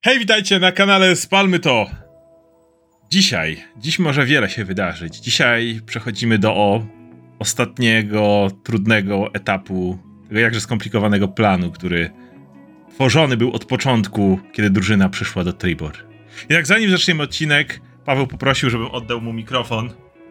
Hej, witajcie na kanale Spalmy to! Dziś może wiele się wydarzyć. Dzisiaj przechodzimy do ostatniego, trudnego etapu tego jakże skomplikowanego planu, który tworzony był od początku, kiedy drużyna przyszła do Tribor. Jednak zanim zaczniemy odcinek, Paweł poprosił, żebym oddał mu mikrofon.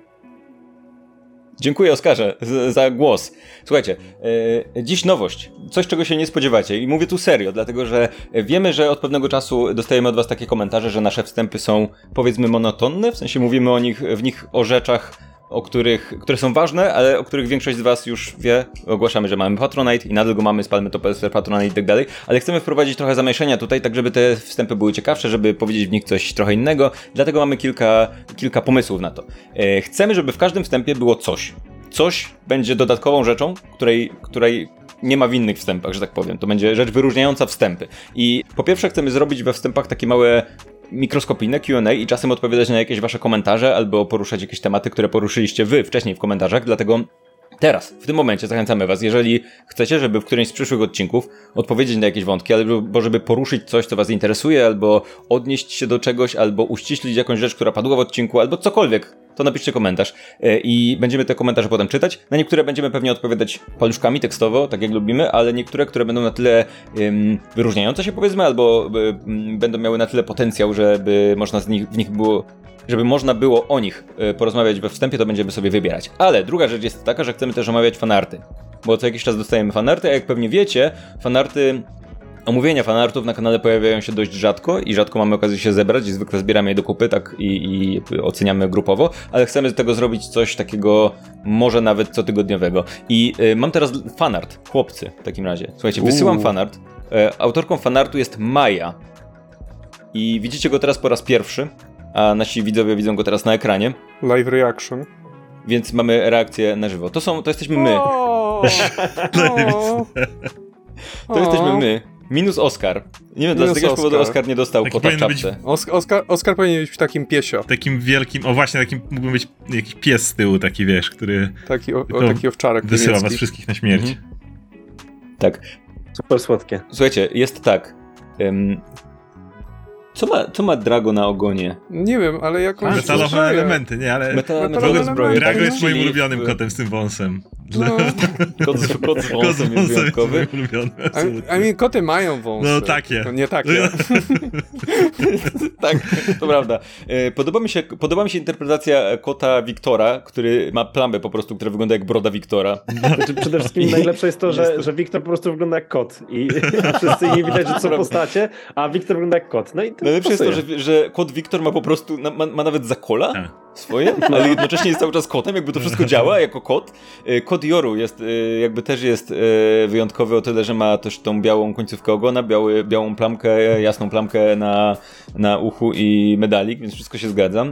Dziękuję, Oskarze, za głos. Słuchajcie, dziś nowość. Coś, czego się nie spodziewacie. I mówię tu serio, dlatego że wiemy, że od pewnego czasu dostajemy od was takie komentarze, że nasze wstępy są, powiedzmy, monotonne. W sensie mówimy w nich o rzeczach, które są ważne, ale o których większość z was już wie. Ogłaszamy, że mamy Patronite i nadal go mamy, Spalmy to Patronite i tak dalej. Ale chcemy wprowadzić trochę zamieszania tutaj, tak żeby te wstępy były ciekawsze, żeby powiedzieć w nich coś trochę innego. Dlatego mamy kilka pomysłów na to. Chcemy, żeby w każdym wstępie było coś. Coś będzie dodatkową rzeczą, której nie ma w innych wstępach, że tak powiem. To będzie rzecz wyróżniająca wstępy. I po pierwsze chcemy zrobić we wstępach takie małe mikroskopijne Q&A i czasem odpowiadać na jakieś wasze komentarze albo poruszać jakieś tematy, które poruszyliście wy wcześniej w komentarzach, dlatego teraz, w tym momencie zachęcamy was, jeżeli chcecie, żeby w którymś z przyszłych odcinków odpowiedzieć na jakieś wątki, albo żeby poruszyć coś, co was interesuje, albo odnieść się do czegoś, albo uściślić jakąś rzecz, która padła w odcinku, albo cokolwiek, to napiszcie komentarz i będziemy te komentarze potem czytać. Na niektóre będziemy pewnie odpowiadać paluszkami tekstowo, tak jak lubimy, ale niektóre, które będą na tyle wyróżniające się, powiedzmy, albo będą miały na tyle potencjał, żeby można było o nich porozmawiać we wstępie, to będziemy sobie wybierać. Ale druga rzecz jest taka, że chcemy też omawiać fanarty. Bo co jakiś czas dostajemy fanarty, a jak pewnie wiecie, omówienia fanartów na kanale pojawiają się dość rzadko i rzadko mamy okazję się zebrać i zwykle zbieramy je do kupy, tak i oceniamy grupowo, ale chcemy z tego zrobić coś takiego może nawet cotygodniowego. I mam teraz fanart, chłopcy w takim razie. Słuchajcie, wysyłam fanart. Autorką fanartu jest Maja. I widzicie go teraz po raz pierwszy, a nasi widzowie widzą go teraz na ekranie. Live reaction. Więc mamy reakcję na żywo. To jesteśmy my. To jesteśmy my. Minus Oskar. Nie wiem, z jakiegoś powodu Oskar nie dostał kota w czapce. Oskar powinien być takim piesio. Takim wielkim, takim mógłby być jakiś pies z tyłu, taki wiesz, który... Taki owczarek wysyła niemiecki. was wszystkich na śmierć. Tak. Super słodkie. Słuchajcie, jest tak. Co ma Drago na ogonie? Nie wiem, ale jakąś... Metalowe elementy, nie, ale... Metalowe zbroje. Drago jest moim ulubionym kotem z tym wąsem. No. Kot z wąsem jest wyjątkowy. Koty mają wąsy. No takie. To nie takie. Tak, to prawda. Podoba mi się interpretacja kota Wiktora, który ma plamę po prostu, która wygląda jak broda Wiktora. Znaczy, przede wszystkim najlepsze jest to, że Wiktor po prostu wygląda jak kot. I wszyscy nie widać, że to są postacie, a Wiktor wygląda jak kot. No i to najlepsze jest to, że kot Wiktor ma po prostu, ma nawet zakola swoje, ale jednocześnie jest cały czas kotem, jakby to wszystko działa jako kot. Kot Joru też jest wyjątkowy o tyle, że ma też tą białą końcówkę ogona, białą plamkę, jasną plamkę na uchu i medalik, więc wszystko się zgadza.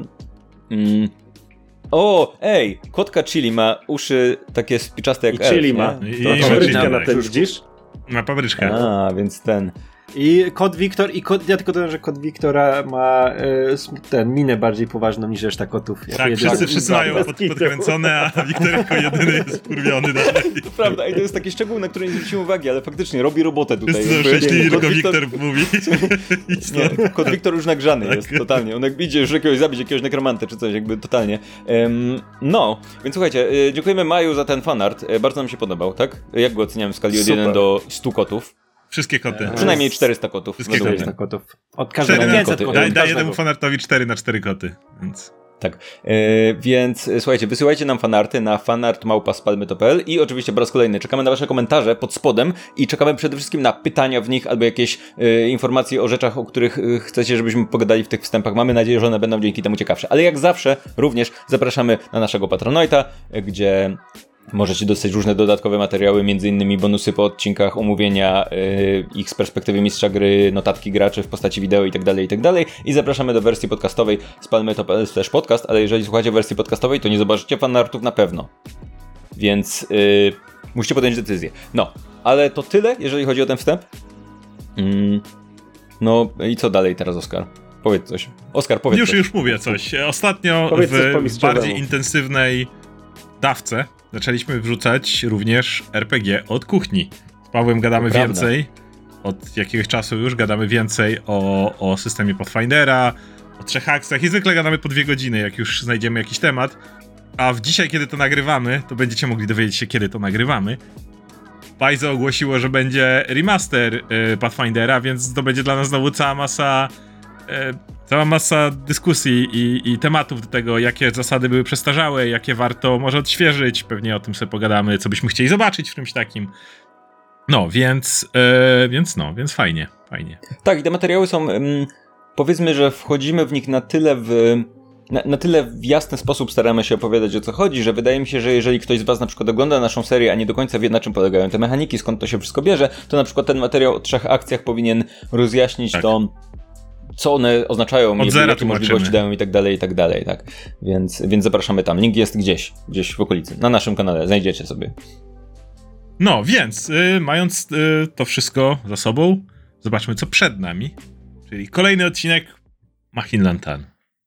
Kotka Chili ma uszy takie spiczaste jak elf. Chili ma. I papryczkę na tym, widzisz? Ma papryczkę. Więc ten... I kot Wiktor, ja tylko dodam, że kot Wiktora ma minę bardziej poważną niż reszta kotów. Tak, wszyscy mają podkręcone, a Wiktor jako jedyny jest wkurwiony dalej. To prawda, i to jest taki szczegół, na który nie zwróciłem uwagi, ale faktycznie robi robotę tutaj. Wszyscy są szczęśliwi, tylko Wiktor mówi. Nie, kot Wiktor już nagrzany jest, totalnie. On idzie już zabić jakiegoś nekromantę czy coś, jakby totalnie. Więc słuchajcie, dziękujemy Maju za ten fanart. Bardzo nam się podobał, tak? Jak go oceniamy w skali od 1 do 100 kotów? Wszystkie koty. Przynajmniej 400 kotów. Wszystkie 400 kotów. Od każdego 500 kotów. Daj jednemu fanartowi 4x4 koty. Więc... Tak, więc słuchajcie, wysyłajcie nam fanarty na fanart@spalmyto.pl i oczywiście po raz kolejny czekamy na wasze komentarze pod spodem i czekamy przede wszystkim na pytania w nich albo jakieś informacje o rzeczach, o których chcecie, żebyśmy pogadali w tych wstępach. Mamy nadzieję, że one będą dzięki temu ciekawsze. Ale jak zawsze również zapraszamy na naszego Patronite'a, gdzie możecie dostać różne dodatkowe materiały, m.in. bonusy po odcinkach, omówienia ich z perspektywy mistrza gry, notatki graczy w postaci wideo itd. I zapraszamy do wersji podcastowej spalmy.pl/podcast, ale jeżeli słuchacie wersji podcastowej, to nie zobaczycie fanartów na pewno. Więc musicie podjąć decyzję. Ale to tyle, jeżeli chodzi o ten wstęp. I co dalej teraz, Oskar? Powiedz coś. Oskar, powiedz coś. Już mówię coś. Ostatnio w bardziej intensywnej dawce zaczęliśmy wrzucać również RPG od kuchni. Z Pawłem gadamy więcej od jakiegoś czasu już gadamy więcej o systemie Pathfindera, o 3 akcjach i zwykle gadamy po 2 godziny, jak już znajdziemy jakiś temat. A dzisiaj, kiedy to nagrywamy, to będziecie mogli dowiedzieć się, kiedy to nagrywamy. Paizo ogłosiło, że będzie remaster Pathfindera, więc to będzie dla nas znowu cała masa dyskusji i tematów do tego, jakie zasady były przestarzałe, jakie warto może odświeżyć. Pewnie o tym sobie pogadamy, co byśmy chcieli zobaczyć w czymś takim. No, więc fajnie. Tak, i te materiały są, powiedzmy, że wchodzimy w nich na tyle w jasny sposób staramy się opowiadać, o co chodzi, że wydaje mi się, że jeżeli ktoś z was na przykład ogląda naszą serię, a nie do końca wie, na czym polegają te mechaniki, skąd to się wszystko bierze, to na przykład ten materiał o 3 akcjach powinien rozjaśnić to, co one oznaczają, jakie możliwości dają i tak dalej, tak. Więc zapraszamy tam. Link jest gdzieś w okolicy. Na naszym kanale, znajdziecie sobie. No, więc mając to wszystko za sobą, zobaczmy, co przed nami. Czyli kolejny odcinek Machinland Tan.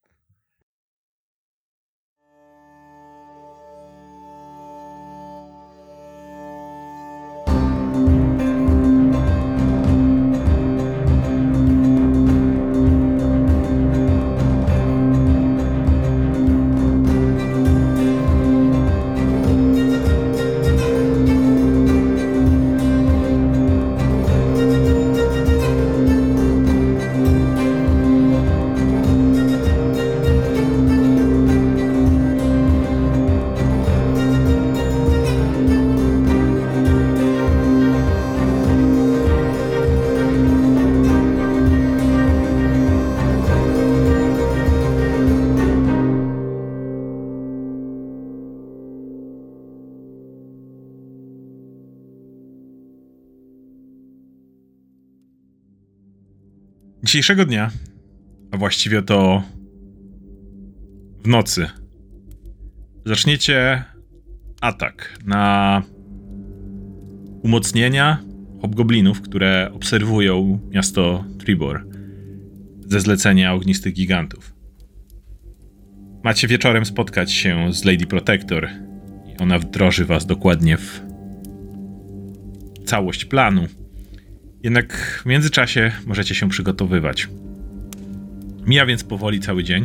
Dzisiejszego dnia, a właściwie to w nocy, zaczniecie atak na umocnienia hobgoblinów, które obserwują miasto Tribor ze zlecenia Ognistych Gigantów. Macie wieczorem spotkać się z Lady Protector i ona wdroży was dokładnie w całość planu. Jednak w międzyczasie możecie się przygotowywać. Mija więc powoli cały dzień.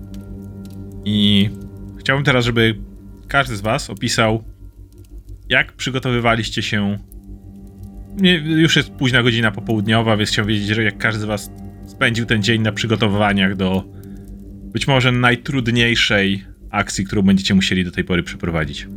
I chciałbym teraz, żeby każdy z was opisał, jak przygotowywaliście się. Już jest późna godzina popołudniowa, więc chciałbym wiedzieć, że jak każdy z was spędził ten dzień na przygotowaniach do być może najtrudniejszej akcji, którą będziecie musieli do tej pory przeprowadzić.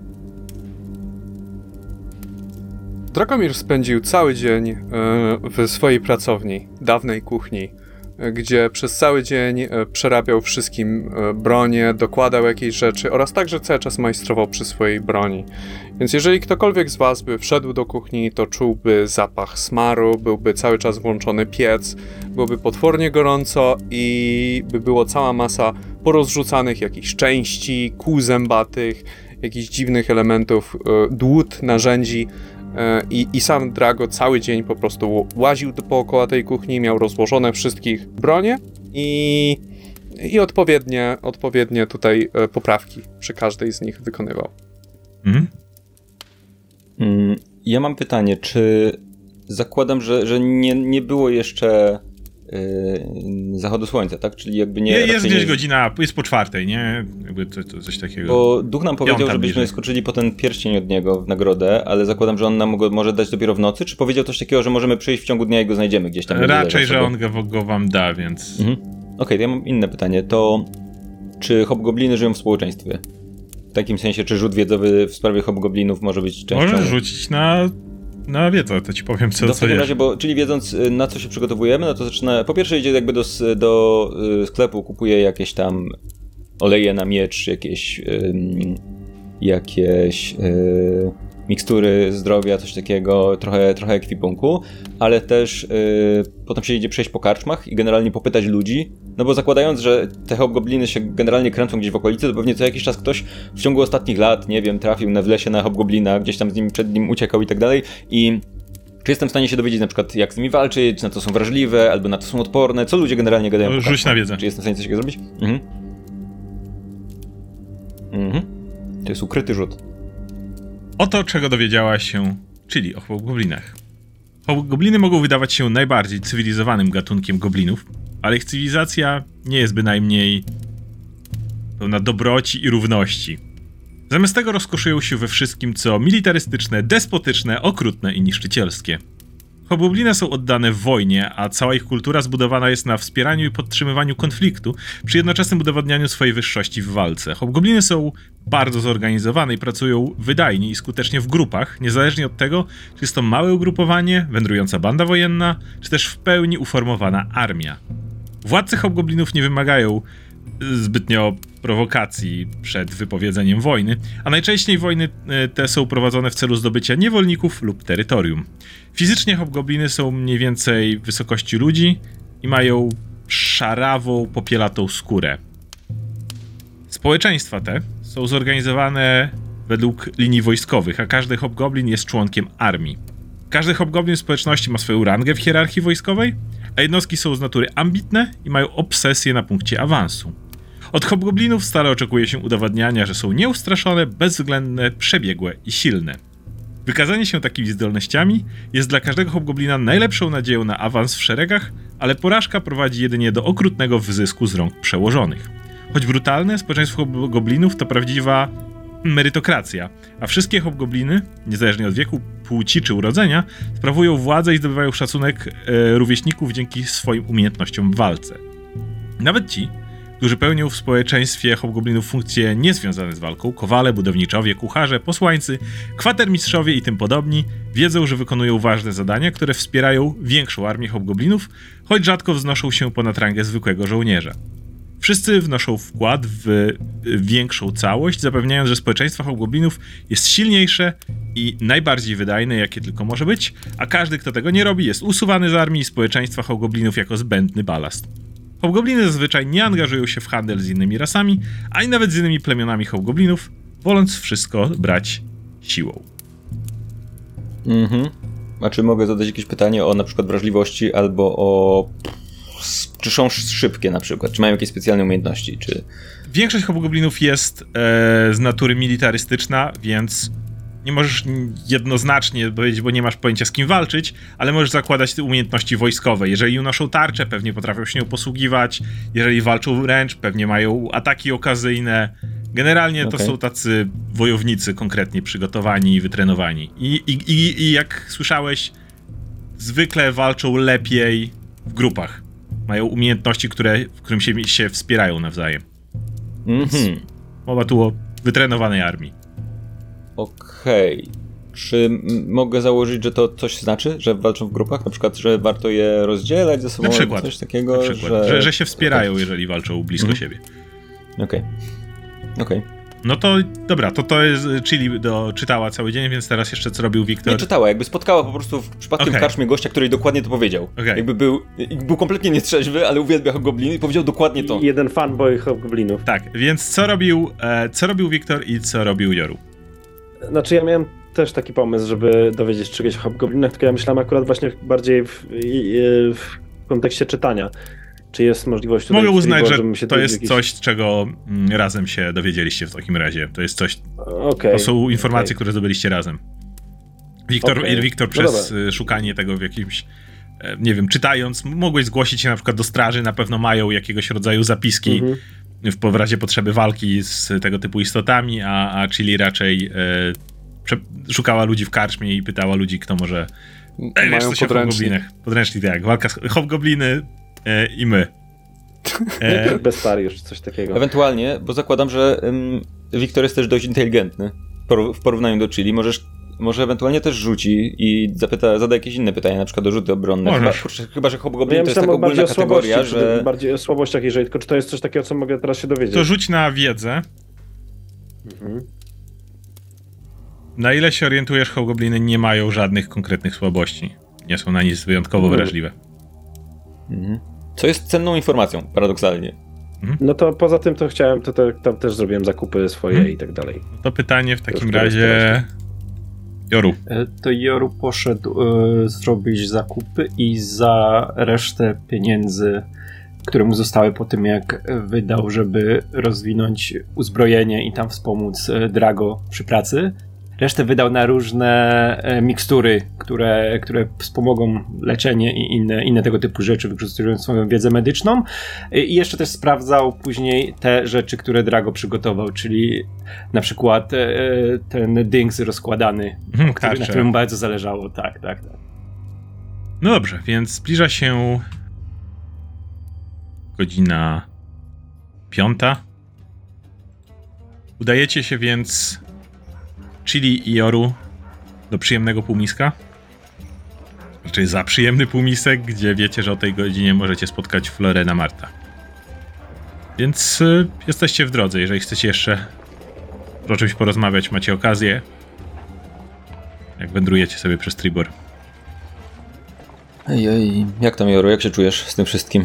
Dragomir spędził cały dzień w swojej pracowni, dawnej kuchni, gdzie przez cały dzień przerabiał wszystkim bronię, dokładał jakieś rzeczy oraz także cały czas majstrował przy swojej broni. Więc jeżeli ktokolwiek z was by wszedł do kuchni, to czułby zapach smaru, byłby cały czas włączony piec, byłoby potwornie gorąco i by było cała masa porozrzucanych jakichś części, kół zębatych, jakichś dziwnych elementów, dłut, narzędzi. I sam Drago cały dzień po prostu łaził dookoła tej kuchni, miał rozłożone wszystkich bronie i odpowiednie tutaj poprawki przy każdej z nich wykonywał. Ja mam pytanie, czy zakładam, że nie było jeszcze zachodu słońca, tak? Czyli jakby nie... Jest gdzieś godzina, jest po 4:00, nie? Jakby coś takiego. Bo duch nam powiedział, żebyśmy skoczyli po ten pierścień od niego w nagrodę, ale zakładam, że on nam go może dać dopiero w nocy, czy powiedział coś takiego, że możemy przyjść w ciągu dnia i go znajdziemy gdzieś tam? Raczej, że on go wam da, więc... Okej, to ja mam inne pytanie. To czy hobgobliny żyją w społeczeństwie? W takim sensie, czy rzut wiedzowy w sprawie hobgoblinów może być częścią... Możesz rzucić na wiedzę, to ci powiem, co w takim razie, czyli wiedząc, na co się przygotowujemy, no to zaczyna... Po pierwsze idzie jakby do sklepu, kupuje jakieś tam oleje na miecz, jakieś mikstury zdrowia, coś takiego, trochę ekwipunku, ale też potem się idzie przejść po karczmach i generalnie popytać ludzi, no bo zakładając, że te hobgobliny się generalnie kręcą gdzieś w okolicy, to pewnie co jakiś czas ktoś w ciągu ostatnich lat, nie wiem, trafił w lesie na hobgoblina, gdzieś tam przed nim uciekał i tak dalej i czy jestem w stanie się dowiedzieć na przykład jak z nimi walczyć, na to są wrażliwe, albo na to są odporne, co ludzie generalnie gadają. Rzuć na wiedzę. Czy jestem w stanie coś takiego zrobić? To jest ukryty rzut. O to, czego dowiedziałaś się, czyli o hobgoblinach. Hobgobliny mogą wydawać się najbardziej cywilizowanym gatunkiem goblinów, ale ich cywilizacja nie jest bynajmniej pełna dobroci i równości. Zamiast tego rozkoszują się we wszystkim, co militarystyczne, despotyczne, okrutne i niszczycielskie. Hobgobliny są oddane w wojnie, a cała ich kultura zbudowana jest na wspieraniu i podtrzymywaniu konfliktu, przy jednoczesnym udowadnianiu swojej wyższości w walce. Hobgobliny są bardzo zorganizowane i pracują wydajnie i skutecznie w grupach, niezależnie od tego, czy jest to małe ugrupowanie, wędrująca banda wojenna, czy też w pełni uformowana armia. Władcy hobgoblinów nie wymagają zbytnio prowokacji przed wypowiedzeniem wojny, a najczęściej wojny te są prowadzone w celu zdobycia niewolników lub terytorium. Fizycznie hobgobliny są mniej więcej wysokości ludzi i mają szarawą, popielatą skórę. Społeczeństwa te są zorganizowane według linii wojskowych, a każdy hobgoblin jest członkiem armii. Każdy hobgoblin w społeczności ma swoją rangę w hierarchii wojskowej, a jednostki są z natury ambitne i mają obsesję na punkcie awansu. Od hobgoblinów stale oczekuje się udowadniania, że są nieustraszone, bezwzględne, przebiegłe i silne. Wykazanie się takimi zdolnościami jest dla każdego hobgoblina najlepszą nadzieją na awans w szeregach, ale porażka prowadzi jedynie do okrutnego wyzysku z rąk przełożonych. Choć brutalne, społeczeństwo hobgoblinów to prawdziwa merytokracja, a wszystkie hobgobliny, niezależnie od wieku, płci czy urodzenia, sprawują władzę i zdobywają szacunek rówieśników dzięki swoim umiejętnościom w walce. Nawet ci, którzy pełnią w społeczeństwie hobgoblinów funkcje niezwiązane z walką, kowale, budowniczowie, kucharze, posłańcy, kwatermistrzowie i tym podobni, wiedzą, że wykonują ważne zadania, które wspierają większą armię hobgoblinów, choć rzadko wznoszą się ponad rangę zwykłego żołnierza. Wszyscy wnoszą wkład w większą całość, zapewniając, że społeczeństwo hobgoblinów jest silniejsze i najbardziej wydajne, jakie tylko może być, a każdy, kto tego nie robi, jest usuwany z armii i społeczeństwa hobgoblinów jako zbędny balast. Hobgobliny zazwyczaj nie angażują się w handel z innymi rasami, ani nawet z innymi plemionami hobgoblinów, woląc wszystko brać siłą. A czy mogę zadać jakieś pytanie o na przykład wrażliwości albo o... Czy są szybkie na przykład? Czy mają jakieś specjalne umiejętności? Czy... Większość hobgoblinów jest z natury militarystyczna, więc nie możesz jednoznacznie powiedzieć, bo nie masz pojęcia z kim walczyć, ale możesz zakładać te umiejętności wojskowe. Jeżeli unoszą tarczę, pewnie potrafią się nią posługiwać. Jeżeli walczą wręcz, pewnie mają ataki okazyjne. Generalnie to są tacy wojownicy konkretnie przygotowani i wytrenowani. I jak słyszałeś, zwykle walczą lepiej w grupach. Mają umiejętności, w którym się wspierają nawzajem. Mowa tu o wytrenowanej armii. Okej. Czy mogę założyć, że to coś znaczy, że walczą w grupach? Na przykład, że warto je rozdzielać ze sobą? Na przykład. Coś takiego, na przykład, że się wspierają, jeżeli walczą blisko siebie. Okej. No to dobra, to jest Chili czytała cały dzień, więc teraz jeszcze co robił Wiktor? Nie czytała, jakby spotkała po prostu przypadkiem w karczmie gościa, który dokładnie to powiedział. Jakby był kompletnie nietrzeźwy, ale uwielbia hobgobliny i powiedział dokładnie to. Jeden fanboy hobgoblinów. Tak, więc co robił Wiktor i co robił Joru? Znaczy ja miałem też taki pomysł, żeby dowiedzieć czegoś o hobgoblinach, tylko ja myślałem akurat właśnie bardziej w kontekście czytania. Czy jest możliwość tutaj... Mogę uznać, że to jest jakiś... coś, z czego razem się dowiedzieliście w takim razie. To jest coś... To są informacje, które zdobyliście razem. Wiktor przez szukanie tego w jakimś... Nie wiem, czytając, mogłeś zgłosić się na przykład do straży, na pewno mają jakiegoś rodzaju zapiski w razie potrzeby walki z tego typu istotami, a Chili raczej szukała ludzi w karczmie i pytała ludzi, kto może... Mają podręcznik. Podręcznik, tak. Walka z hobgobliny i my. Bestariusz, coś takiego. Ewentualnie, bo zakładam, że Wiktor jest też dość inteligentny w porównaniu do Chili. Może ewentualnie też rzuci i zada jakieś inne pytania, na przykład o rzuty obronne. Chyba że hobgoblin to jest taka ogólna kategoria, że... Bardziej o słabościach, jeżeli tylko czy to jest coś takiego, co mogę teraz się dowiedzieć. To rzuć na wiedzę. Na ile się orientujesz, hobgobliny nie mają żadnych konkretnych słabości. Nie są na nic wyjątkowo wrażliwe. Co jest cenną informacją, paradoksalnie. No to poza tym to chciałem, tam też zrobiłem zakupy swoje i tak dalej. To pytanie w takim razie... Joru. To Joru poszedł zrobić zakupy i za resztę pieniędzy, które mu zostały po tym, jak wydał, żeby rozwinąć uzbrojenie i tam wspomóc Drago przy pracy, resztę wydał na różne mikstury, które wspomogą leczenie i inne tego typu rzeczy, wykorzystując swoją wiedzę medyczną. I jeszcze też sprawdzał później te rzeczy, które Drago przygotował, czyli na przykład ten dings rozkładany, na którym bardzo zależało. Tak. No dobrze, więc zbliża się godzina 5. Udajecie się więc Chili i Joru do przyjemnego półmiska. Znaczy za przyjemny półmisek, gdzie wiecie, że o tej godzinie możecie spotkać Florena Marta. Więc jesteście w drodze, jeżeli chcecie jeszcze o czymś porozmawiać, macie okazję. Jak wędrujecie sobie przez Tribor. Ej, jak tam, Joru, jak się czujesz z tym wszystkim?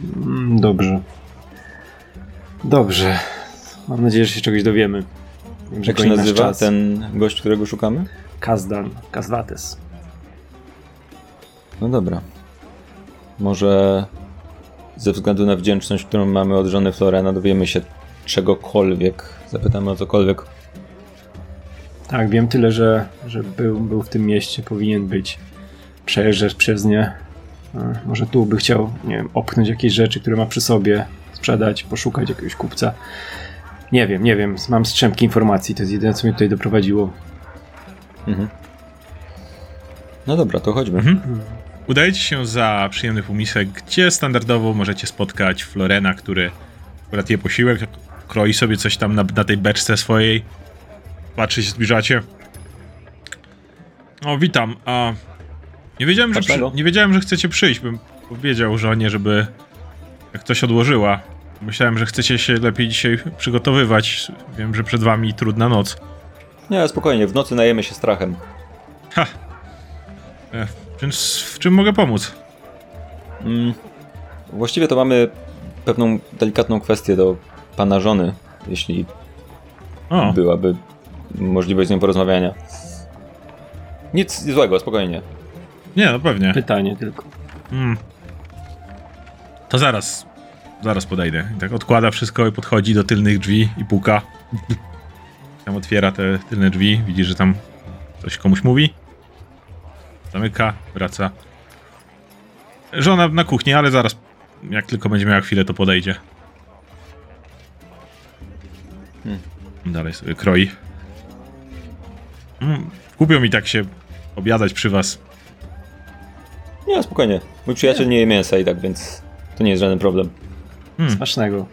Dobrze. Mam nadzieję, że się czegoś dowiemy. Jak się nazywa ten gość, którego szukamy? Kazwates. No dobra. Może ze względu na wdzięczność, którą mamy od żony Florena, dowiemy się czegokolwiek. Zapytamy o cokolwiek. Tak, wiem tyle, że był w tym mieście, powinien być. Przejeżdżać przez nie. Może tu by chciał, nie wiem, opchnąć jakieś rzeczy, które ma przy sobie, sprzedać, poszukać jakiegoś kupca. Nie wiem, mam strzępki informacji, to jest jedyne, co mnie tutaj doprowadziło. Mhm. No dobra, to chodźmy. Udajecie się za przyjemny półmisek, gdzie standardowo możecie spotkać Florena, który uratuje posiłek, kroi sobie coś tam na tej beczce swojej. Patrzy, się zbliżacie. O, witam. Nie wiedziałem, że chcecie przyjść. Bym powiedział żonie, żeby jak coś odłożyła. Myślałem, że chcecie się lepiej dzisiaj przygotowywać. Wiem, że przed wami trudna noc. Nie, spokojnie, w nocy najemy się strachem. Więc w czym mogę pomóc? Właściwie to mamy pewną delikatną kwestię do pana żony, jeśli byłaby możliwość z nią porozmawiania. Nic złego, spokojnie. Nie, no pewnie. Pytanie tylko. To zaraz podejdę. I tak odkłada wszystko i podchodzi do tylnych drzwi i puka. Tam otwiera te tylne drzwi, widzi, że tam coś komuś mówi. Zamyka, wraca. Żona na kuchni, ale zaraz, jak tylko będzie miała chwilę, to podejdzie. Dalej sobie kroi. Kupią mi tak się obiadać przy was. Nie, spokojnie. Mój przyjaciel nie je mięsa i tak, więc to nie jest żaden problem. Smacznego.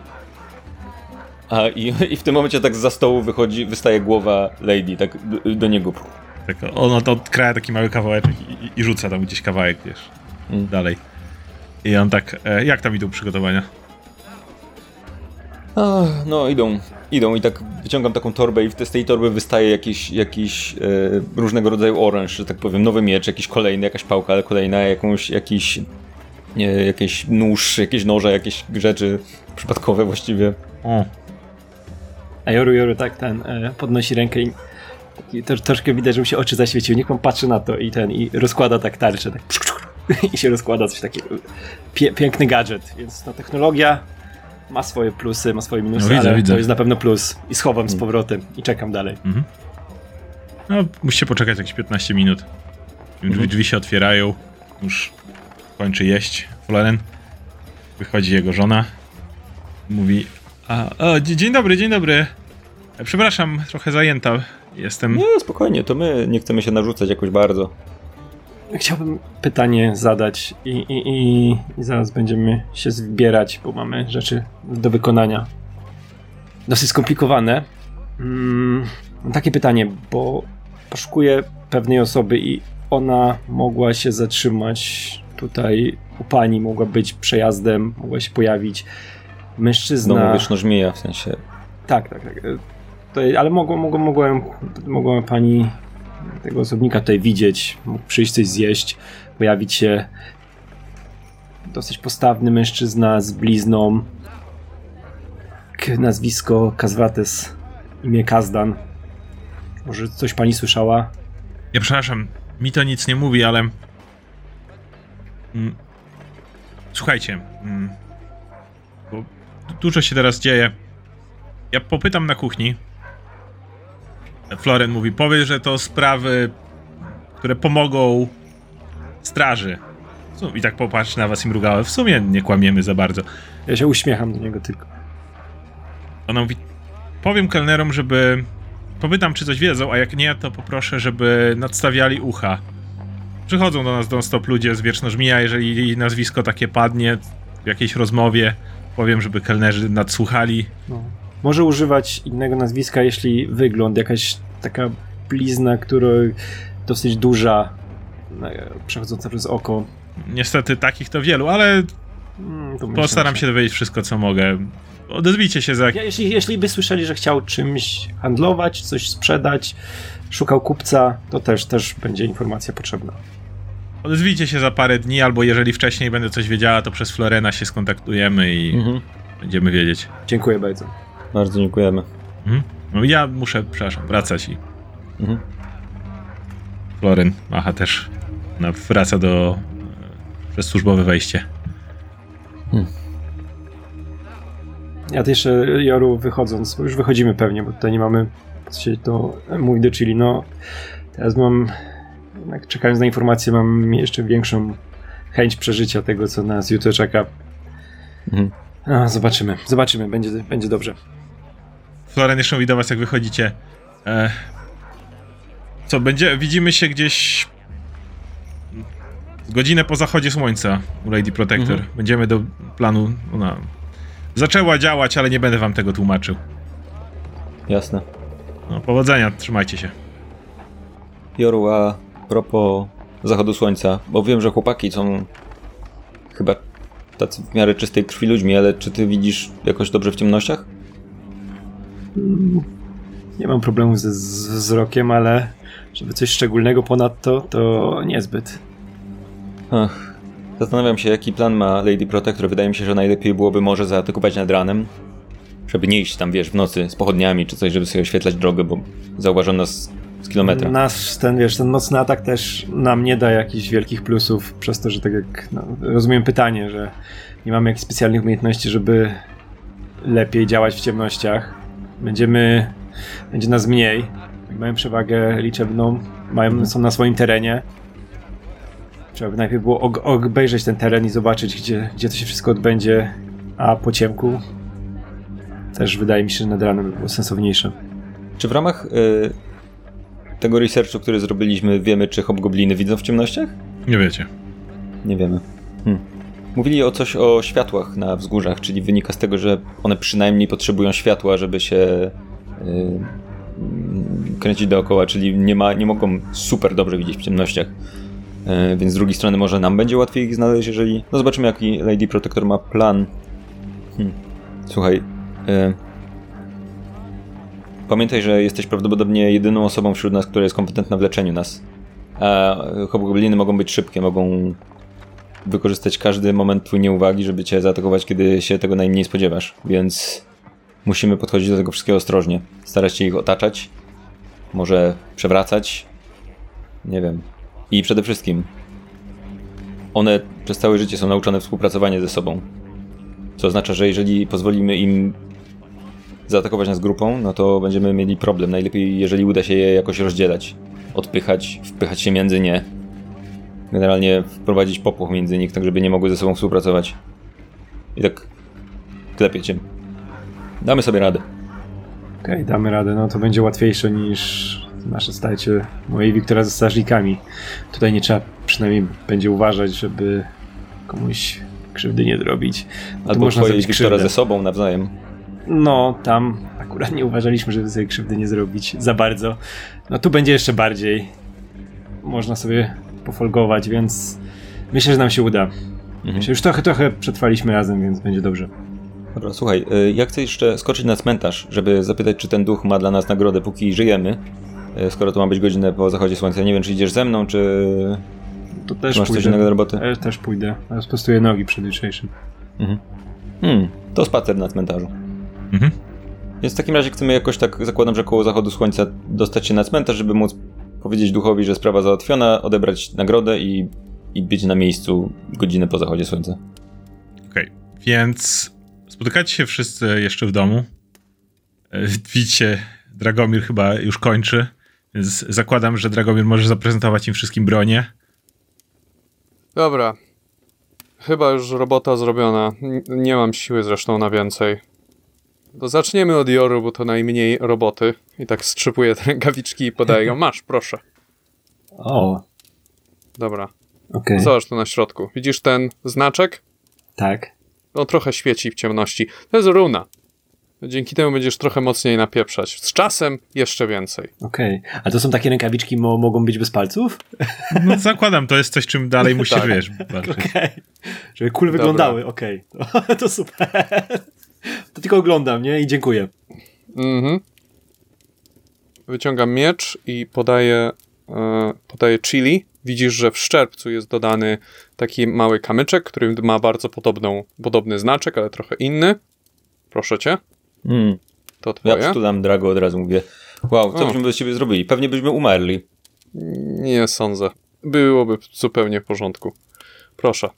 I w tym momencie tak zza stołu wystaje głowa Lady, tak do niego. Tak, ona to odkraja taki mały kawałeczek i rzuca tam gdzieś kawałek, wiesz, dalej. I on tak, jak tam idą przygotowania? No, idą i tak wyciągam taką torbę i z tej torby wystaje jakiś różnego rodzaju oręż, że tak powiem, nowy miecz, jakiś kolejny, jakaś pałka, ale kolejna, jakiś nóż, jakieś noże, jakieś rzeczy przypadkowe właściwie. A Joru tak podnosi rękę i troszkę widać, że mu się oczy zaświeciły. Niech on patrzy na to i rozkłada tak tarczę, tak i się rozkłada coś takiego. Piękny gadżet, więc ta technologia ma swoje plusy, ma swoje minusy, ale widzę. To jest na pewno plus. I schowam z powrotem i czekam dalej. No, musicie poczekać jakieś 15 minut. Drzwi się otwierają, już kończy jeść Floren. Wychodzi jego żona. Mówi, dzień dobry. Przepraszam, trochę zajęta jestem. Nie, spokojnie, to my nie chcemy się narzucać jakoś bardzo. Chciałbym pytanie zadać i zaraz będziemy się zbierać, bo mamy rzeczy do wykonania. Dosyć skomplikowane. Takie pytanie, bo poszukuję pewnej osoby i ona mogła się zatrzymać tutaj u pani, mogła być przejazdem, mogła się pojawić. Mężczyzna... No mówisz, no żmija, w sensie... Tak. Ale mogła pani tego osobnika tutaj widzieć, mógł przyjść coś zjeść, pojawić się dosyć postawny mężczyzna z blizną, nazwisko Kazwates, imię Kazdan. Może coś pani słyszała? Ja przepraszam, mi to nic nie mówi, ale... Słuchajcie, bo dużo się teraz dzieje. Ja popytam na kuchni. Floren mówi, powie, że to sprawy, które pomogą straży. I tak popatrz na was i mrugałem. W sumie nie kłamiemy za bardzo. Ja się uśmiecham do niego tylko. Ona mówi, powiem kelnerom, żeby... Popytam, czy coś wiedzą, a jak nie, to poproszę, żeby nadstawiali ucha. Przychodzą do nas non-stop ludzie z Wiecznożmija, jeżeli nazwisko takie padnie w jakiejś rozmowie, powiem, żeby kelnerzy nadsłuchali. No. Może używać innego nazwiska, jeśli wygląd, jakaś taka blizna, która dosyć duża, przechodząca przez oko. Niestety takich to wielu, ale postaram się dowiedzieć wszystko, co mogę. Odezwijcie się za... Jeśli by słyszeli, że chciał czymś handlować, coś sprzedać, szukał kupca, to też będzie informacja potrzebna. Odezwijcie się za parę dni, albo jeżeli wcześniej będę coś wiedziała, to przez Florena się skontaktujemy i będziemy wiedzieć. Dziękuję bardzo. Bardzo dziękujemy. No ja muszę, przepraszam, wracać i... Floren macha też. Ona wraca przez służbowe wejście. Ja też, Joru, wychodząc, bo już wychodzimy pewnie, bo tutaj nie mamy się to mówi do Chili. No, teraz mam, jak czekając na informacje, mam jeszcze większą chęć przeżycia tego, co nas jutro czeka. Zobaczymy, będzie dobrze. Floren jeszcze mówi do was, jak wychodzicie. Co, widzimy się gdzieś godzinę po zachodzie słońca u Lady Protector. Będziemy do planu, ona zaczęła działać, ale nie będę wam tego tłumaczył. Jasne. No, powodzenia, trzymajcie się. Joru, a propos zachodu słońca, bo wiem, że chłopaki są chyba tacy w miarę czystej krwi ludźmi, ale czy ty widzisz jakoś dobrze w ciemnościach? Nie mam problemu z wzrokiem, ale żeby coś szczególnego ponadto, to niezbyt. Zastanawiam się, jaki plan ma Lady Protector. Wydaje mi się, że najlepiej byłoby może zaatakować nad ranem, żeby nie iść tam, wiesz, w nocy z pochodniami czy coś, żeby sobie oświetlać drogę, bo zauważono nas z kilometra. Ten nocny atak też nam nie da jakichś wielkich plusów, przez to, że tak jak rozumiem pytanie, że nie mamy jakichś specjalnych umiejętności, żeby lepiej działać w ciemnościach. Będzie nas mniej. Mają przewagę liczebną, są na swoim terenie. Trzeba by najpierw było obejrzeć ten teren i zobaczyć, gdzie to się wszystko odbędzie, a po ciemku też wydaje mi się, że nad ranem by było sensowniejsze. Czy w ramach tego researchu, który zrobiliśmy, wiemy, czy hobgobliny widzą w ciemnościach? Nie wiecie. Nie wiemy. Mówili coś o światłach na wzgórzach, czyli wynika z tego, że one przynajmniej potrzebują światła, żeby się kręcić dookoła, czyli nie mogą super dobrze widzieć w ciemnościach. Więc z drugiej strony może nam będzie łatwiej ich znaleźć, jeżeli... No zobaczymy, jaki Lady Protector ma plan. Słuchaj, pamiętaj, że jesteś prawdopodobnie jedyną osobą wśród nas, która jest kompetentna w leczeniu nas. A hobgobliny mogą być szybkie, mogą wykorzystać każdy moment twojej nieuwagi, żeby cię zaatakować, kiedy się tego najmniej spodziewasz. Więc musimy podchodzić do tego wszystkiego ostrożnie. Starać się ich otaczać, może przewracać, nie wiem. I przede wszystkim one przez całe życie są nauczone współpracowania ze sobą. Co oznacza, że jeżeli pozwolimy im zaatakować nas grupą, no to będziemy mieli problem. Najlepiej, jeżeli uda się je jakoś rozdzielać, odpychać, wpychać się między nie. Generalnie wprowadzić popłoch między nich, tak żeby nie mogły ze sobą współpracować. I tak klepie cię. Damy sobie radę. Okej, damy radę. No to będzie łatwiejsze niż nasze starcie mojej Wiktora ze strażnikami. Tutaj nie trzeba, przynajmniej będzie uważać, żeby komuś krzywdy nie zrobić. No albo twojej Wiktora ze sobą nawzajem. No, tam akurat nie uważaliśmy, żeby sobie krzywdy nie zrobić za bardzo. No tu będzie jeszcze bardziej. Można sobie pofolgować, więc myślę, że nam się uda. Już trochę przetrwaliśmy razem, więc będzie dobrze. Dobra, słuchaj, ja chcę jeszcze skoczyć na cmentarz, żeby zapytać, czy ten duch ma dla nas nagrodę, póki żyjemy. Skoro to ma być godzinę po zachodzie słońca. Nie wiem, czy idziesz ze mną, czy to też masz pójdę. Coś innego do roboty? Też pójdę. Rozprostuję nogi przed jutrzejszym. To spacer na cmentarzu. Więc w takim razie chcemy jakoś tak, zakładam, że koło zachodu słońca dostać się na cmentarz, żeby móc powiedzieć duchowi, że sprawa załatwiona, odebrać nagrodę i być na miejscu godzinę po zachodzie słońca. Okej, więc spotykacie się wszyscy jeszcze w domu. Widzicie Dragomir chyba już kończy, więc zakładam, że Dragomir może zaprezentować im wszystkim bronię. Dobra. Chyba już robota zrobiona. Nie mam siły zresztą na więcej. To zaczniemy od Joru, bo to najmniej roboty. I tak strzypuję te rękawiczki i podaję ją. Masz, proszę. O, Dobra. okej. Zobacz tu na środku. Widzisz ten znaczek? Tak. On trochę świeci w ciemności. To jest runa. Dzięki temu będziesz trochę mocniej napieprzać. Z czasem jeszcze więcej. Okej. A to są takie rękawiczki, mogą być bez palców? No zakładam, to jest coś, czym dalej musisz, Tak. wiesz, walczyć. Okej. Żeby kule wyglądały, okej. To super. To tylko oglądam, nie? I dziękuję. Mhm. Wyciągam miecz i podaję chili. Widzisz, że w szczerbcu jest dodany taki mały kamyczek, który ma bardzo podobny znaczek, ale trochę inny. Proszę cię. To Ja twoje. przytulam Drago od razu, mówię, wow, co byśmy bez ciebie zrobili? Pewnie byśmy umarli. Nie sądzę. Byłoby zupełnie w porządku. Proszę.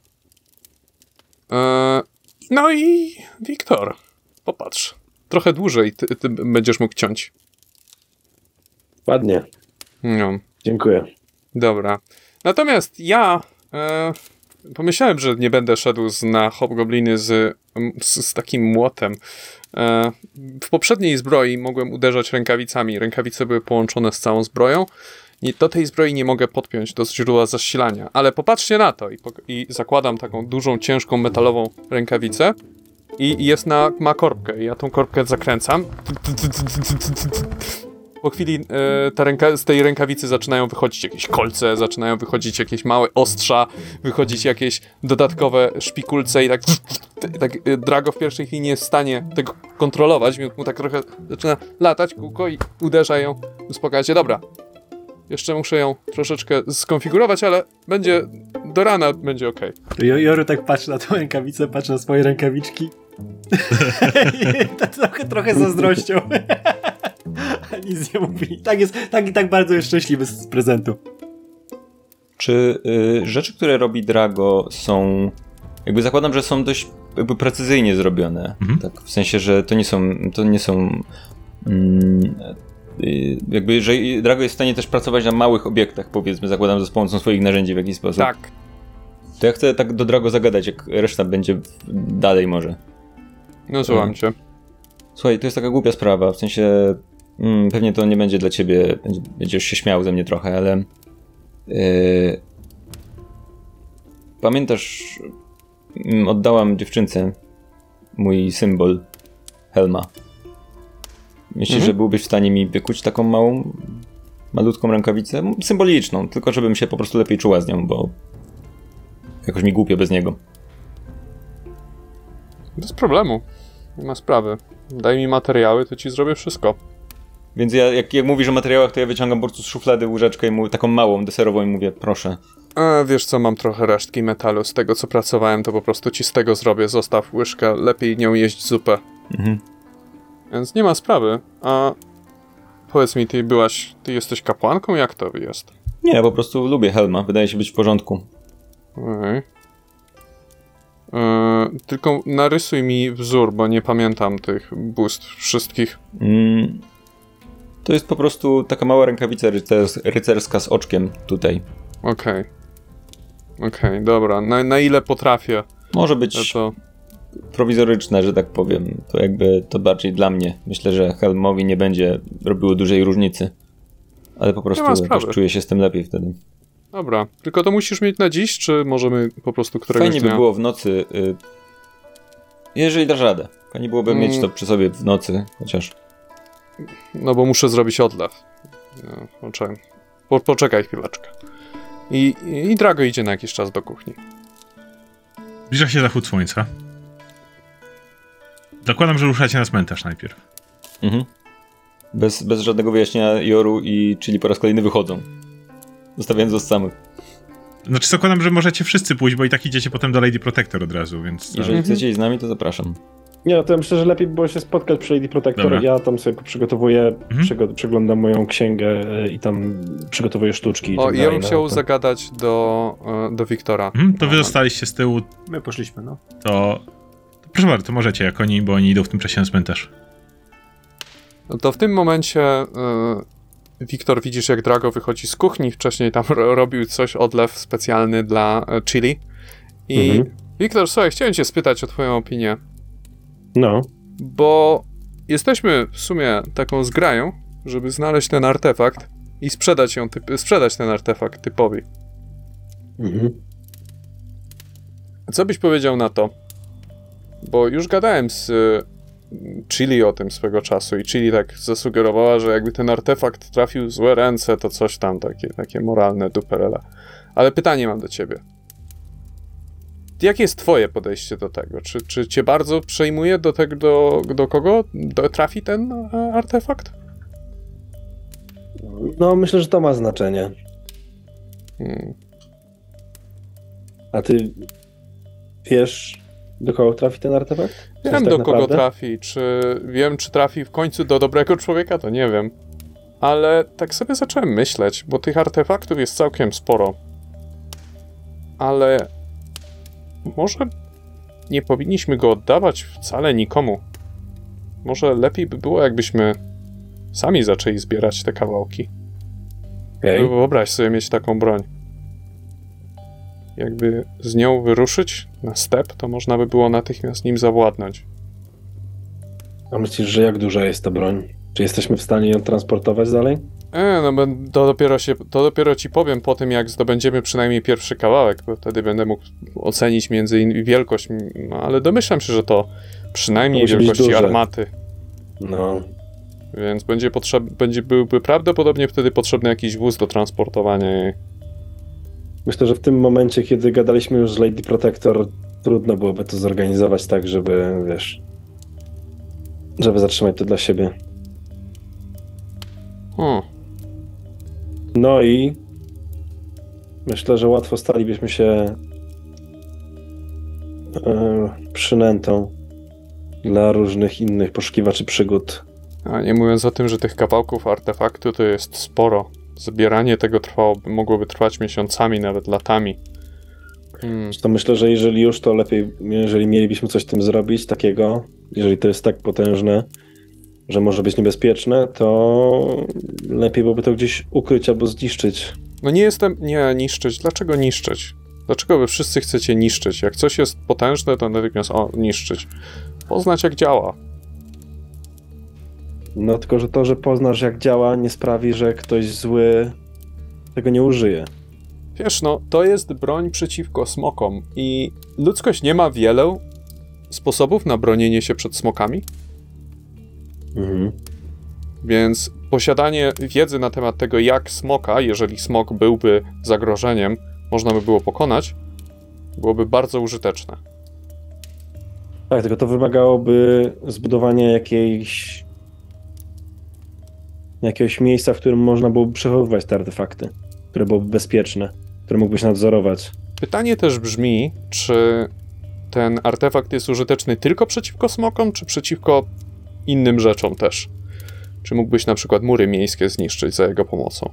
No i Wiktor, popatrz. Trochę dłużej ty będziesz mógł ciąć. Ładnie, No, dziękuję. dobra. Natomiast ja pomyślałem, że nie będę szedł na hobgobliny z takim młotem. W poprzedniej zbroi mogłem uderzać rękawicami. Rękawice były połączone z całą zbroją. I do tej zbroi nie mogę podpiąć do źródła zasilania. Ale popatrzcie na to. I zakładam taką dużą, ciężką, metalową rękawicę. I ma korbkę. I ja tą korbkę zakręcam. Po chwili z tej rękawicy zaczynają wychodzić jakieś kolce, zaczynają wychodzić jakieś małe ostrza, wychodzić jakieś dodatkowe szpikulce i tak Drago w pierwszej chwili nie jest w stanie tego kontrolować, więc mu tak trochę zaczyna latać kółko i uderza ją, uspokaja się. Dobra, jeszcze muszę ją troszeczkę skonfigurować, ale do rana będzie okej. Joru tak patrzy na tą rękawicę, patrzy na swoje rękawiczki. trochę zazdrością. A nic nie mówi. Tak bardzo jest szczęśliwy z prezentu. Czy rzeczy, które robi Drago są... Jakby zakładam, że są dość jakby precyzyjnie zrobione. Tak, w sensie, że to nie są jakby, że Drago jest w stanie też pracować na małych obiektach, powiedzmy, zakładam, że z pomocą swoich narzędzi w jakiś sposób. Tak. To ja chcę tak do Drago zagadać, jak reszta będzie dalej może. No słucham cię. Słuchaj, to jest taka głupia sprawa, w sensie pewnie to nie będzie dla ciebie, będziesz się śmiał ze mnie trochę, ale pamiętasz, oddałam dziewczynce mój symbol Helma. Myślisz, że byłbyś w stanie mi wykuć taką malutką rękawicę? Symboliczną, tylko żebym się po prostu lepiej czuła z nią, bo jakoś mi głupio bez niego. Bez problemu. Nie ma sprawy. Daj mi materiały, to ci zrobię wszystko. Więc ja, jak mówisz o materiałach, to ja wyciągam po prostu z szuflady łyżeczkę i taką małą, deserową i mówię, proszę. Wiesz co, mam trochę resztki metalu. Z tego co pracowałem, to po prostu ci z tego zrobię. Zostaw łyżkę, lepiej nią jeść zupę. Więc nie ma sprawy. A powiedz mi, ty jesteś kapłanką? Jak to jest? Nie, po prostu lubię Helma, wydaje się być w porządku. Okay. Tylko narysuj mi wzór, bo nie pamiętam tych bóstw wszystkich. To jest po prostu taka mała rękawica rycerska z oczkiem tutaj. Okej, dobra. Na ile potrafię? Może być prowizoryczne, że tak powiem. To jakby to bardziej dla mnie. Myślę, że Helmowi nie będzie robiło dużej różnicy. Ale po prostu czuję się z tym lepiej wtedy. Dobra, tylko to musisz mieć na dziś, czy możemy po prostu któregoś dnia? Fajnie by było w nocy, jeżeli dasz radę. Fajnie byłoby mieć to przy sobie w nocy, chociaż... No bo muszę zrobić odlew. Poczekaj chwileczkę. I Drago idzie na jakiś czas do kuchni. Zbliża się zachód słońca. Zakładam, że ruszacie na cmentarz najpierw. Bez żadnego wyjaśnienia Joru i Chili po raz kolejny wychodzą. Zostawiając was samych. Znaczy zakładam, że możecie wszyscy pójść, bo i tak idziecie potem do Lady Protector od razu, więc... Jeżeli chcecie iść z nami, to zapraszam. Nie, no to ja myślę, że lepiej by było się spotkać przy Lady Protector. Dobra. Ja tam sobie przygotowuję, przeglądam moją księgę i tam przygotowuję sztuczki. Ja bym chciał zagadać do Wiktora. To wy zostaliście z tyłu. My poszliśmy, no. To proszę bardzo, to możecie, jak oni, bo oni idą w tym czasie na cmentarz. No to w tym momencie Wiktor, widzisz jak Drago wychodzi z kuchni, wcześniej tam robił coś, odlew specjalny dla chili. I Wiktor, słuchaj, chciałem cię spytać o twoją opinię. No. Bo jesteśmy w sumie taką zgrają, żeby znaleźć ten artefakt i sprzedać ten artefakt typowi. Co byś powiedział na to? Bo już gadałem z Chili o tym swego czasu i Chili tak zasugerowała, że jakby ten artefakt trafił w złe ręce, to coś tam, takie moralne duperele. Ale pytanie mam do ciebie. Jakie jest twoje podejście do tego? Czy cię bardzo przejmuje do tego, do kogo trafi ten artefakt? No, myślę, że to ma znaczenie. A ty wiesz, do kogo trafi ten artefakt? Wiem, do kogo trafi. Czy trafi w końcu do dobrego człowieka, to nie wiem. Ale tak sobie zacząłem myśleć, bo tych artefaktów jest całkiem sporo. Ale może nie powinniśmy go oddawać wcale nikomu. Może lepiej by było, jakbyśmy sami zaczęli zbierać te kawałki. Okay. Wyobraź sobie mieć taką broń. Jakby z nią wyruszyć na step, to można by było natychmiast nim zawładnąć. A myślisz, że jak duża jest ta broń? Czy jesteśmy w stanie ją transportować dalej? No to dopiero ci powiem po tym, jak zdobędziemy przynajmniej pierwszy kawałek, bo wtedy będę mógł ocenić między innymi wielkość, no, ale domyślam się, że to przynajmniej wielkości armaty. No. Więc byłby prawdopodobnie wtedy potrzebny jakiś wóz do transportowania jej. Myślę, że w tym momencie, kiedy gadaliśmy już z Lady Protector, trudno byłoby to zorganizować tak, żeby, żeby zatrzymać to dla siebie. No i myślę, że łatwo stalibyśmy się przynętą dla różnych innych poszukiwaczy przygód. A nie mówiąc o tym, że tych kawałków artefaktu to jest sporo. Zbieranie tego mogłoby trwać miesiącami, nawet latami. To myślę, że jeżeli już, to lepiej, jeżeli mielibyśmy coś z tym zrobić takiego, jeżeli to jest tak potężne, że może być niebezpieczne, to lepiej byłoby to gdzieś ukryć albo zniszczyć. No nie niszczyć. Dlaczego niszczyć? Dlaczego wy wszyscy chcecie niszczyć? Jak coś jest potężne, to natychmiast niszczyć. Poznać jak działa. No tylko, że to, że poznasz jak działa, nie sprawi, że ktoś zły tego nie użyje. Wiesz, no, to jest broń przeciwko smokom i ludzkość nie ma wiele sposobów na bronienie się przed smokami. Więc posiadanie wiedzy na temat tego, jak smoka, jeżeli smok byłby zagrożeniem, można by było pokonać, byłoby bardzo użyteczne. Tak, tylko to wymagałoby zbudowania jakiegoś miejsca, w którym można byłoby przechowywać te artefakty, które byłoby bezpieczne, które mógłbyś nadzorować. Pytanie też brzmi, czy ten artefakt jest użyteczny tylko przeciwko smokom, czy przeciwko innym rzeczom też? Czy mógłbyś na przykład mury miejskie zniszczyć za jego pomocą?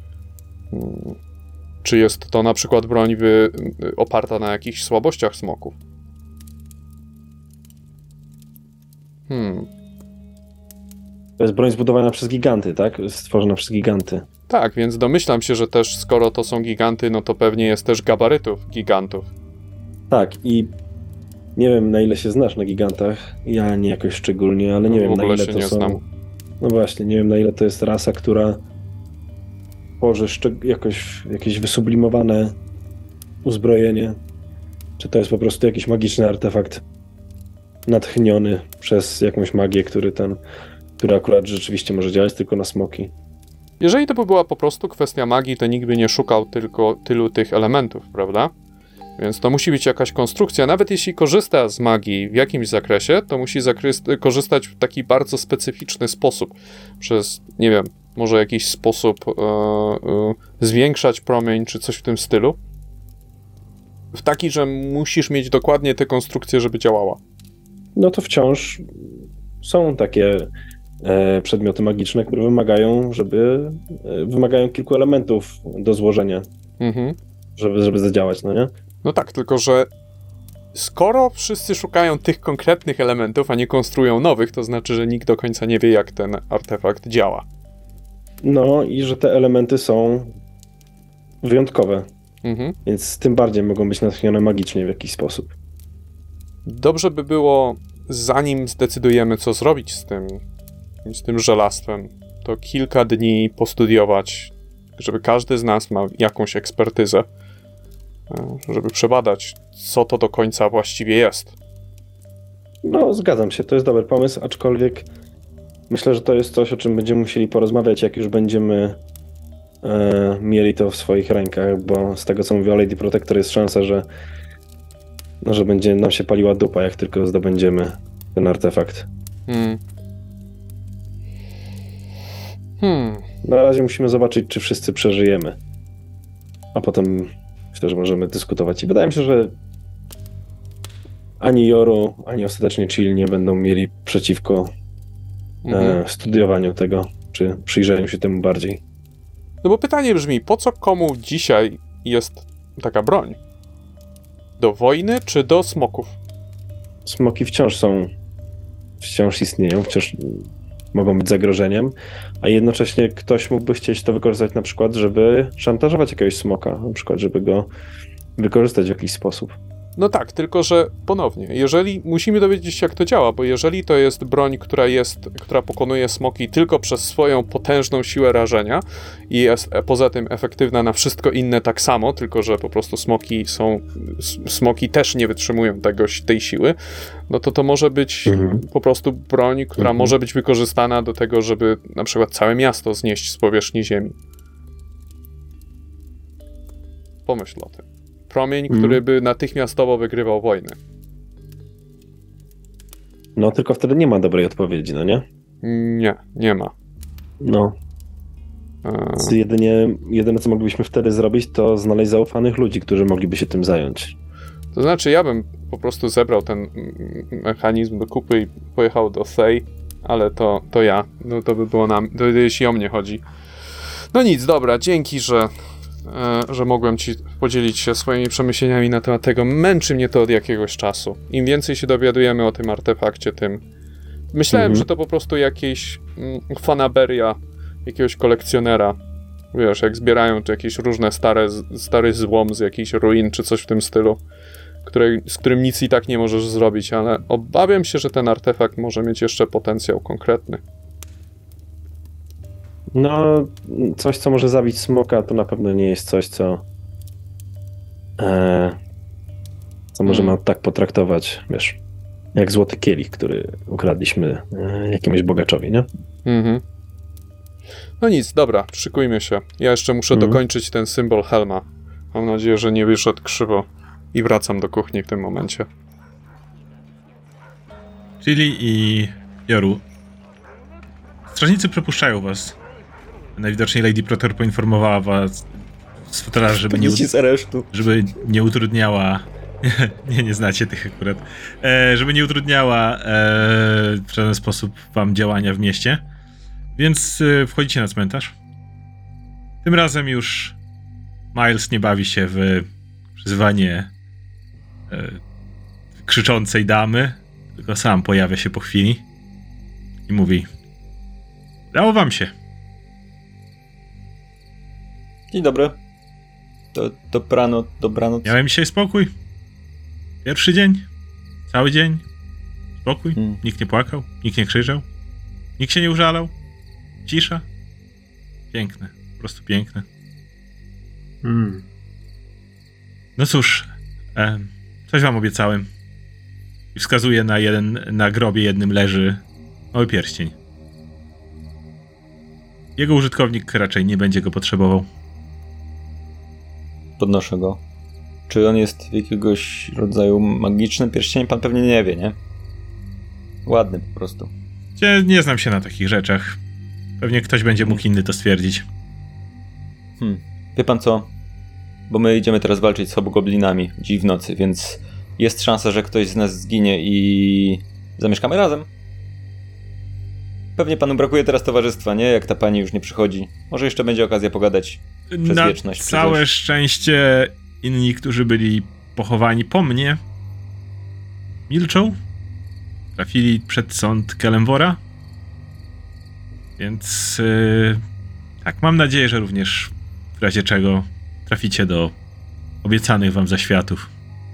Czy jest to na przykład broń oparta na jakichś słabościach smoków? To jest broń zbudowana przez giganty, tak? Stworzona przez giganty. Tak, więc domyślam się, że też skoro to są giganty, no to pewnie jest też gabarytów gigantów. Tak, i nie wiem, na ile się znasz na gigantach. Ja nie jakoś szczególnie, ale nie wiem, na ile to są... Znam. No właśnie, nie wiem, na ile to jest rasa, która tworzy jakieś wysublimowane uzbrojenie. Czy to jest po prostu jakiś magiczny artefakt natchniony przez jakąś magię, który akurat rzeczywiście może działać tylko na smoki. Jeżeli to by była po prostu kwestia magii, to nikt by nie szukał tylko tylu tych elementów, prawda? Więc to musi być jakaś konstrukcja. Nawet jeśli korzysta z magii w jakimś zakresie, to musi korzystać w taki bardzo specyficzny sposób. Przez, nie wiem, może jakiś sposób zwiększać promień, czy coś w tym stylu. W taki, że musisz mieć dokładnie tę konstrukcję, żeby działała. No to wciąż są takie przedmioty magiczne, które wymagają kilku elementów do złożenia, żeby zadziałać, no nie? No tak, tylko że skoro wszyscy szukają tych konkretnych elementów, a nie konstruują nowych, to znaczy, że nikt do końca nie wie, jak ten artefakt działa. No i że te elementy są wyjątkowe, Mhm. więc tym bardziej mogą być natchnione magicznie w jakiś sposób. Dobrze by było, zanim zdecydujemy, co zrobić z tym żelastwem, to kilka dni postudiować, żeby każdy z nas miał jakąś ekspertyzę, żeby przebadać, co to do końca właściwie jest. No, zgadzam się, to jest dobry pomysł, aczkolwiek myślę, że to jest coś, o czym będziemy musieli porozmawiać, jak już będziemy mieli to w swoich rękach, bo z tego, co mówiła Lady Protector, jest szansa, że będzie nam się paliła dupa, jak tylko zdobędziemy ten artefakt. Na razie musimy zobaczyć, czy wszyscy przeżyjemy. A potem myślę, że możemy dyskutować. I wydaje mi się, że ani Joru, ani ostatecznie Chill nie będą mieli przeciwko studiowaniu tego, czy przyjrzeniu się temu bardziej. No bo pytanie brzmi, po co komu dzisiaj jest taka broń? Do wojny czy do smoków? Smoki wciąż istnieją, wciąż mogą być zagrożeniem, a jednocześnie ktoś mógłby chcieć to wykorzystać na przykład, żeby szantażować jakiegoś smoka, na przykład, żeby go wykorzystać w jakiś sposób. No tak, tylko że ponownie, jeżeli musimy dowiedzieć się, jak to działa, bo jeżeli to jest broń, która pokonuje smoki tylko przez swoją potężną siłę rażenia i jest poza tym efektywna na wszystko inne tak samo, tylko że po prostu smoki też nie wytrzymują tej siły, no to może być po prostu broń, która może być wykorzystana do tego, żeby na przykład całe miasto znieść z powierzchni ziemi. Pomyśl o tym. Promień, który by natychmiastowo wygrywał wojnę. No, tylko wtedy nie ma dobrej odpowiedzi, no nie? Nie ma. No. Jedyne, co moglibyśmy wtedy zrobić, to znaleźć zaufanych ludzi, którzy mogliby się tym zająć. To znaczy, ja bym po prostu zebrał ten mechanizm do kupy i pojechał do Thej, ale to ja. No to by było jeśli o mnie chodzi. No nic, dobra, dzięki, że mogłem ci podzielić się swoimi przemyśleniami na temat tego. Męczy mnie to od jakiegoś czasu. Im więcej się dowiadujemy o tym artefakcie, tym... Myślałem, że to po prostu jakieś fanaberia jakiegoś kolekcjonera. Wiesz, jak zbierają tu jakieś różne stary złom z jakichś ruin, czy coś w tym stylu, z którym nic i tak nie możesz zrobić, ale obawiam się, że ten artefakt może mieć jeszcze potencjał konkretny. No, coś, co może zabić smoka, to na pewno nie jest coś, co możemy tak potraktować, wiesz, jak złoty kielich, który ukradliśmy jakiemuś bogaczowi, nie? No nic, dobra, szykujmy się. Ja jeszcze muszę dokończyć ten symbol Helma. Mam nadzieję, że nie wyszedł krzywo i wracam do kuchni w tym momencie. Chili i Joru. Strażnicy przepuszczają was. Najwidoczniej Lady Protector poinformowała was z fotela, żeby nie utrudniała... nie znacie tych akurat. Żeby nie utrudniała w żaden sposób wam działania w mieście. Więc wchodzicie na cmentarz. Tym razem już Miles nie bawi się w przyzywanie krzyczącej damy, tylko sam pojawia się po chwili i mówi: udało wam się. Dzień dobry. Dobranoc. Miałem dzisiaj spokój. Pierwszy dzień. Cały dzień. Spokój. Nikt nie płakał. Nikt nie krzyczał. Nikt się nie użalał. Cisza. Piękne. Po prostu piękne. No cóż. Coś wam obiecałem. I wskazuję na grobie jednym leży mały pierścień. Jego użytkownik raczej nie będzie go potrzebował. Podnoszę go. Czy on jest jakiegoś rodzaju magiczny pierścień? Pan pewnie nie wie, nie? Ładny po prostu. Nie znam się na takich rzeczach. Pewnie ktoś będzie mógł inny to stwierdzić. Wie pan co? Bo my idziemy teraz walczyć z hobgoblinami dziś w nocy, więc jest szansa, że ktoś z nas zginie i zamieszkamy razem. Pewnie panu brakuje teraz towarzystwa, nie? Jak ta pani już nie przychodzi. Może jeszcze będzie okazja pogadać przez wieczność. Na całe szczęście inni, którzy byli pochowani po mnie, milczą. Trafili przed sąd Kelemwora. Więc tak, mam nadzieję, że również w razie czego traficie do obiecanych wam zaświatów.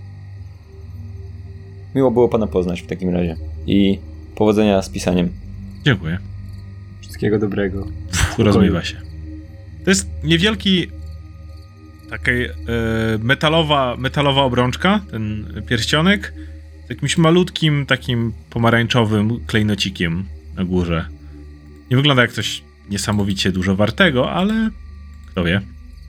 Miło było pana poznać w takim razie. I powodzenia z pisaniem. Dziękuję. Wszystkiego dobrego. Rozmywa się. To jest niewielki taka metalowa obrączka, ten pierścionek, z jakimś malutkim takim pomarańczowym klejnocikiem na górze. Nie wygląda jak coś niesamowicie dużo wartego, ale kto wie.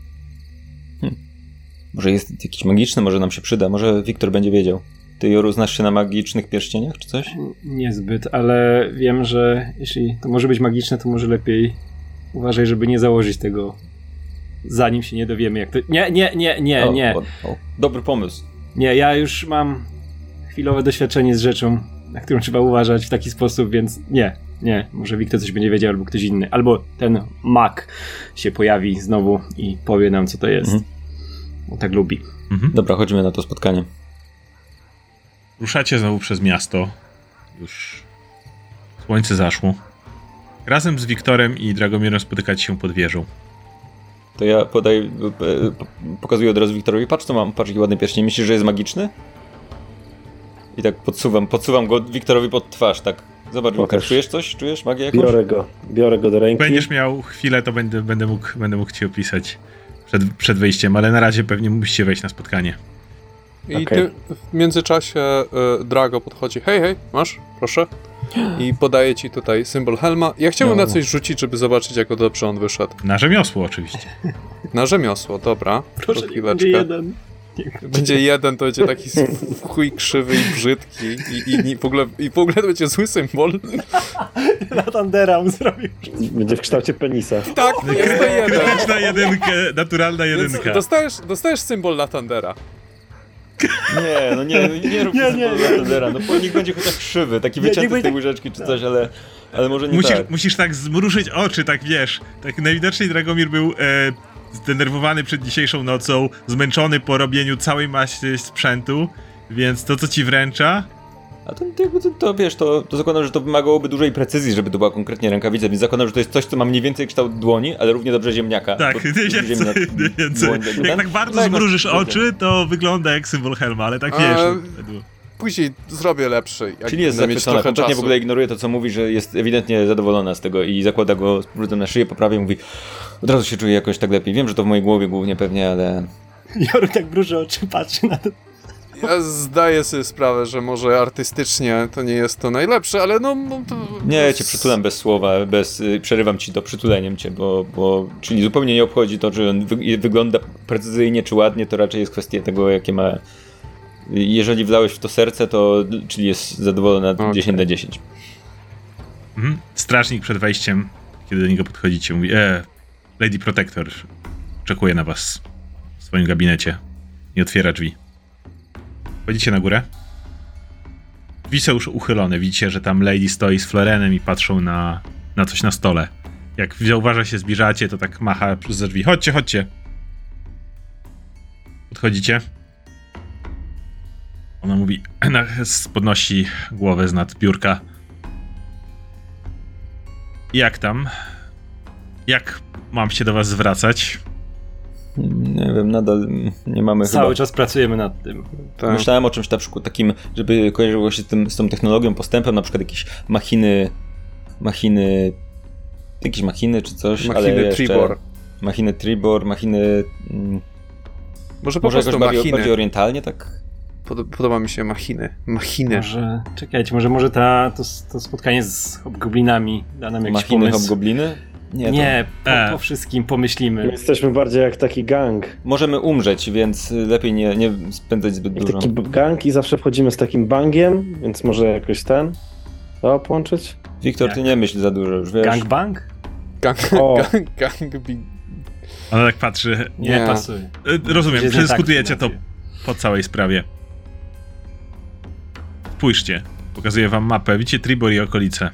Może jest jakiś magiczny, może nam się przyda, może Wiktor będzie wiedział. Ty, Joru, znasz się na magicznych pierścieniach, czy coś? Niezbyt, ale wiem, że jeśli to może być magiczne, to może lepiej uważaj, żeby nie założyć tego, zanim się nie dowiemy, jak to... Nie. Dobry pomysł. Nie, ja już mam chwilowe doświadczenie z rzeczą, na którą trzeba uważać w taki sposób, więc nie. Może Wiktor coś będzie wiedział, albo ktoś inny. Albo ten mag się pojawi znowu i powie nam, co to jest. Bo tak lubi. Dobra, chodźmy na to spotkanie. Ruszacie znowu przez miasto. Już słońce zaszło. Razem z Wiktorem i Dragomirem spotykacie się pod wieżą. To ja pokazuję od razu Wiktorowi. Patrz, co mam, patrz, jaki ładny pierścień. Myślisz, że jest magiczny? I tak podsuwam go Wiktorowi pod twarz, tak. Zobacz, Wiktor, czujesz coś? Czujesz magię jakąś? Biorę go do ręki. Będziesz miał chwilę, to będę mógł ci opisać przed wyjściem, ale na razie pewnie musicie wejść na spotkanie. I ty w międzyczasie Drago podchodzi. Hej, masz? Proszę. I podaje ci tutaj symbol helma. Ja chciałbym na coś rzucić, żeby zobaczyć, jak dobrze on wyszedł. Na rzemiosło oczywiście. Na rzemiosło, dobra. Proszę, nie będzie jeden. Będzie jeden, to będzie taki chuj krzywy i brzydki i w ogóle to będzie zły symbol. Latandera mu zrobił. Będzie w kształcie penisa. Tak, jest to jeden. Krytyczna jedynka, naturalna jedynka. Dostajesz symbol Latandera. Nie rób Latandera, no bo niech będzie chociaż krzywy, taki wycięty z tej łyżeczki czy coś, ale może nie tak. Musisz tak zmrużyć oczy, tak wiesz. Tak najwidoczniej Dragomir był zdenerwowany przed dzisiejszą nocą, zmęczony po robieniu całej masy sprzętu, więc to, co ci wręcza... A to wiesz, to zakładam, że to wymagałoby dużej precyzji, żeby to była konkretnie rękawica, więc zakładam, że to jest coś, co ma mniej więcej kształt dłoni, ale równie dobrze ziemniaka. Tak, mniej więcej. Jak tak bardzo zmrużysz oczy, to wygląda jak symbol helma, ale tak wiesz. Później zrobię lepszy. Czyli jest zachwycona, kompletnie w ogóle ignoruje to, co mówi, że jest ewidentnie zadowolona z tego i zakłada go z powrotem na szyję, poprawia i mówi, od razu się czuje jakoś tak lepiej. Wiem, że to w mojej głowie głównie pewnie, ale... Joru tak mruży oczy, patrzy na to. Ja zdaję sobie sprawę, że może artystycznie to nie jest to najlepsze, ale to... Nie, cię przytulam bez słowa, przerywam ci to przytuleniem cię, bo czyli zupełnie nie obchodzi to, czy on wygląda precyzyjnie czy ładnie, to raczej jest kwestia tego, jakie ma... Jeżeli wlałeś w to serce, to czyli jest zadowolona 10 na 10. Strażnik przed wejściem, kiedy do niego podchodzicie, mówi: Lady Protector oczekuje na was w swoim gabinecie. Nie otwiera drzwi. Wchodzicie na górę. Drzwi są już uchylone. Widzicie, że tam Lady stoi z Florenem i patrzą na coś na stole. Jak zauważa się, zbliżacie, to tak macha przez drzwi. Chodźcie. Podchodzicie. Ona mówi, podnosi głowę z nad biurka. Jak tam? Jak mam się do was zwracać? Nie wiem, nadal nie mamy Cały czas pracujemy nad tym. Tak. Myślałem o czymś na przykład takim, żeby kojarzyło się z tą technologią, postępem, na przykład jakieś machiny czy coś, machiny ale Tribor. Machiny Tribor, machiny... Może po prostu bardziej orientalnie, tak? Podoba mi się machiny. Może, czekajcie, może to spotkanie z hobgoblinami da nam jakiś machiny, pomysł. hobgobliny? Nie, po wszystkim pomyślimy. My jesteśmy bardziej jak taki gang. Możemy umrzeć, więc lepiej nie spędzać zbyt dużo. Taki gang i zawsze wchodzimy z takim bangiem, więc może jakoś to połączyć? Wiktor, ty nie myśl za dużo, już wiesz. Gangbang? Gangbang. Ona tak patrzy. Nie pasuje. Rozumiem, przedyskutujecie to po całej sprawie. Spójrzcie, pokazuję wam mapę. Widzicie Tribor i okolice.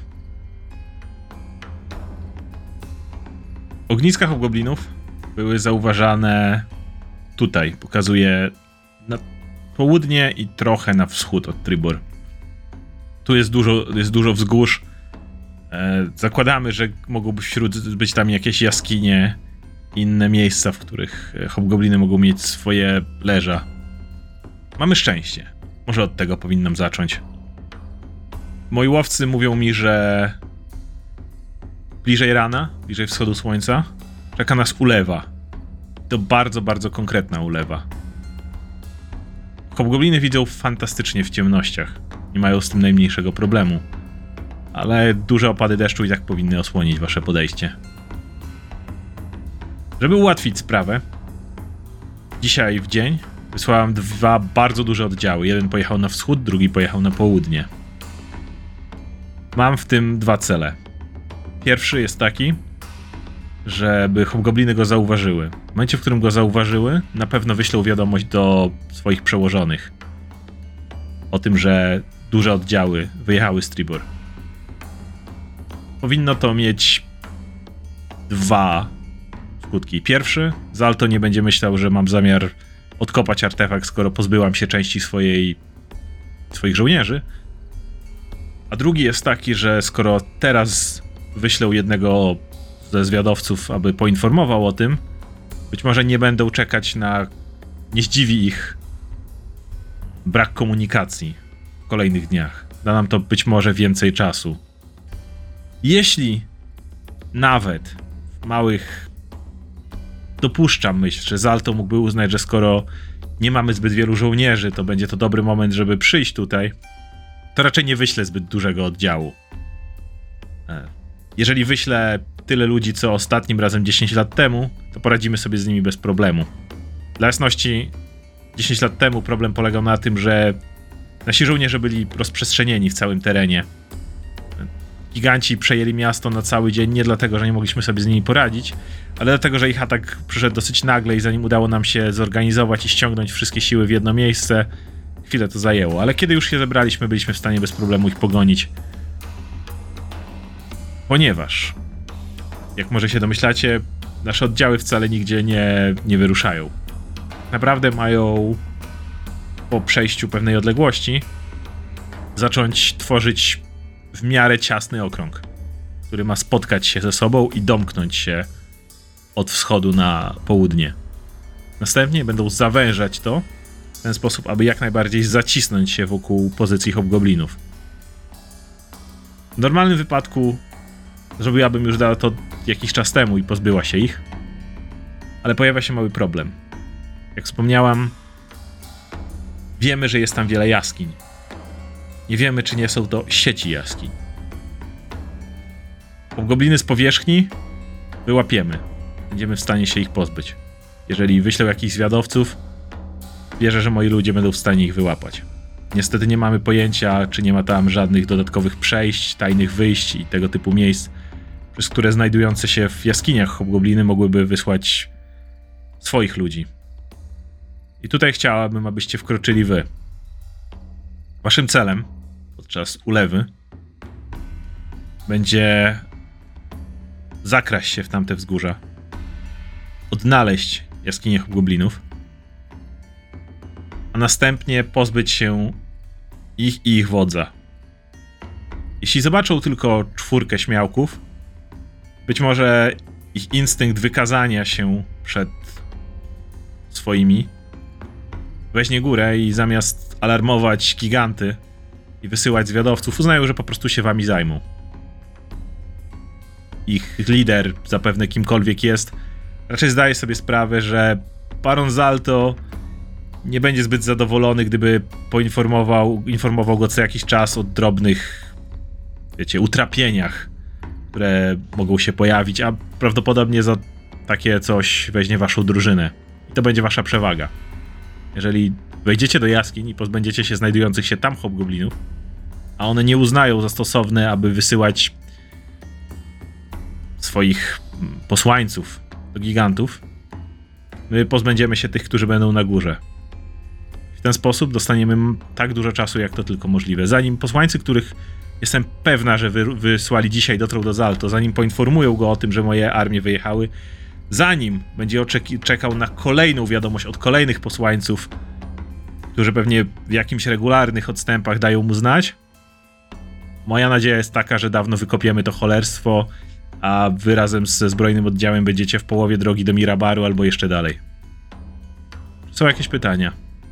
Ogniska hobgoblinów były zauważane tutaj. Pokazuję na południe i trochę na wschód od Tribor. Tu jest dużo wzgórz. Zakładamy, że mogą być tam jakieś jaskinie, inne miejsca, w których hobgobliny mogą mieć swoje leża. Mamy szczęście. Może od tego powinnam zacząć. Moi łowcy mówią mi, że bliżej rana, bliżej wschodu słońca, czeka nas ulewa. To bardzo, bardzo konkretna ulewa. Hobgobliny widzą fantastycznie w ciemnościach. Nie mają z tym najmniejszego problemu. Ale duże opady deszczu i tak powinny osłonić wasze podejście. Żeby ułatwić sprawę, dzisiaj w dzień wysłałem 2 bardzo duże oddziały. Jeden pojechał na wschód, drugi pojechał na południe. Mam w tym 2 cele. Pierwszy jest taki, żeby hobgobliny go zauważyły. W momencie, w którym go zauważyły, na pewno wyślą wiadomość do swoich przełożonych o tym, że duże oddziały wyjechały z Tribor. Powinno to mieć 2 skutki. Pierwszy, Zalto nie będzie myślał, że mam zamiar odkopać artefakt, skoro pozbyłam się części swoich żołnierzy. A drugi jest taki, że skoro teraz wyślę jednego ze zwiadowców, aby poinformował o tym, być może nie będą czekać nie zdziwi ich brak komunikacji w kolejnych dniach. Da nam to być może więcej czasu. Jeśli nawet w małych dopuszczam myśl, że Zalto mógłby uznać, że skoro nie mamy zbyt wielu żołnierzy, to będzie to dobry moment, żeby przyjść tutaj, to raczej nie wyślę zbyt dużego oddziału. Jeżeli wyślę tyle ludzi, co ostatnim razem 10 lat temu, to poradzimy sobie z nimi bez problemu. Dla jasności, 10 lat temu problem polegał na tym, że nasi żołnierze byli rozprzestrzenieni w całym terenie. Giganci przejęli miasto na cały dzień nie dlatego, że nie mogliśmy sobie z nimi poradzić, ale dlatego, że ich atak przyszedł dosyć nagle i zanim udało nam się zorganizować i ściągnąć wszystkie siły w jedno miejsce, chwilę to zajęło. Ale kiedy już się zebraliśmy, byliśmy w stanie bez problemu ich pogonić. Ponieważ, jak może się domyślacie, nasze oddziały wcale nigdzie nie wyruszają. Naprawdę mają po przejściu pewnej odległości zacząć tworzyć w miarę ciasny okrąg, który ma spotkać się ze sobą i domknąć się od wschodu na południe. Następnie będą zawężać to w ten sposób, aby jak najbardziej zacisnąć się wokół pozycji hobgoblinów. W normalnym wypadku zrobiłabym już to jakiś czas temu i pozbyła się ich, ale pojawia się mały problem. Jak wspomniałam, wiemy, że jest tam wiele jaskiń. Nie wiemy, czy nie są to sieci jaskiń. Hobgobliny z powierzchni wyłapiemy. Będziemy w stanie się ich pozbyć. Jeżeli wyślę jakichś zwiadowców, wierzę, że moi ludzie będą w stanie ich wyłapać. Niestety nie mamy pojęcia, czy nie ma tam żadnych dodatkowych przejść, tajnych wyjść i tego typu miejsc, przez które znajdujące się w jaskiniach hobgobliny mogłyby wysłać swoich ludzi. I tutaj chciałabym, abyście wkroczyli wy. Waszym celem podczas ulewy będzie zakraść się w tamte wzgórza, odnaleźć jaskinię hobgoblinów, a następnie pozbyć się ich i ich wodza. Jeśli zobaczą tylko 4 śmiałków, być może ich instynkt wykazania się przed swoimi weźmie górę i zamiast alarmować giganty i wysyłać zwiadowców, uznają, że po prostu się wami zajmą. Ich lider, zapewne kimkolwiek jest, raczej zdaje sobie sprawę, że baron Zalto nie będzie zbyt zadowolony, gdyby informował go co jakiś czas o drobnych, utrapieniach, które mogą się pojawić, a prawdopodobnie za takie coś weźmie waszą drużynę. I to będzie wasza przewaga. Jeżeli wejdziecie do jaskiń i pozbędziecie się znajdujących się tam hobgoblinów, a one nie uznają za stosowne, aby wysyłać swoich posłańców do gigantów, my pozbędziemy się tych, którzy będą na górze. W ten sposób dostaniemy tak dużo czasu, jak to tylko możliwe. Zanim posłańcy, których jestem pewna, że wysłali dzisiaj, dotrą do Zalto, zanim poinformują go o tym, że moje armie wyjechały, zanim będzie czekał na kolejną wiadomość od kolejnych posłańców, którzy pewnie w jakimś regularnych odstępach dają mu znać, Moja nadzieja jest taka, że dawno wykopiemy to cholerstwo, a wy razem ze zbrojnym oddziałem będziecie w połowie drogi do Mirabaru albo jeszcze dalej. Są jakieś pytania?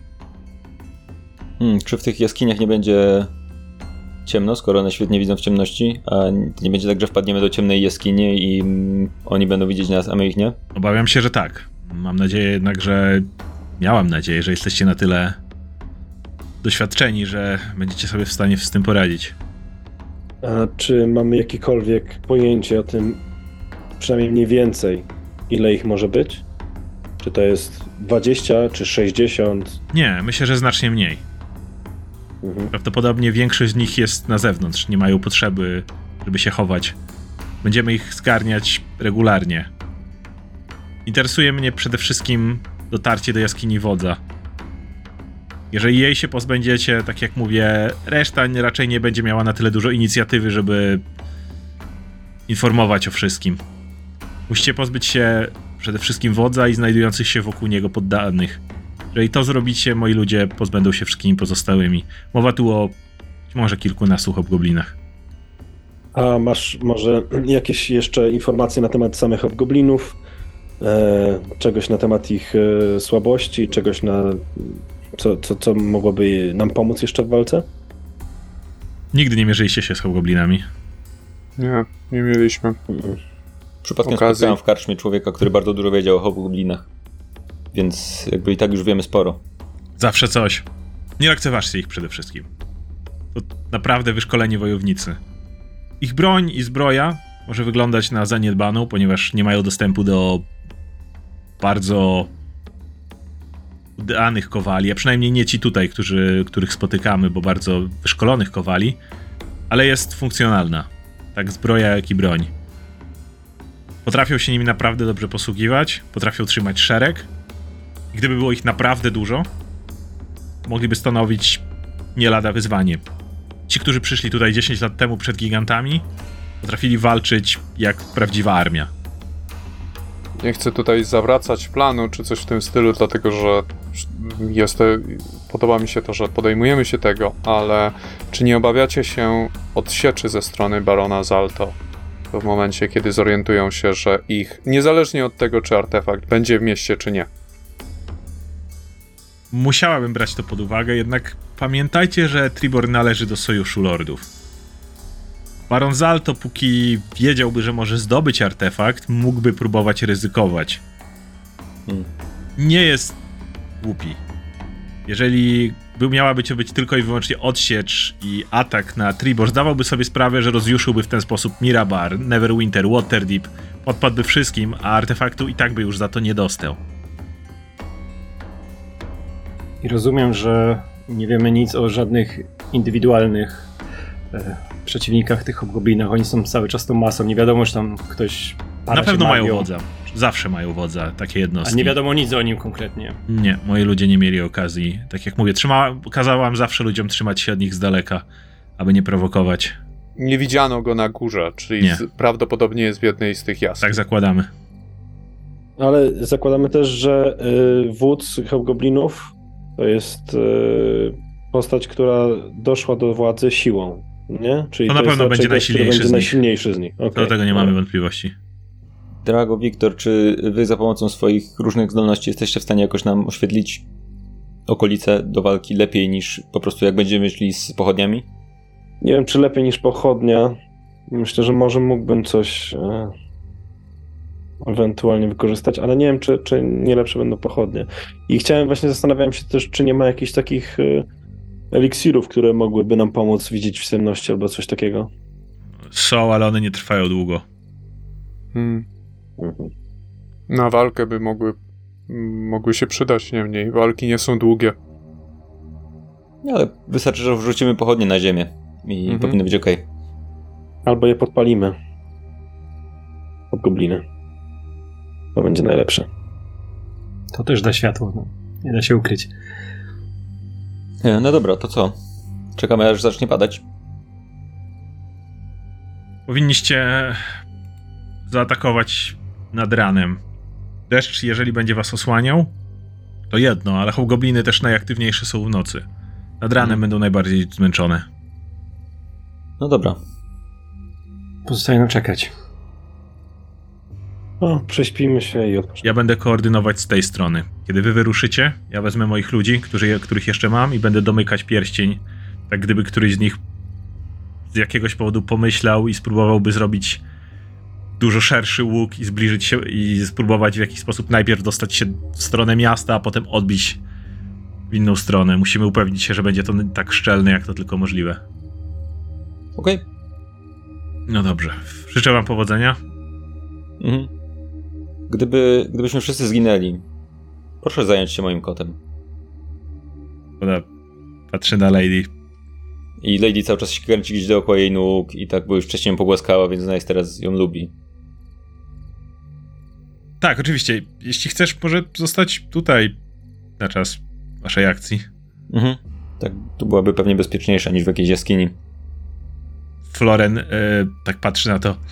Czy w tych jaskiniach nie będzie ciemno, skoro one świetnie widzą w ciemności, a nie będzie tak, że wpadniemy do ciemnej jaskini i oni będą widzieć nas, a my ich nie? Obawiam się, że tak. Mam nadzieję jednak, że... Miałam nadzieję, że jesteście na tyle doświadczeni, że będziecie sobie w stanie z tym poradzić. A czy mamy jakiekolwiek pojęcie o tym, przynajmniej mniej więcej, ile ich może być? Czy to jest 20, czy 60? Nie, myślę, że znacznie mniej. Prawdopodobnie większość z nich jest na zewnątrz, nie mają potrzeby, żeby się chować. Będziemy ich zgarniać regularnie. Interesuje mnie przede wszystkim dotarcie do jaskini wodza. Jeżeli jej się pozbędziecie, tak jak mówię, reszta raczej nie będzie miała na tyle dużo inicjatywy, żeby informować o wszystkim. Musicie pozbyć się przede wszystkim wodza i znajdujących się wokół niego poddanych. Jeżeli to zrobicie, moi ludzie pozbędą się wszystkimi pozostałymi. Mowa tu o być może kilkunastu hobgoblinach. A masz może jakieś jeszcze informacje na temat samych hobgoblinów? Czegoś na temat ich słabości? Czegoś na... Co mogłoby nam pomóc jeszcze w walce? Nigdy nie mierzyliście się z hobgoblinami. Nie mieliśmy. Przypadkiem spotkałem w karczmie człowieka, który bardzo dużo wiedział o hobgoblinach. Więc jakby i tak już wiemy sporo. Zawsze coś. Nie lekceważcie ich przede wszystkim. To naprawdę wyszkoleni wojownicy. Ich broń i zbroja może wyglądać na zaniedbaną, ponieważ nie mają dostępu do bardzo udanych kowali, a przynajmniej nie ci tutaj, których spotykamy, bo bardzo wyszkolonych kowali, ale jest funkcjonalna. Tak zbroja, jak i broń. Potrafią się nimi naprawdę dobrze posługiwać, potrafią trzymać szereg. I gdyby było ich naprawdę dużo, mogliby stanowić nie lada wyzwanie. Ci, którzy przyszli tutaj 10 lat temu przed gigantami, potrafili walczyć jak prawdziwa armia. Nie chcę tutaj zawracać planu czy coś w tym stylu, dlatego że podoba mi się to, że podejmujemy się tego, ale czy nie obawiacie się odsieczy ze strony barona Zalto w momencie, kiedy zorientują się, że ich, niezależnie od tego, czy artefakt będzie w mieście, czy nie? Musiałabym brać to pod uwagę, jednak pamiętajcie, że Tribor należy do Sojuszu Lordów. Baron Zalto, póki wiedziałby, że może zdobyć artefakt, mógłby próbować ryzykować. Nie jest głupi. Jeżeli miałaby to być tylko i wyłącznie odsiecz i atak na Tribor, zdawałby sobie sprawę, że rozjuszyłby w ten sposób Mirabar, Neverwinter, Waterdeep, podpadłby wszystkim, a artefaktu i tak by już za to nie dostał. I rozumiem, że nie wiemy nic o żadnych indywidualnych przeciwnikach tych hobgoblinach. Oni są cały czas tą masą. Nie wiadomo, czy tam ktoś para Na pewno się mają wodza. Zawsze mają wodza, takie jednostki. A nie wiadomo nic o nim konkretnie. Nie, moi ludzie nie mieli okazji. Tak jak mówię, kazałam zawsze ludziom trzymać się od nich z daleka, aby nie prowokować. Nie widziano go na górze, czyli prawdopodobnie jest w jednej z tych jaskiń. Tak zakładamy. Ale zakładamy też, że wódz hobgoblinów to jest postać, która doszła do władzy siłą, nie? Czyli to na pewno będzie najsilniejszy z nich. Okay. Do tego nie mamy wątpliwości. Drago, Wiktor, czy wy za pomocą swoich różnych zdolności jesteście w stanie jakoś nam oświetlić okolice do walki lepiej niż po prostu jak będziemy szli z pochodniami? Nie wiem, czy lepiej niż pochodnia. Myślę, że może mógłbym coś ewentualnie wykorzystać, ale nie wiem, czy nie lepsze będą pochodnie. I zastanawiałem się też, czy nie ma jakichś takich eliksirów, które mogłyby nam pomóc widzieć w ciemności albo coś takiego. Są, ale one nie trwają długo. Na walkę by mogły się przydać, niemniej walki nie są długie. Nie, ale wystarczy, że wrzucimy pochodnie na ziemię i powinno być okej. Albo je podpalimy. Pod gobliny. To będzie najlepsze. To też da światło, no. Nie da się ukryć. No dobra, to co? Czekamy, aż zacznie padać. Powinniście zaatakować nad ranem. Deszcz, jeżeli będzie was osłaniał, to jedno, ale hobgobliny też najaktywniejsze są w nocy. Nad ranem będą najbardziej zmęczone. No dobra. Pozostaje nam czekać. O, prześpimy się i odpocznijmy. Ja będę koordynować z tej strony. Kiedy wy wyruszycie, ja wezmę moich ludzi, których jeszcze mam i będę domykać pierścień. Tak gdyby któryś z nich z jakiegoś powodu pomyślał i spróbowałby zrobić dużo szerszy łuk i zbliżyć się i spróbować w jakiś sposób najpierw dostać się w stronę miasta, a potem odbić w inną stronę. Musimy upewnić się, że będzie to tak szczelne, jak to tylko możliwe. Okej. No dobrze. Życzę wam powodzenia. Mhm. Gdybyśmy wszyscy zginęli, proszę zająć się moim kotem. Ona patrzy na Lady. I Lady cały czas się kręci gdzieś dookoła jej nóg i tak, bo już wcześniej ją pogłaskała, więc Nice teraz ją lubi. Tak, oczywiście. Jeśli chcesz, może zostać tutaj na czas waszej akcji. Mhm. Tak, to byłaby pewnie bezpieczniejsza niż w jakiejś jaskini. Floren tak patrzy na to.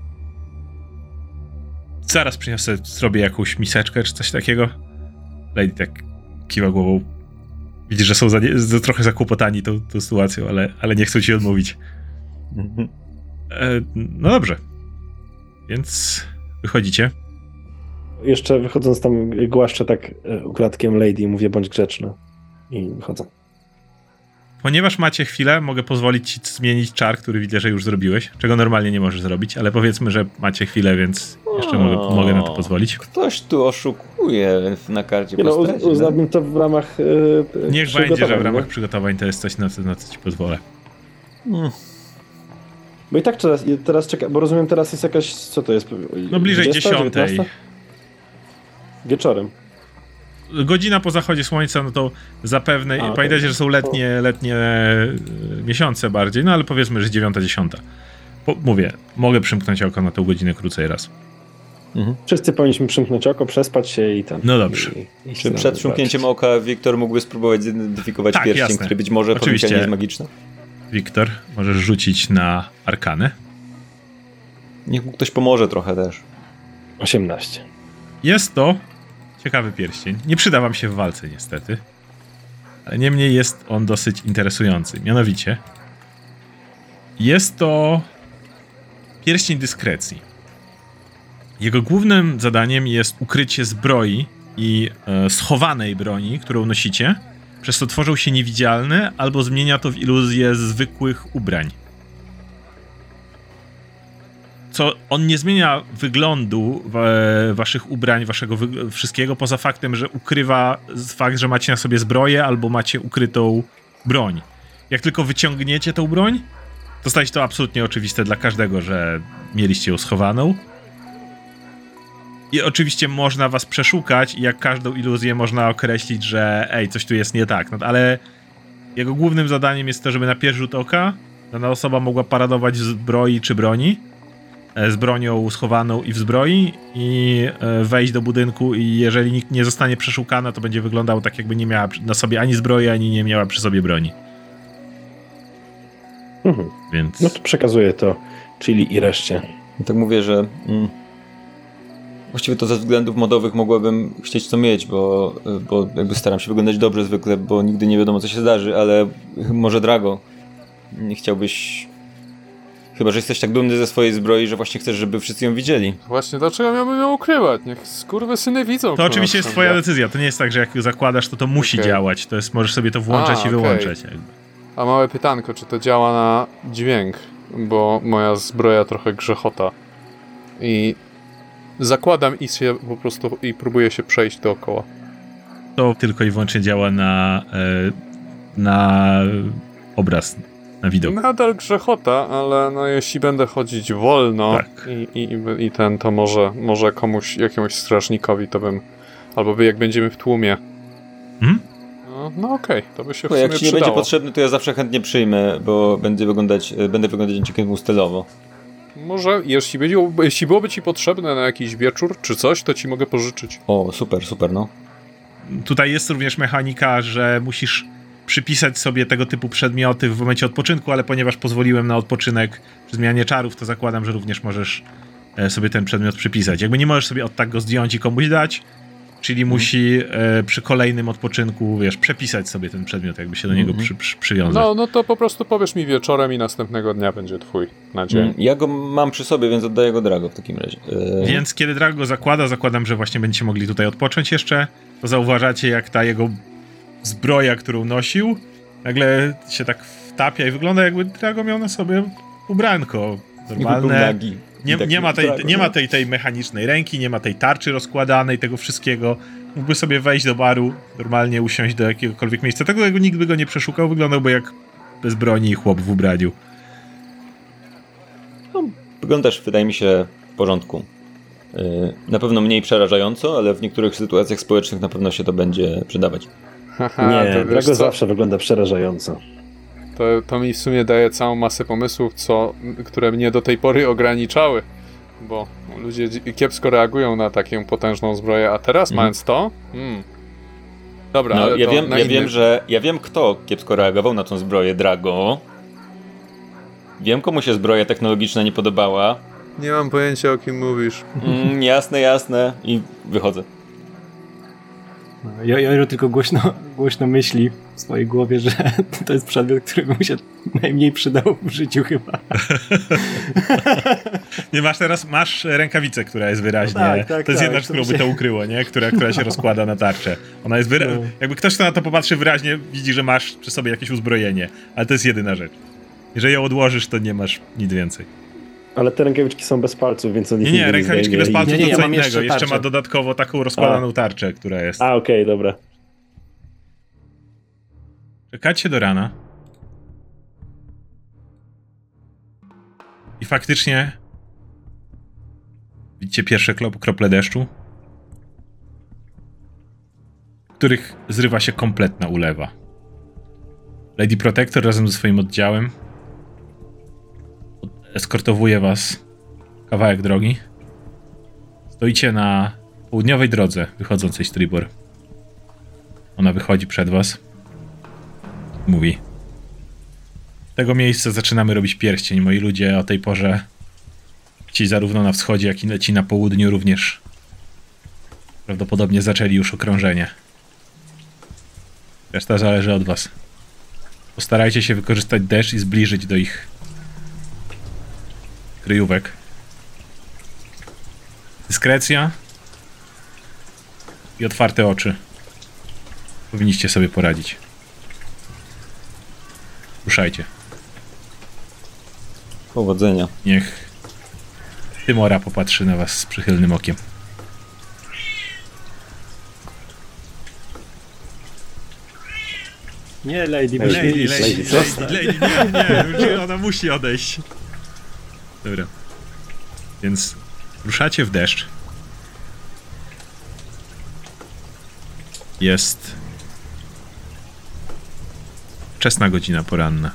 Zaraz przyniosę, zrobię jakąś miseczkę czy coś takiego. Lady tak kiwa głową. Widzisz, że są trochę zakłopotani tą sytuacją, ale nie chcą ci odmówić. Mhm. No dobrze. Więc wychodzicie. Jeszcze wychodząc tam, głaszczę tak ukradkiem Lady i mówię, bądź grzeczna. I wychodzę. Ponieważ macie chwilę, mogę pozwolić ci zmienić czar, który widzę, że już zrobiłeś, czego normalnie nie możesz zrobić, ale powiedzmy, że macie chwilę, więc jeszcze mogę na to pozwolić. Ktoś tu oszukuje na karcie postaci. Uznałbym to w ramach Niech będzie, że w ramach nie? przygotowań to jest coś, na co ci pozwolę. Bo i tak teraz czeka, bo rozumiem, teraz jest jakaś, co to jest? No bliżej 20, 10:00. 19? Wieczorem. Godzina po zachodzie słońca, no to zapewne, pamiętajcie, że są letnie miesiące bardziej, no ale powiedzmy, że 9:00, 10:00. Mówię, mogę przymknąć oko na tą godzinę krócej raz. Mhm. Wszyscy powinniśmy przymknąć oko, przespać się i tam. No dobrze. Czy przed przymknięciem oka Wiktor mógłby spróbować zidentyfikować Tak, pierścień, jasne. który być może Oczywiście. potencjalnie jest magiczny? Wiktor, możesz rzucić na arkanę. Niech mu ktoś pomoże trochę też. 18. Jest to ciekawy pierścień. Nie przyda wam się w walce niestety. Ale niemniej jest on dosyć interesujący. Mianowicie jest to pierścień dyskrecji. Jego głównym zadaniem jest ukrycie zbroi i schowanej broni, którą nosicie, przez co tworzą się niewidzialne, albo zmienia to w iluzję zwykłych ubrań. Co on nie zmienia wyglądu waszych ubrań, waszego wszystkiego, poza faktem, że ukrywa fakt, że macie na sobie zbroję albo macie ukrytą broń. Jak tylko wyciągniecie tą broń, to staje się to absolutnie oczywiste dla każdego, że mieliście ją schowaną. I oczywiście można was przeszukać i jak każdą iluzję można określić, że coś tu jest nie tak. No, ale jego głównym zadaniem jest to, żeby na pierwszy rzut oka dana osoba mogła paradować w zbroi czy broni, z bronią schowaną i w zbroi i wejść do budynku i jeżeli nikt nie zostanie przeszukana, to będzie wyglądało tak, jakby nie miała na sobie ani zbroi, ani nie miała przy sobie broni. Mhm. Więc... No to przekazuję to Chili i reszcie. Tak mówię, że właściwie to ze względów modowych mogłabym chcieć to mieć, bo jakby staram się wyglądać dobrze zwykle, bo nigdy nie wiadomo, co się zdarzy, ale może Drago, nie chciałbyś... Chyba, że jesteś tak dumny ze swojej zbroi, że właśnie chcesz, żeby wszyscy ją widzieli. Właśnie, dlaczego miałbym ją ukrywać? Niech skurwysyny widzą. To oczywiście jest twoja decyzja, to nie jest tak, że jak zakładasz, to musi działać, to jest, możesz sobie to włączać i wyłączać. Jakby. A małe pytanko, czy to działa na dźwięk? Bo moja zbroja trochę grzechota. I zakładam i się po prostu i próbuję się przejść dookoła. To tylko i wyłącznie działa na obraz, na widok. Nadal grzechota, ale no jeśli będę chodzić wolno Tak. i to może komuś, jakiemuś strażnikowi to bym... Albo jak będziemy w tłumie. No okej, to by się w sumie Jak ci nie przydało. będzie potrzebny, to ja zawsze chętnie przyjmę, bo będę wyglądać dzięki temu stylowo. Może, jeśli byłoby ci potrzebne na jakiś wieczór czy coś, to ci mogę pożyczyć. O, super, no. Tutaj jest również mechanika, że musisz przypisać sobie tego typu przedmioty w momencie odpoczynku, ale ponieważ pozwoliłem na odpoczynek przy zmianie czarów, to zakładam, że również możesz sobie ten przedmiot przypisać. Jakby nie możesz sobie od tak go zdjąć i komuś dać, Czyli musi przy kolejnym odpoczynku, wiesz, przepisać sobie ten przedmiot, jakby się do niego przywiązać. No to po prostu powiesz mi wieczorem i następnego dnia będzie twój na dzień. Ja go mam przy sobie, więc oddaję go Drago w takim razie. Więc kiedy Drago go zakładam, że właśnie będziecie mogli tutaj odpocząć jeszcze, to zauważacie, jak ta jego zbroja, którą nosił, nagle się tak wtapia i wygląda, jakby Drago miał na sobie ubranko normalne. Nie ma tej mechanicznej ręki, nie ma tej tarczy rozkładanej, tego wszystkiego. Mógłby sobie wejść do baru, normalnie usiąść do jakiegokolwiek miejsca. Tego jakby nikt by go nie przeszukał, wyglądałby jak bez broni chłop w ubraniu. No, wyglądasz, wydaje mi się, w porządku. Na pewno mniej przerażająco, ale w niektórych sytuacjach społecznych na pewno się to będzie przydawać. Nie, Drago zawsze wygląda przerażająco. To mi w sumie daje całą masę pomysłów, które mnie do tej pory ograniczały, bo ludzie kiepsko reagują na taką potężną zbroję, a teraz mając to... Dobra, no, ale ja wiem, kto kiepsko reagował na tą zbroję, Drago. Wiem, komu się zbroja technologiczna nie podobała. Nie mam pojęcia, o kim mówisz. Jasne. I wychodzę. Joru tylko głośno myśli w swojej głowie, że to jest przedmiot, który mu się najmniej przydał w życiu chyba. Nie, masz rękawicę, która jest wyraźnie... to jest jedna rzecz, którą by to ukryło, nie? Która się rozkłada na tarczę. Ona jest Jakby ktoś, kto na to popatrzy wyraźnie, widzi, że masz przy sobie jakieś uzbrojenie. Ale to jest jedyna rzecz. Jeżeli ją odłożysz, to nie masz nic więcej. Ale te rękawiczki są bez palców, więc on ich Nie, rękawiczki bez palców to co innego. Jeszcze ma dodatkowo taką rozkładaną tarczę, która jest... Okej, dobra. Czekacie do rana. I faktycznie widzicie pierwsze krople deszczu, których zrywa się kompletna ulewa. Lady Protector razem ze swoim oddziałem eskortowuje was kawałek drogi. Stoicie na południowej drodze wychodzącej z Tribor. Ona wychodzi przed was. Mówi: z tego miejsca zaczynamy robić pierścień. Moi ludzie o tej porze, ci zarówno na wschodzie, jak i ci na południu również prawdopodobnie zaczęli już okrążenie. Reszta zależy od was. Postarajcie się wykorzystać deszcz i zbliżyć do ich kryjówek. Dyskrecja i otwarte oczy. Powinniście sobie poradzić. Ruszajcie. Powodzenia. Niech Tymora popatrzy na was z przychylnym okiem. Nie, Lady, nie, ona musi odejść. Dobra. Więc ruszacie w deszcz. Jest wczesna godzina poranna.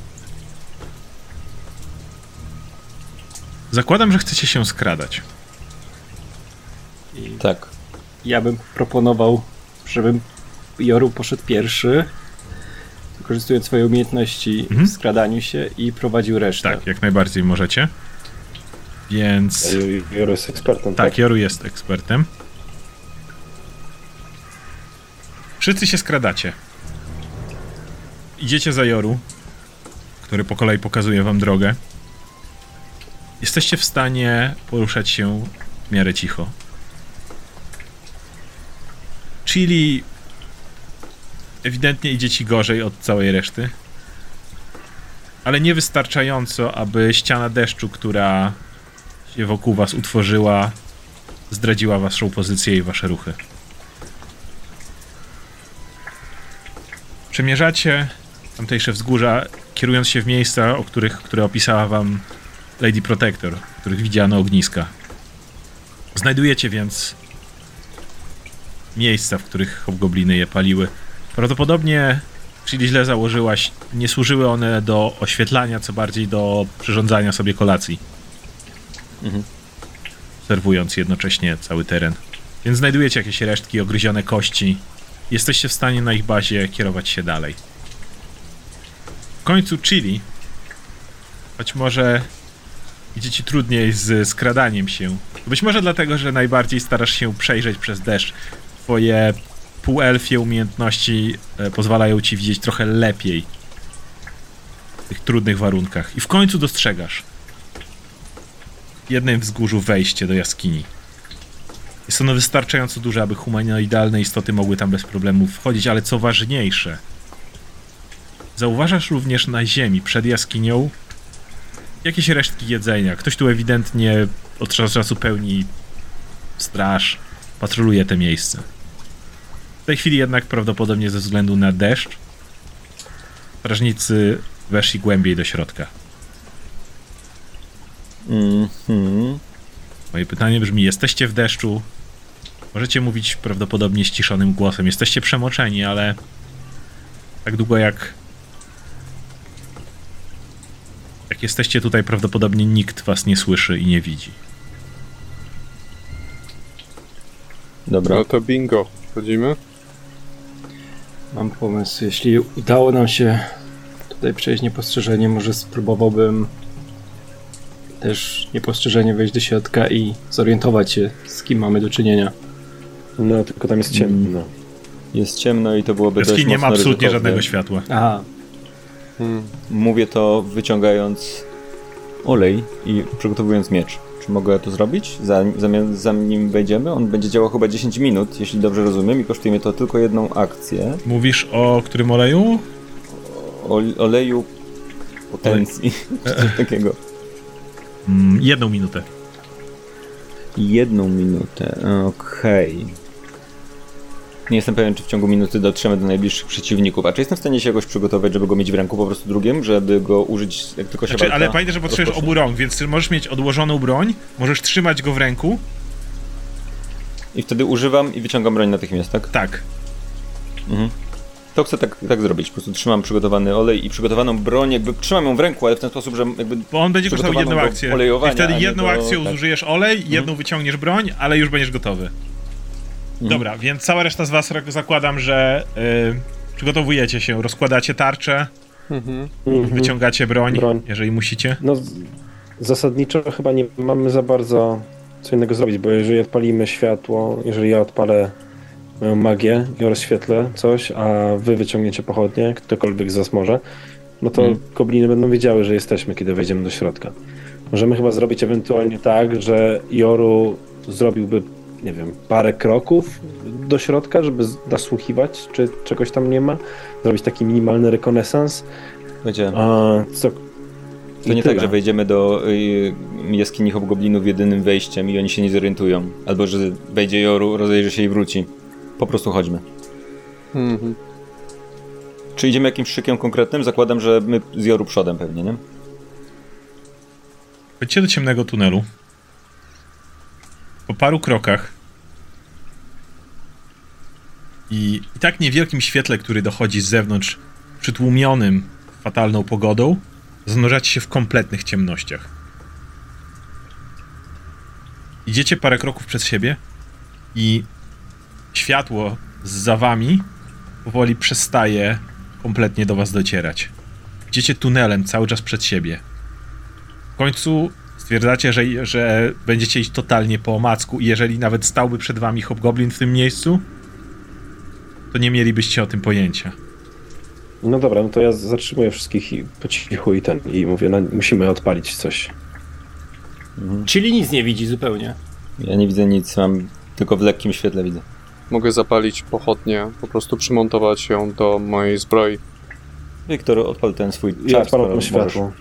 Zakładam, że chcecie się skradać. Tak. Ja bym proponował, żebym Joru poszedł pierwszy, wykorzystując swoje umiejętności w skradaniu się i prowadził resztę. Tak, jak najbardziej możecie. Więc... Joru jest ekspertem, tak? Joru jest ekspertem. Wszyscy się skradacie. Idziecie za Joru, który po kolei pokazuje wam drogę. Jesteście w stanie poruszać się w miarę cicho. Czyli ewidentnie idzie ci gorzej od całej reszty. Ale nie wystarczająco, aby ściana deszczu, która się wokół was utworzyła, zdradziła waszą pozycję i wasze ruchy. Przemierzacie tamtejsze wzgórza, kierując się w miejsca, które opisała wam Lady Protector, w których widziano ogniska. Znajdujecie więc miejsca, w których hobgobliny je paliły. Prawdopodobnie, czyli źle założyłaś, nie służyły one do oświetlania, co bardziej do przyrządzania sobie kolacji. Obserwując jednocześnie cały teren. Więc znajdujecie jakieś resztki, ogryzione kości. Jesteście w stanie na ich bazie kierować się dalej. W końcu Chili, choć może idzie ci trudniej z skradaniem się. Być może dlatego, że najbardziej starasz się przejrzeć przez deszcz. twoje półelfie umiejętności pozwalają ci widzieć trochę lepiej w tych trudnych warunkach. I w końcu dostrzegasz w jednym wzgórzu wejście do jaskini. Jest ono wystarczająco duże, aby humanoidalne istoty mogły tam bez problemu wchodzić, ale co ważniejsze, zauważasz również na ziemi przed jaskinią jakieś resztki jedzenia. Ktoś tu ewidentnie od czasu do czasu pełni straż, patroluje te miejsce. W tej chwili jednak prawdopodobnie ze względu na deszcz strażnicy weszli głębiej do środka. Moje pytanie brzmi, jesteście w deszczu, możecie mówić prawdopodobnie ściszonym głosem, jesteście przemoczeni, ale tak długo jak jesteście tutaj, prawdopodobnie nikt was nie słyszy i nie widzi. Dobra. No to bingo. Wchodzimy? Mam pomysł. Jeśli udało nam się tutaj przejść niepostrzeżenie, może spróbowałbym też niepostrzeżenie wejść do środka i zorientować się, z kim mamy do czynienia. No, tylko tam jest ciemno. Jest ciemno i to byłoby dość Jaskini nie ma mocno absolutnie ryzykowne. żadnego światła. Aha, Mówię to wyciągając olej i przygotowując miecz. Czy mogę to zrobić? Zanim wejdziemy? On będzie działał chyba 10 minut, jeśli dobrze rozumiem, i kosztuje mnie to tylko jedną akcję. Mówisz o którym oleju? Oleju potencji, czy coś takiego. 1 minutę. 1 minutę, okej. Nie jestem pewien, czy w ciągu minuty dotrzemy do najbliższych przeciwników. A czy jestem w stanie się jakoś przygotować, żeby go mieć w ręku po prostu drugim, żeby go użyć, jak tylko się walka Ale pamiętaj, że potrzebujesz obu rąk, więc ty możesz mieć odłożoną broń, możesz trzymać go w ręku. I wtedy używam i wyciągam broń natychmiast, tak? Tak. To chcę tak zrobić. Po prostu trzymam przygotowany olej i przygotowaną broń, jakby trzymam ją w ręku, ale w ten sposób, że jakby... Bo on będzie kosztował jedną akcję. I wtedy jedną akcją tak. zużyjesz olej, jedną wyciągniesz broń, ale już będziesz gotowy. Dobra, więc cała reszta z was zakładam, że przygotowujecie się, rozkładacie tarczę, wyciągacie broń, jeżeli musicie. No, zasadniczo chyba nie mamy za bardzo co innego zrobić, bo jeżeli odpalimy światło, jeżeli ja odpalę moją magię i rozświetlę coś, a wy wyciągniecie pochodnie, ktokolwiek z was może, no to gobliny będą wiedziały, że jesteśmy, kiedy wejdziemy do środka. Możemy chyba zrobić ewentualnie tak, że Joru zrobiłby, nie wiem, parę kroków do środka, żeby nasłuchiwać, czy czegoś tam nie ma. Zrobić taki minimalny rekonesans. Będzie. To nie tak, że wejdziemy do jaskini hobgoblinów jedynym wejściem i oni się nie zorientują. Albo, że wejdzie Joru, rozejrzy się i wróci. Po prostu chodźmy. Czy idziemy jakimś szykiem konkretnym? Zakładam, że my z Joru przodem pewnie, nie? Chodźcie do ciemnego tunelu. Po paru krokach i tak niewielkim świetle, który dochodzi z zewnątrz, przytłumionym fatalną pogodą, zanurzacie się w kompletnych ciemnościach. Idziecie parę kroków przed siebie i światło zza wami powoli przestaje kompletnie do was docierać. Idziecie tunelem cały czas przed siebie. W końcu stwierdzacie, że będziecie iść totalnie po omacku i jeżeli nawet stałby przed wami hobgoblin w tym miejscu, to nie mielibyście o tym pojęcia. No dobra, no to ja zatrzymuję wszystkich po cichu i mówię, no musimy odpalić coś. Czyli nic nie widzi zupełnie. Ja nie widzę nic, mam tylko w lekkim świetle widzę. Mogę zapalić pochodnię, po prostu przymontować ją do mojej zbroi. Wiktor, odpal ten swój czar. Ja odpalam światło.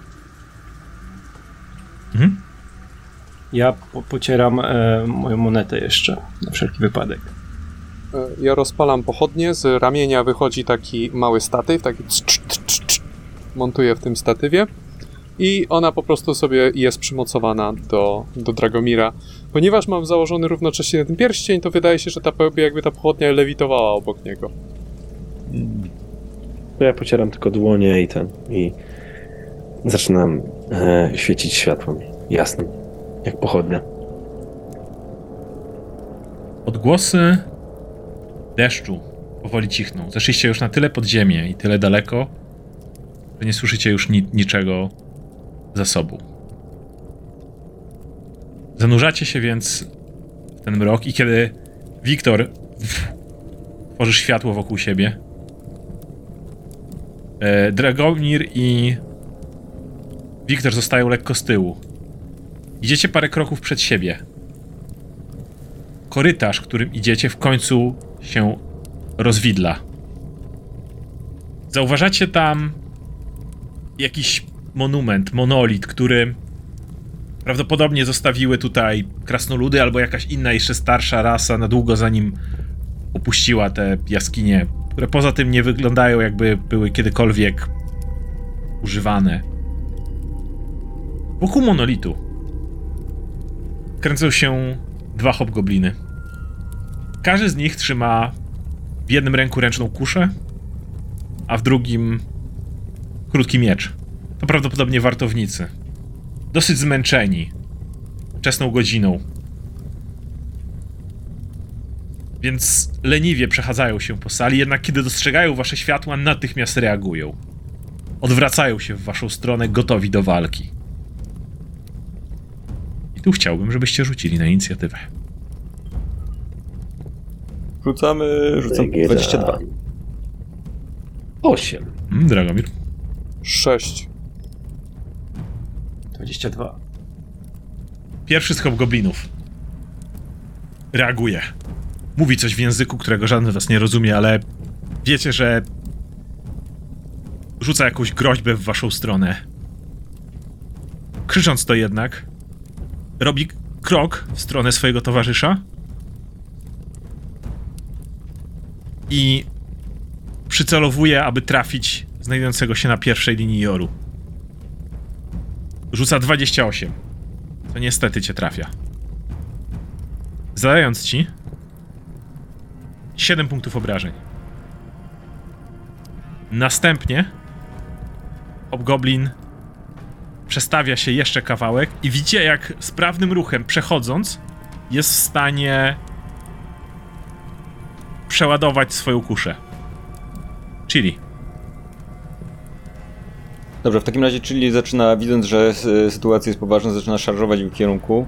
Ja pocieram moją monetę jeszcze, na wszelki wypadek. Ja rozpalam pochodnie, z ramienia wychodzi taki mały statyw, taki montuję w tym statywie i ona po prostu sobie jest przymocowana do Dragomira. Ponieważ mam założony równocześnie ten pierścień, to wydaje się, że jakby ta pochodnia lewitowała obok niego. To ja pocieram tylko dłonie i zaczynam świecić światłem jasnym, jak pochodnia. Odgłosy deszczu powoli cichną. Zeszliście już na tyle pod ziemię i tyle daleko, że nie słyszycie już niczego za sobą. Zanurzacie się więc w ten mrok i kiedy Wiktor Tworzysz światło wokół siebie. Dragomir i Wiktor zostają lekko z tyłu. Idziecie parę kroków przed siebie. Korytarz, którym idziecie, w końcu się rozwidla. Zauważacie tam jakiś monument, monolit, który prawdopodobnie zostawiły tutaj krasnoludy albo jakaś inna, jeszcze starsza rasa na długo zanim opuściła te jaskinie, które poza tym nie wyglądają, jakby były kiedykolwiek używane. Wokół monolitu kręcą się 2 hobgobliny. Każdy z nich trzyma w jednym ręku ręczną kuszę, a w drugim krótki miecz. To prawdopodobnie wartownicy. Dosyć zmęczeni wczesną godziną. Więc leniwie przechadzają się po sali, jednak kiedy dostrzegają wasze światła, natychmiast reagują. Odwracają się w waszą stronę, gotowi do walki. I tu chciałbym, żebyście rzucili na inicjatywę. Rzucam 22. 8. Dragomir. 6. 22. Pierwszy z hobgoblinów reaguje. Mówi coś w języku, którego żaden z was nie rozumie, ale wiecie, że rzuca jakąś groźbę w waszą stronę. Krzycząc to jednak, robi krok w stronę swojego towarzysza i przycelowuje, aby trafić znajdującego się na pierwszej linii joru. Rzuca 28, co niestety cię trafia. Zadając ci 7 punktów obrażeń. Następnie hobgoblin przestawia się jeszcze kawałek i widzicie, jak sprawnym ruchem przechodząc jest w stanie przeładować swoją kuszę. Chili. Dobrze, w takim razie Chili zaczyna, widząc, że sytuacja jest poważna, zaczyna szarżować w kierunku.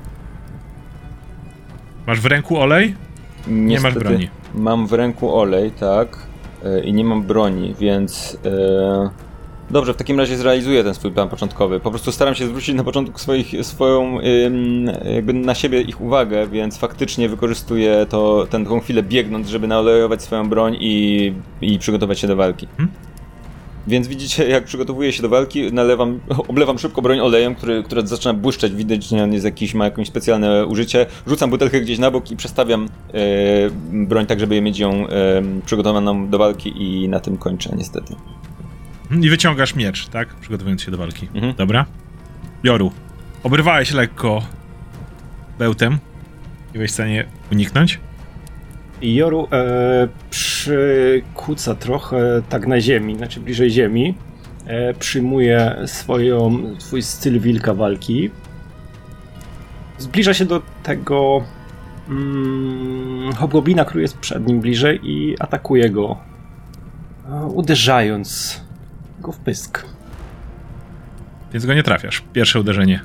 Masz w ręku olej? Nie masz broni. Mam w ręku olej, tak. I nie mam broni, więc... Dobrze, w takim razie zrealizuję ten swój plan początkowy. Po prostu staram się zwrócić na początku swoją jakby na siebie ich uwagę, więc faktycznie wykorzystuję tą chwilę biegnąc, żeby naolejować swoją broń i przygotować się do walki. Więc widzicie, jak przygotowuję się do walki, oblewam szybko broń olejem, który zaczyna błyszczeć, widać, że on ma jakieś specjalne użycie. Rzucam butelkę gdzieś na bok i przestawiam broń tak, żeby mieć ją przygotowaną do walki i na tym kończę niestety. I wyciągasz miecz, tak? Przygotowując się do walki. Dobra. Joru, obrywałeś lekko bełtem. Nie byłeś w stanie uniknąć? I Joru przykuca trochę tak na ziemi, znaczy bliżej ziemi. Przyjmuje swój styl wilka walki. Zbliża się do tego hobgoblina, który jest przed nim bliżej i atakuje go, uderzając go w pysk. Więc go nie trafiasz. Pierwsze uderzenie.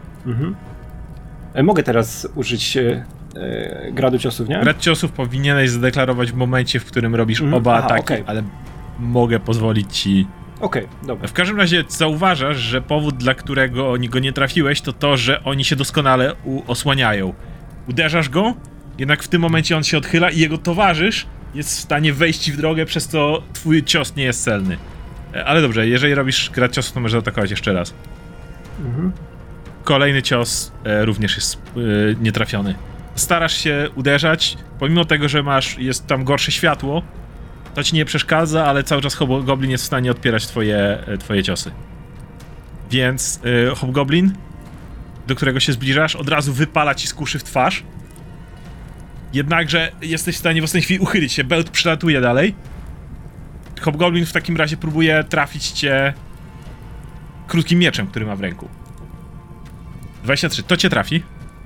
Mogę teraz użyć gradu ciosów, nie? Grad ciosów powinieneś zadeklarować w momencie, w którym robisz oba ataki, okay. Ale mogę pozwolić ci... Okej, dobra. W każdym razie zauważasz, że powód, dla którego go nie trafiłeś, to to, że oni się doskonale osłaniają. Uderzasz go, jednak w tym momencie on się odchyla i jego towarzysz jest w stanie wejść ci w drogę, przez co twój cios nie jest celny. Ale dobrze, jeżeli robisz grad ciosów, to możesz atakować jeszcze raz. Kolejny cios również jest nietrafiony. Starasz się uderzać, pomimo tego, że jest tam gorsze światło, to ci nie przeszkadza, ale cały czas hobgoblin jest w stanie odpierać twoje ciosy. Więc hobgoblin, do którego się zbliżasz, od razu wypala ci z kuszy w twarz. Jednakże jesteś w stanie w ostatniej chwili uchylić się, bełt przylatuje dalej. Hobgoblin w takim razie próbuje trafić cię krótkim mieczem, który ma w ręku. 23, to cię trafi.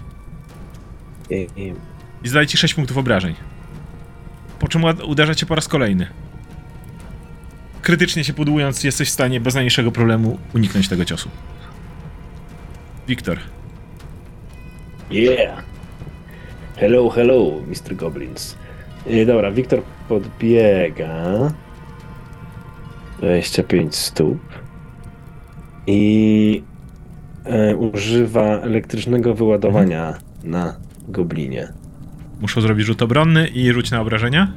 I zadaje ci 6 punktów obrażeń. Po czym uderza cię po raz kolejny. Krytycznie się pudłując, jesteś w stanie bez najmniejszego problemu uniknąć tego ciosu. Wiktor. Yeah. Hello, Mr. Goblins. Dobra, Wiktor podbiega 25 stóp i używa elektrycznego wyładowania na goblinie. Muszą zrobić rzut obronny i rzuć na obrażenia.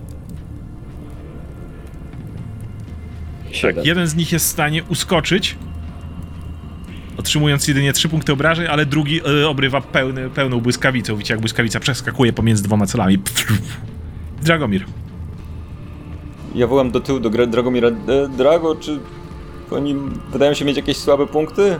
Tak, jeden z nich jest w stanie uskoczyć, otrzymując jedynie 3 punkty obrażeń, ale drugi obrywa pełną błyskawicą. Widzicie, jak błyskawica przeskakuje pomiędzy 2 celami. Dragomir. Ja wołam do tyłu do Dragomira. Drago, czy oni wydają się mieć jakieś słabe punkty?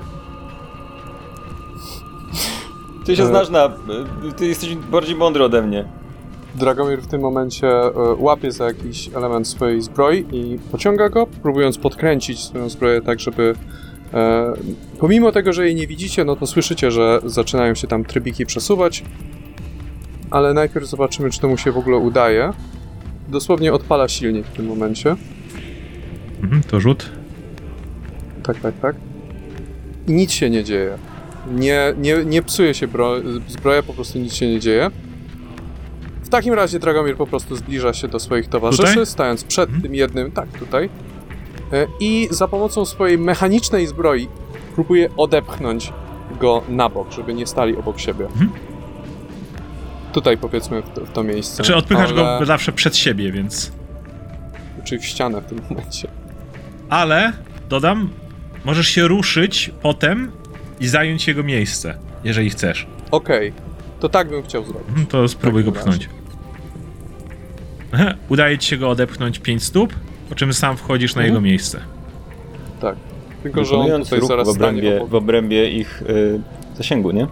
Ty się znasz ty jesteś bardziej mądry ode mnie. Dragomir w tym momencie łapie za jakiś element swojej zbroi i pociąga go, próbując podkręcić swoją zbroję tak, żeby pomimo tego, że jej nie widzicie, no to słyszycie, że zaczynają się tam trybiki przesuwać, ale najpierw zobaczymy, czy to mu się w ogóle udaje. Dosłownie odpala silnik w tym momencie. To rzut. Tak. I nic się nie dzieje. Nie psuje się zbroja, po prostu nic się nie dzieje. W takim razie Dragomir po prostu zbliża się do swoich towarzyszy, tutaj? stając przed tym jednym, tutaj, i za pomocą swojej mechanicznej zbroi próbuje odepchnąć go na bok, żeby nie stali obok siebie. Tutaj powiedzmy w to miejsce. Czy odpychasz go zawsze przed siebie, więc... Czyli w ścianę w tym momencie. Ale, dodam, możesz się ruszyć potem i zająć jego miejsce, jeżeli chcesz. Okej, to tak bym chciał zrobić. To spróbuj go razie. pchnąć. Udaje ci się go odepchnąć 5 stóp, po czym sam wchodzisz na jego miejsce. Tak. Tylko, że on tutaj ruch zaraz stanie w obrębie ich zasięgu, nie?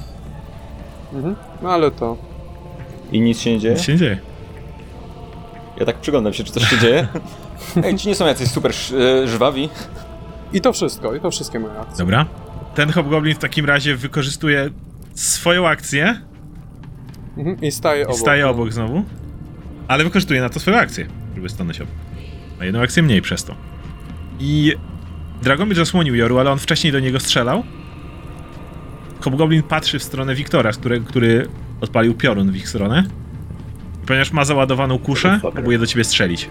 No ale to... I nic się nie dzieje? Nic się nie dzieje. Ja tak przyglądam się, czy coś się dzieje. Ej, ci nie są jacyś super żwawi. I to wszystko, i to wszystkie moje akcje. Dobra. Ten hobgoblin w takim razie wykorzystuje swoją akcję I staje obok. Staje obok znowu, ale wykorzystuje na to swoją akcję, żeby stanąć obok. Ma jedną akcję mniej przez to. I Dragomir zasłonił Joru, ale on wcześniej do niego strzelał. Hobgoblin patrzy w stronę Wiktora, który odpalił piorun w ich stronę. I ponieważ ma załadowaną kuszę, próbuje do ciebie strzelić.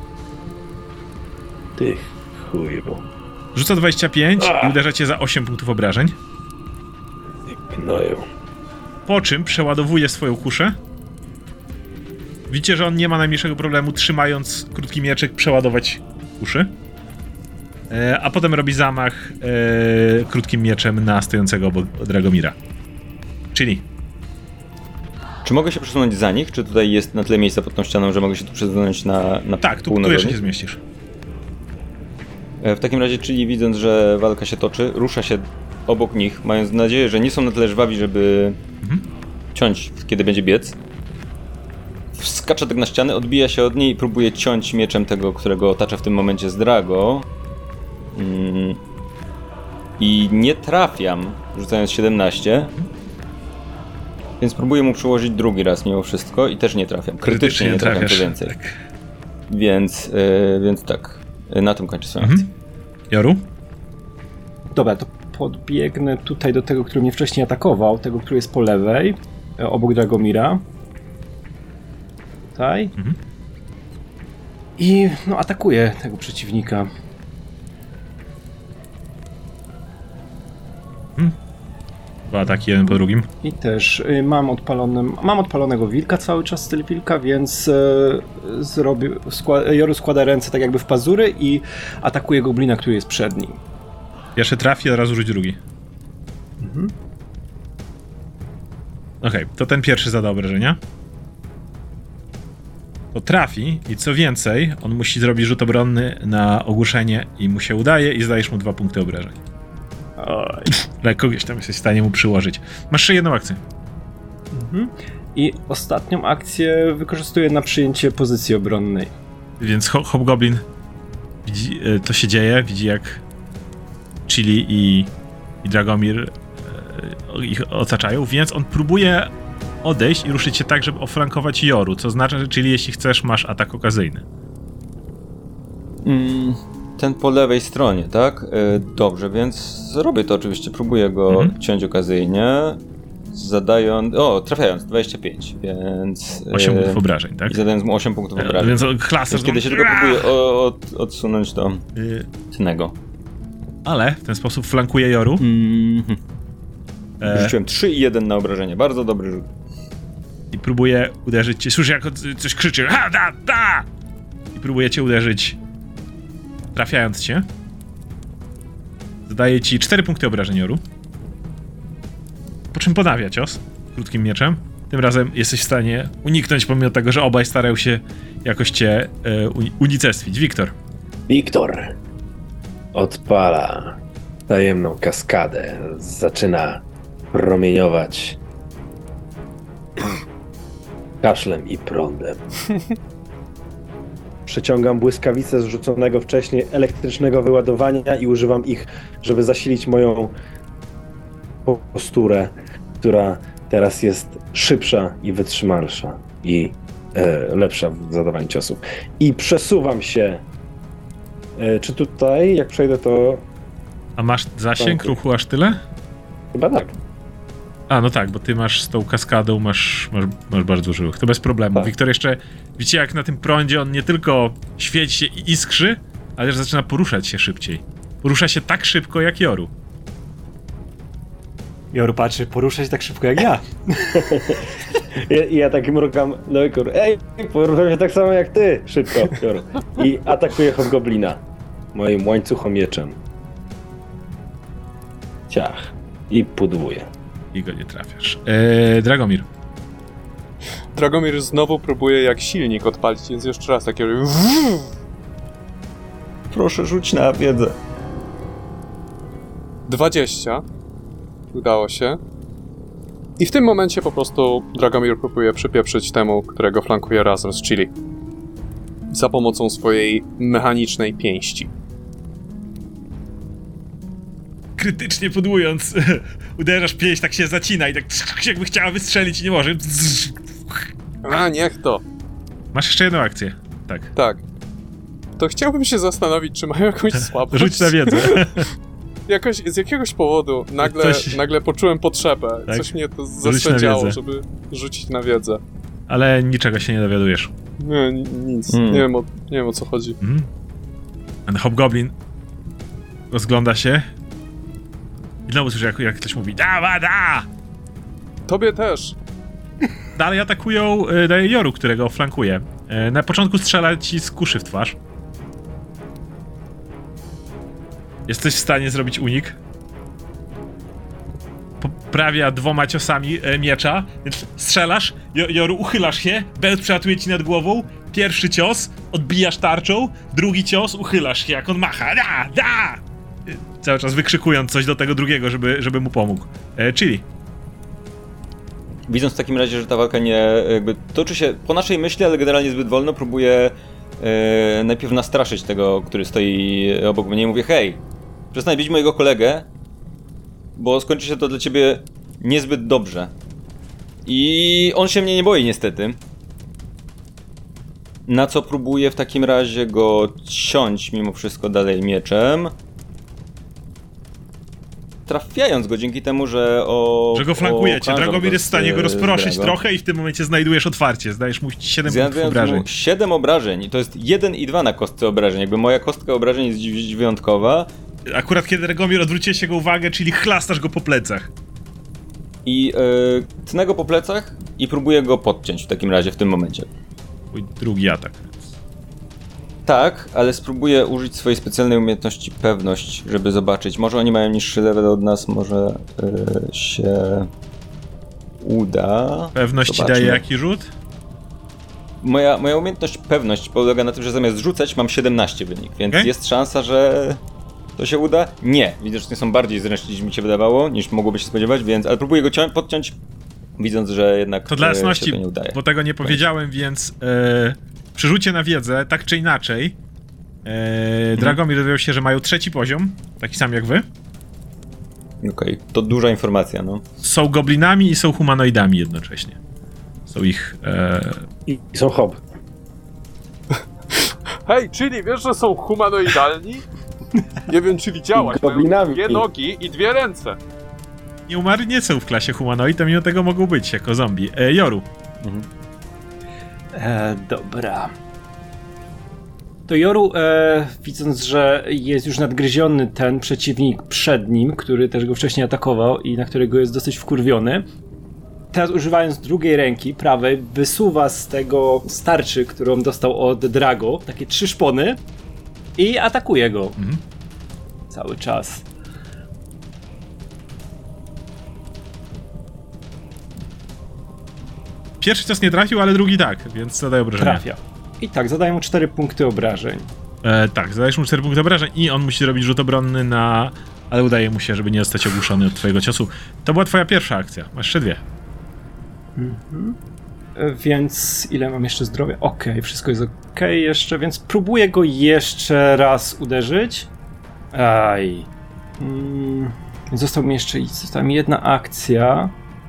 Ty chuju. Rzuca 25 i uderza cię za 8 punktów obrażeń. Gnoju. Po czym przeładowuje swoją kuszę. Widzicie, że on nie ma najmniejszego problemu, trzymając krótki mieczek, przeładować kuszy. A potem robi zamach krótkim mieczem na stojącego obok Dragomira. Czyli Czy mogę się przesunąć za nich? Czy tutaj jest na tyle miejsca pod tą ścianą, że mogę się tu przesunąć na tak, tu pół jeszcze się zmieścisz. W takim razie, czyli widząc, że walka się toczy, rusza się obok nich, mając nadzieję, że nie są na tyle żwawi, żeby ciąć, kiedy będzie biec. Skacze tak na ścianę, odbija się od niej i próbuje ciąć mieczem tego, którego otacza w tym momencie z Drago. I nie trafiam, rzucając 17. Więc próbuję mu przyłożyć drugi raz mimo wszystko i też nie trafiam. Krytycznie nie trafiam, co więcej. Tak. Więc tak, na tym kończę swoją akcję. Joru? Dobra, to podbiegnę tutaj do tego, który mnie wcześniej atakował, tego, który jest po lewej, obok Dragomira. Tutaj. I no atakuję tego przeciwnika. Dwa ataki, jeden po drugim. I też mam odpalonego wilka cały czas, styl wilka, więc Joru składa ręce tak jakby w pazury i atakuje goblina, który jest przed nim. Pierwszy trafi, od razu rzuć drugi. Okej, to ten pierwszy zada obrażenia. To trafi i co więcej, on musi zrobić rzut obronny na ogłuszenie i mu się udaje i zdajesz mu 2 punkty obrażeń. Oj. Lekko gdzieś tam jesteś w stanie mu przyłożyć. Masz jeszcze jedną akcję. I ostatnią akcję wykorzystuję na przyjęcie pozycji obronnej. Więc Hobgoblin widzi, to się dzieje, widzi jak Chili i Dragomir ich otaczają, więc on próbuje odejść i ruszyć się tak, żeby oflankować Joru, co znaczy, że Chili, jeśli chcesz, masz atak okazyjny. Ten po lewej stronie, tak? Dobrze, więc zrobię to oczywiście. Próbuję go ciąć okazyjnie. zadając... trafiając, 25, więc... 8 punktów obrażeń, tak? I zadając mu 8 punktów obrażeń. Więc klasasz... Kiedy się tylko próbuje odsunąć do Tnego. Ale w ten sposób flankuje Joru. Rzuciłem 3 i 1 na obrażenie. Bardzo dobry rzut. I próbuje uderzyć cię. Słyszę, jak coś krzyczy. Ha, da! I próbuje cię uderzyć. Trafiając cię. Zadaje ci 4 punkty obrażeń, Joru. Po czym ponawia cios krótkim mieczem. Tym razem jesteś w stanie uniknąć, pomimo tego, że obaj starają się jakoś cię unicestwić. Wiktor odpala tajemną kaskadę. Zaczyna promieniować kaszlem i prądem. Przeciągam błyskawicę zrzuconego wcześniej elektrycznego wyładowania i używam ich, żeby zasilić moją posturę, która teraz jest szybsza i wytrzymalsza i lepsza w zadawaniu ciosów. I przesuwam się. Czy tutaj, jak przejdę, to... A masz zasięg ruchu aż tyle? Chyba tak. A, no tak, bo ty masz z tą kaskadą, masz bardzo dużo ruch. To bez problemu. Tak. Wiktor jeszcze, widzicie, jak na tym prądzie on nie tylko świeci się i iskrzy, ale też zaczyna poruszać się szybciej. Porusza się tak szybko jak Joru. Joru patrzy, porusza się tak szybko jak ja. Ja tak mrugam, no i poruszam się tak samo jak ty, szybko, Joru. I atakuję hobgoblina moim łańcuchomieczem. Ciach. I pudłuję. I go nie trafiasz. Dragomir. Dragomir znowu próbuje jak silnik odpalić, więc jeszcze raz takie... Proszę, rzuć na wiedzę. 20. Udało się. I w tym momencie po prostu Dragomir próbuje przypieprzyć temu, którego flankuje razem z Chili. Za pomocą swojej mechanicznej pięści. Krytycznie pudłując, uderzasz pięść, tak się zacina i tak jakby chciała wystrzelić i nie może. A, niech to. Masz jeszcze jedną akcję. Tak. Tak. To chciałbym się zastanowić, czy mają jakąś słabość. Rzuć na wiedzę. Jakoś, z jakiegoś powodu nagle poczułem potrzebę. Tak? Coś mnie to zasędziało, wiedzę. żeby rzucić na wiedzę. Ale niczego się nie dowiadujesz. Nie, nic. Nie wiem o co chodzi. A Hobgoblin rozgląda się i znowu słyszy, jak ktoś mówi da! Tobie też. Dalej atakują Joru, którego flankuje. Na początku strzela ci z kuszy w twarz. Jesteś w stanie zrobić unik. Poprawia 2 ciosami miecza, więc strzelasz, Joru, uchylasz się, bełt przelatuje ci nad głową, pierwszy cios, odbijasz tarczą, drugi cios, uchylasz się, jak on macha, da! Cały czas wykrzykując coś do tego drugiego, żeby mu pomógł. Chili. Widząc w takim razie, że ta walka nie jakby toczy się po naszej myśli, ale generalnie zbyt wolno, próbuję najpierw nastraszyć tego, który stoi obok mnie i mówię: hej, przestań bić mojego kolegę, bo skończy się to dla ciebie niezbyt dobrze. I on się mnie nie boi niestety. Na co próbuję w takim razie go ciąć mimo wszystko dalej mieczem. Trafiając go dzięki temu, że go flankujecie. Dragomir jest w stanie go rozproszyć trochę i w tym momencie znajdujesz otwarcie. Zdajesz mu 7 punktów obrażeń. 7 obrażeń. To jest 1 i 2 na kostce obrażeń. Jakby moja kostka obrażeń jest dziś wyjątkowa. Akurat kiedy Dragomir odwróciłeś jego uwagę, czyli chlastasz go po plecach. I tnę go po plecach i próbuję go podciąć w takim razie w tym momencie. Mój drugi atak. Tak, ale spróbuję użyć swojej specjalnej umiejętności pewność, żeby zobaczyć. Może oni mają niższy level od nas, może się uda. Pewność ci daje jaki rzut? Moja umiejętność pewność polega na tym, że zamiast rzucać mam 17 wynik, więc jest szansa, że to się uda? Nie. Widocznie są bardziej zręczni niż mi się wydawało, niż mogłoby się spodziewać, więc ale próbuję go podciąć, widząc, że jednak to dla jasności, się to nie udaje. Bo tego nie powiedziałem, więc przy rzucie na wiedzę, tak czy inaczej, Dragomir dowiedział się, że mają 3. poziom, taki sam jak wy. Okej, to duża informacja, no. Są goblinami i są humanoidami jednocześnie. Są ich... I są hob. Hej, czyli wiesz, że są humanoidalni? Nie wiem, czy widziałaś. Mają 2 nogi i 2 ręce. nie umarli nie są w klasie humanoid, a mimo tego mogą być jako zombie. Joru. Dobra. To Joru, widząc, że jest już nadgryziony ten przeciwnik przed nim, który też go wcześniej atakował i na którego jest dosyć wkurwiony, teraz używając drugiej ręki, prawej, wysuwa z tego starczy, którą dostał od Drago, takie 3 szpony i atakuje go. Cały czas. Pierwszy cios nie trafił, ale drugi tak, więc zadaje obrażenia. Trafia. I tak, zadaję mu 4 punkty obrażeń. Tak, zadajesz mu 4 punkty obrażeń i on musi zrobić rzut obronny na... Ale udaje mu się, żeby nie zostać ogłuszony od twojego ciosu. To była twoja pierwsza akcja, masz jeszcze 2. Więc ile mam jeszcze zdrowia? Okej, wszystko jest okej jeszcze, więc próbuję go jeszcze raz uderzyć. Aj. Została mi jedna akcja.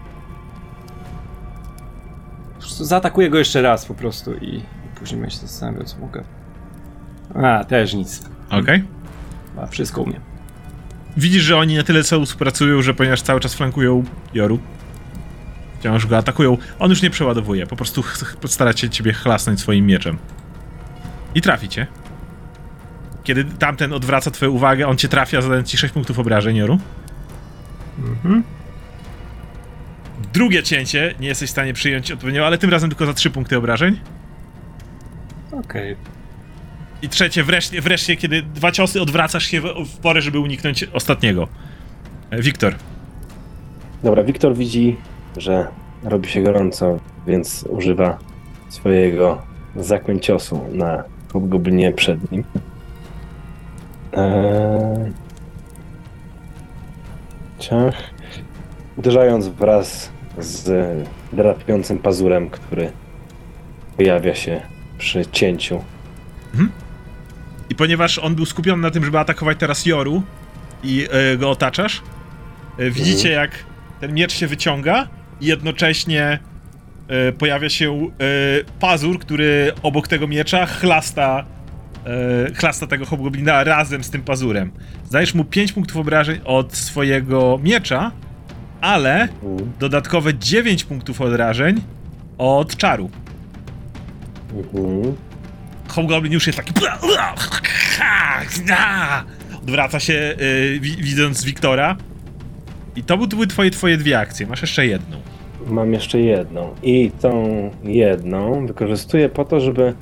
Po prostu zaatakuję go jeszcze raz po prostu i później będę się zastanawiał, co mogę. Też nic. Okej. Wszystko u mnie. Widzisz, że oni na tyle współpracują, że ponieważ cały czas flankują Joru, wciąż go atakują, on już nie przeładowuje, po prostu stara się ciebie chlasnąć swoim mieczem. I trafi cię. Kiedy tamten odwraca twoją uwagę, on cię trafia, zadając ci 6 punktów obrażeń, Joru. Drugie cięcie, nie jesteś w stanie przyjąć odpowiednio, ale tym razem tylko za 3 punkty obrażeń. Okej. I trzecie, wreszcie, kiedy 2 ciosy odwracasz się w porę, żeby uniknąć ostatniego. Wiktor. Dobra, Wiktor widzi, że robi się gorąco, więc używa swojego zakłeń ciosu na hobgoblinie przed nim. Ciach. Uderzając wraz z drapiącym pazurem, który pojawia się przy cięciu. I ponieważ on był skupiony na tym, żeby atakować teraz Joru i go otaczasz, widzicie jak ten miecz się wyciąga i jednocześnie pojawia się pazur, który obok tego miecza chlasta tego hobgoblina razem z tym pazurem. Zdajesz mu 5 punktów obrażeń od swojego miecza, ale dodatkowe 9 punktów obrażeń od czaru. Hobgoblin już jest taki... Odwraca się, widząc Wiktora. I to były twoje 2 akcje. Masz jeszcze jedną. Mam jeszcze jedną. I tą jedną wykorzystuję po to, żeby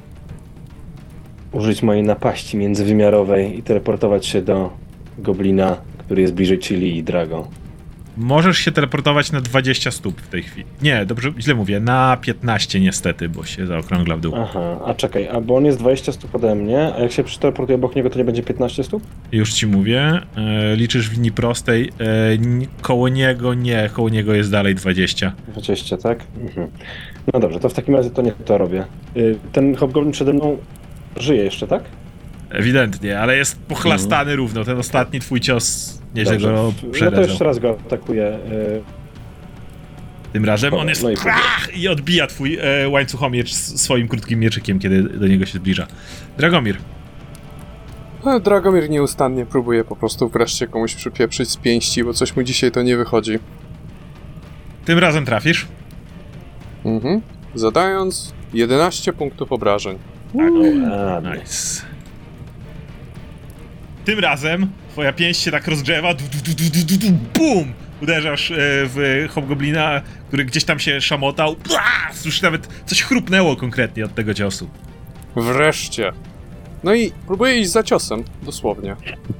użyć mojej napaści międzywymiarowej i teleportować się do goblina, który jest bliżej Chili i Drago. Możesz się teleportować na 20 stóp w tej chwili. Nie, dobrze, źle mówię, na 15 niestety, bo się zaokrągla w dół. Aha, a czekaj, bo on jest 20 stóp ode mnie, a jak się przeteleportuje obok niego, to nie będzie 15 stóp? Już ci mówię, liczysz w linii prostej, koło niego jest dalej 20. 20, tak? No dobrze, to w takim razie to nie to robię. Ten hobgoblin przede mną żyje jeszcze, tak? Ewidentnie, ale jest pochlastany równo, ten ostatni twój cios nieźle Dobrze. go No przerezał. to jeszcze raz go atakuję. Tym razem Dobra, on jest no i odbija twój łańcuchomiecz swoim krótkim mieczykiem, kiedy do niego się zbliża. Dragomir. Dragomir nieustannie próbuje po prostu wreszcie komuś przypieprzyć z pięści, bo coś mu dzisiaj to nie wychodzi. Tym razem trafisz. Zadając 11 punktów obrażeń. Tak. Nice. Tym razem twoja pięść się tak rozgrzewa, bum! Uderzasz w hobgoblina, który gdzieś tam się szamotał. Słyszysz, nawet coś chrupnęło konkretnie od tego ciosu. Wreszcie. No i próbuję iść za ciosem, dosłownie.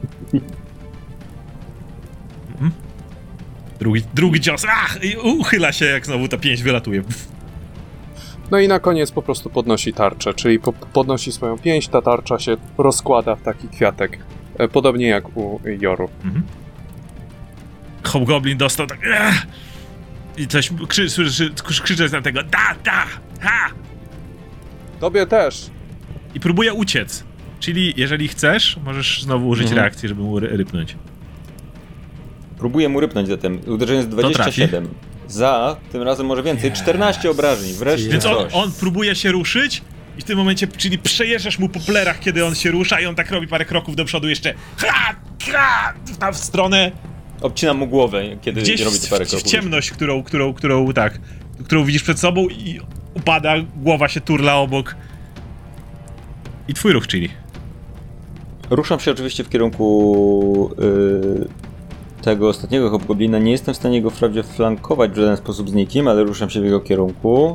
Drugi cios, i uchyla się, jak znowu ta pięść wylatuje. No i na koniec po prostu podnosi tarczę, czyli podnosi swoją pięść, ta tarcza się rozkłada w taki kwiatek. Podobnie jak u Joru. Hobgoblin dostał tak... I coś krzyczeć na tego ha! Tobie też! I próbuje uciec. Czyli jeżeli chcesz, możesz znowu użyć reakcji, żeby mu rypnąć. Próbuję mu rypnąć zatem. Uderzenie jest 27. Za, tym razem może więcej, 14 obrażeń. Wreszcie Więc coś. on próbuje się ruszyć i w tym momencie, czyli przejeżdżasz mu po plerach, kiedy on się rusza i on tak robi parę kroków do przodu jeszcze w stronę Obcinam mu głowę, kiedy Gdzieś robi parę w kroków. ciemność, którą widzisz przed sobą i upada, głowa się turla obok. I twój ruch, czyli. Ruszam się oczywiście w kierunku tego ostatniego hobgoblina. Nie jestem w stanie go wprawdzie flankować w żaden sposób z nikim, ale ruszam się w jego kierunku.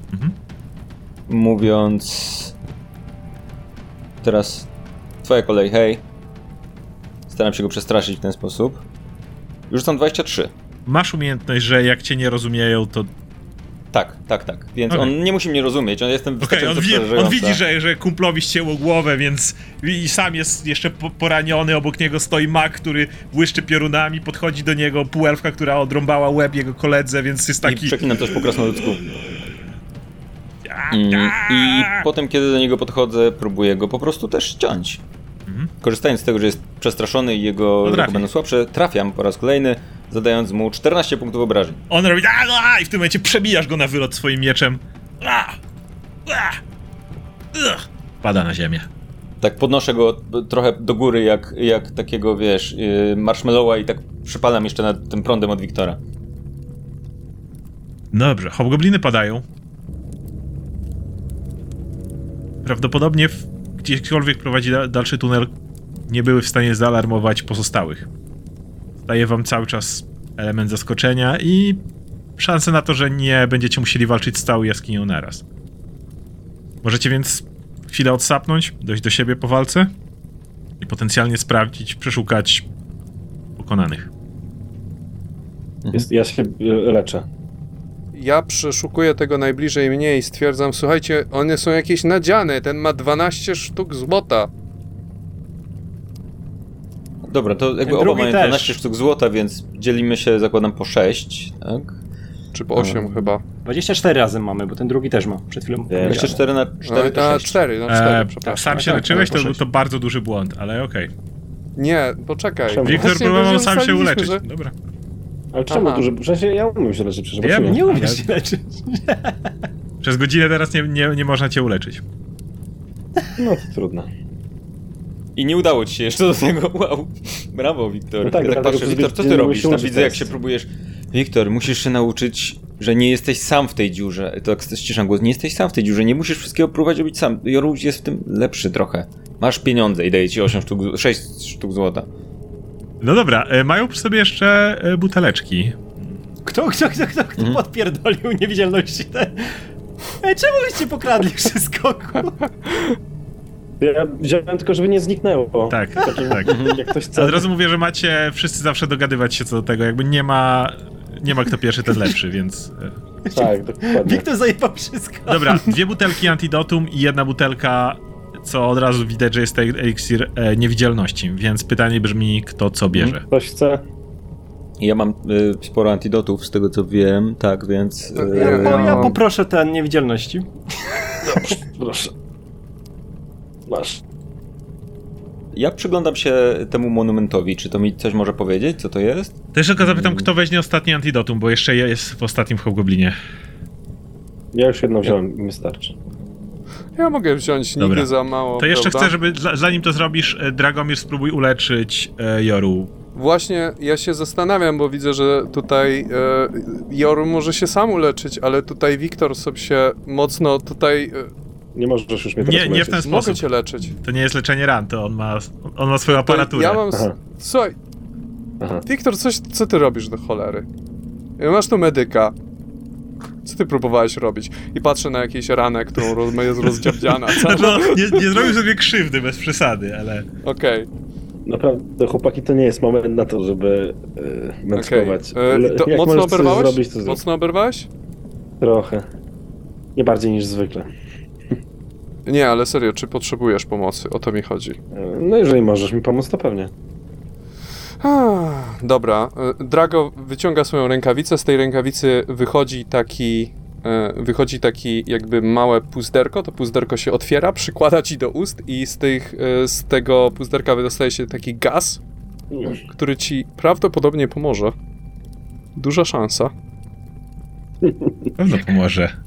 Mówiąc... Teraz twoja kolej, hej. Staram się go przestraszyć w ten sposób. Już są 23. Masz umiejętność, że jak cię nie rozumieją, to... Tak. Więc Okay. on nie musi mnie rozumieć, on jestem wystarczająco on widzi, że kumplowi ścięło głowę, więc i sam jest jeszcze poraniony, obok niego stoi mag, który błyszczy piorunami, podchodzi do niego półelfka, która odrąbała łeb jego koledze, więc jest taki... I przeklinam też po krasnoludzku. I potem, kiedy do niego podchodzę, próbuję go po prostu też ściąć. Korzystając z tego, że jest przestraszony i jego ruchy będą słabsze, trafiam po raz kolejny, zadając mu 14 punktów obrażeń. On robi i w tym momencie przebijasz go na wylot swoim mieczem. Pada na ziemię. Tak podnoszę go trochę do góry, jak takiego, wiesz, marshmallowa i tak przypalam jeszcze nad tym prądem od Wiktora. Dobrze, hobgobliny padają. Prawdopodobnie gdziekolwiek prowadzi dalszy tunel, nie były w stanie zaalarmować pozostałych. Daje wam cały czas element zaskoczenia i szansę na to, że nie będziecie musieli walczyć z całą jaskinią naraz. Możecie więc chwilę odsapnąć, dojść do siebie po walce i sprawdzić, przeszukać pokonanych. Ja się leczę. Ja przeszukuję tego najbliżej mnie i stwierdzam, słuchajcie, one są jakieś nadziane, ten ma 12 sztuk złota. Dobra, to jakby oba mają 12 sztuk złota, więc dzielimy się, zakładam, po 6, tak? Czy po 8 chyba. 24 razem mamy, bo ten drugi też ma przed chwilą. 24 na 4 to 6. 4, przepraszam. Sam się leczyłeś, to bardzo duży błąd, ale okej. Nie, poczekaj. Wiktor próbował sam się uleczyć. Że... Dobra. Ale czemu duży? W sensie ja umiem się leczyć, przecież Ja Nie umiesz się leczyć. Przez godzinę teraz nie można cię uleczyć. No to trudno. I nie udało ci się jeszcze do tego. Wow. Brawo, Wiktor. No tak, ja tak patrzę, Wiktor, co ty robisz? Tam widzę, jak się test. próbujesz. Wiktor, musisz się nauczyć, że nie jesteś sam w tej dziurze. To jak ściszam głos, nie jesteś sam w tej dziurze, nie musisz wszystkiego próbować robić sam. Jorus jest w tym lepszy trochę. Masz pieniądze i daje ci 6 sztuk złota. No dobra, mają przy sobie jeszcze buteleczki. Kto podpierdolił niewidzialności? Czemu byście pokradli wszystko? Ja wziąłem tylko, żeby nie zniknęło. Tak. Jak ktoś chce. Od razu mówię, że macie wszyscy zawsze dogadywać się co do tego, jakby nie ma kto pierwszy, ten lepszy, więc... Tak, dokładnie. Wiktor zajebał wszystko. Dobra, 2 butelki antidotum i 1 butelka, co od razu widać, że jest to eliksir niewidzialności, więc pytanie brzmi, kto co bierze. Ktoś chce? Ja mam sporo antidotów, z tego co wiem, tak, więc... Ja poproszę ten niewidzialności. Dobrze, proszę. Masz. Ja przyglądam się temu monumentowi, czy to mi coś może powiedzieć, co to jest? To jeszcze tylko zapytam, kto weźmie ostatni antidotum, bo jeszcze jest w ostatnim hobgoblinie. Ja już jedno wziąłem, mi wystarczy. Ja mogę wziąć, Dobra. nigdy za mało, To jeszcze prawda? chcę, żeby zanim to zrobisz, Dragomir, spróbuj uleczyć Joru. Właśnie ja się zastanawiam, bo widzę, że tutaj Joru może się sam uleczyć, ale tutaj Wiktor sobie się mocno tutaj... Nie możesz już mnie teraz Nie w ten uleczyć. mogę sposób. cię leczyć. To nie jest leczenie ran, to on ma swoją aparaturę. Ja mam... Aha. Słuchaj, Aha. Wiktor, co ty robisz do cholery? Masz tu medyka. Co ty próbowałeś robić? I patrzę na jakąś ranę, którą jest rozdziabdziana. Znaczy, no, nie zrobił sobie krzywdy, bez przesady, ale... Okej. Naprawdę, chłopaki, to nie jest moment na to, żeby męskować. To Jak mocno możesz coś oberwałeś? zrobić, to zrób. Mocno oberwałeś? Trochę. Nie bardziej niż zwykle. Nie, ale serio, czy potrzebujesz pomocy? O to mi chodzi. No jeżeli możesz mi pomóc, to pewnie. Dobra, Drago wyciąga swoją rękawicę, z tej rękawicy wychodzi taki jakby małe puzderko, to puzderko się otwiera, przykłada ci do ust i z tego puzderka wydostaje się taki gaz, który ci prawdopodobnie pomoże. Duża szansa. Pewno pomoże.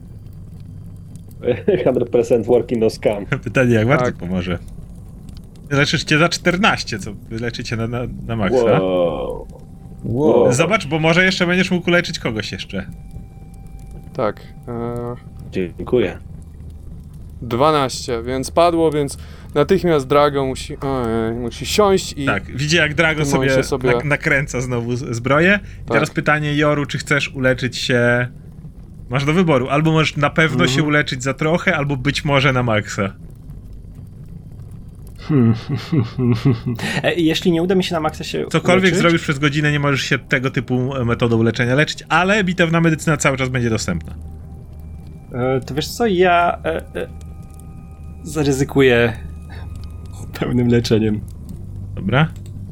100% working no scam. Pytanie, jak bardzo Tak. pomoże. Leczysz cię za 14, co wy leczycie na maksa. Wow. Wow. Zobacz, bo może jeszcze będziesz mógł leczyć kogoś jeszcze. Tak. Dziękuję. 12, więc padło, więc natychmiast Drago musi siąść i... Tak, widzi jak Drago w tym momencie sobie- nakręca znowu zbroję. I teraz pytanie, Joru, czy chcesz uleczyć się... Masz do wyboru, albo możesz na pewno się uleczyć za trochę, albo być może na maksa. Jeśli nie uda mi się na maksa się Cokolwiek uleczyć, zrobisz przez godzinę, nie możesz się tego typu metodą leczenia leczyć, ale bitewna medycyna cały czas będzie dostępna. to wiesz co, ja zaryzykuję pełnym leczeniem. Dobra?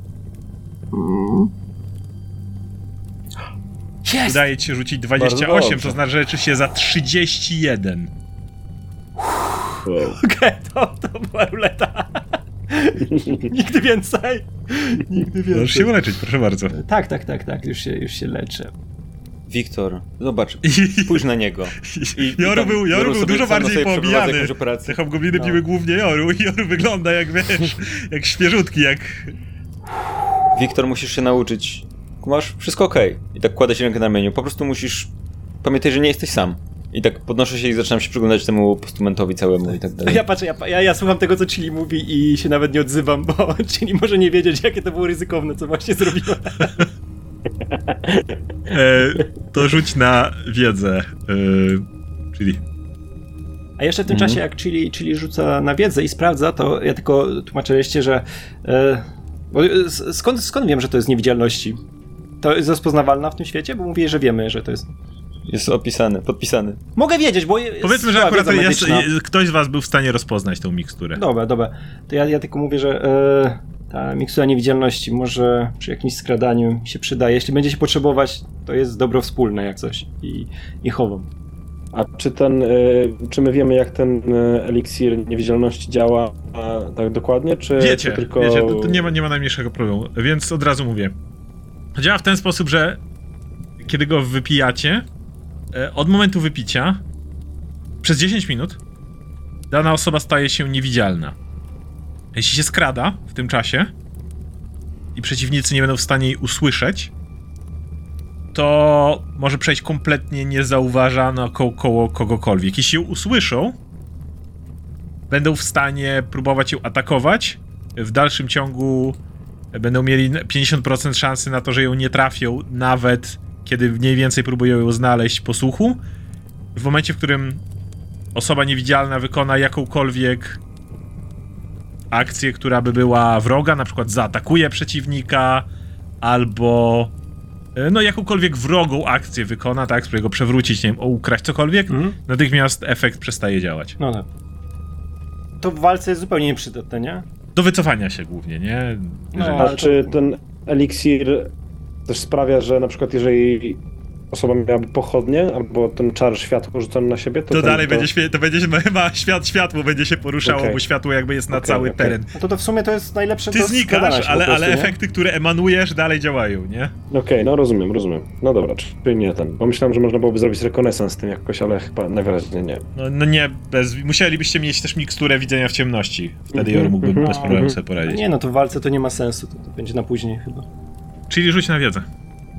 Jest! Udaje ci się rzucić Bardzo 28, dobrze. to znaczy, że leczysz się za 31. Wow. Okej, to była ruleta. Nigdy więcej. Nigdy więcej. Możesz się uleczyć, proszę bardzo. Tak, już się leczę. Wiktor, zobacz, spójrz na niego. Joru był dużo bardziej poobijany. operację. Te hobgobliny piły głównie Joru i Joru wygląda jak, wiesz, jak świeżutki, jak... Wiktor, musisz się nauczyć. Masz wszystko okej. I tak kładę się rękę na ramieniu. Po prostu musisz pamiętać, że nie jesteś sam. I tak podnoszę się i zaczynam się przyglądać temu postumentowi całemu i tak dalej. Ja patrzę, ja słucham tego, co Chili mówi i się nawet nie odzywam, bo Chili może nie wiedzieć, jakie to było ryzykowne, co właśnie zrobiłem. To rzuć na wiedzę, czyli... A jeszcze w tym czasie, jak Chili rzuca na wiedzę i sprawdza, to ja tylko tłumaczę jeszcze, że... bo skąd wiem, że to jest niewidzialności? To jest rozpoznawalna w tym świecie? Bo mówię, że wiemy, że to jest... Jest opisany, podpisany. Mogę wiedzieć, bo... Powiedzmy, że cała akurat wiedza jest, medyczna. ktoś z was był w stanie rozpoznać tą miksturę. Dobra. To ja tylko mówię, że ta mikstura niewidzialności może przy jakimś skradaniu się przydaje. Jeśli będzie się potrzebować, to jest dobro wspólne jak coś i chowam. A czy my wiemy, jak ten eliksir niewidzialności działa tak dokładnie, czy Wiecie, tylko... to nie ma najmniejszego problemu, więc od razu mówię. Działa w ten sposób, że kiedy go wypijacie, od momentu wypicia przez 10 minut dana osoba staje się niewidzialna. Jeśli się skrada w tym czasie i przeciwnicy nie będą w stanie jej usłyszeć, to może przejść kompletnie niezauważana koło kogokolwiek. Jeśli ją usłyszą, będą w stanie próbować ją atakować. W dalszym ciągu będą mieli 50% szansy na to, że ją nie trafią, nawet kiedy mniej więcej próbują ją znaleźć po słuchu. W momencie, w którym osoba niewidzialna wykona jakąkolwiek akcję, która by była wroga, na przykład zaatakuje przeciwnika, albo jakąkolwiek wrogą akcję wykona, tak, spróbuje go przewrócić, nie wiem, ukraść cokolwiek, natychmiast efekt przestaje działać. No tak. To w walce jest zupełnie nieprzydatne, nie? Do wycofania się głównie, nie? A czy ten eliksir też sprawia, że na przykład jeżeli osoba miałaby pochodnie, albo ten czar światło rzucony na siebie, to dalej będzie chyba światło będzie się poruszało, Okay. bo światło jakby jest na cały teren. No to w sumie to jest najlepsze Ty do znikasz, skradania się po prostu, ale nie? efekty, które emanujesz, dalej działają, nie? Okej, no rozumiem. No dobra, czyli nie ten. Bo myślałem, że można byłoby zrobić rekonesans z tym jakoś, ale chyba najwyraźniej nie. No nie, musielibyście mieć też miksturę widzenia w ciemności. Wtedy Joru mógłby bez problemu sobie poradzić. Nie, no to w walce to nie ma sensu, to będzie na później chyba. Czyli rzuć na wiedzę.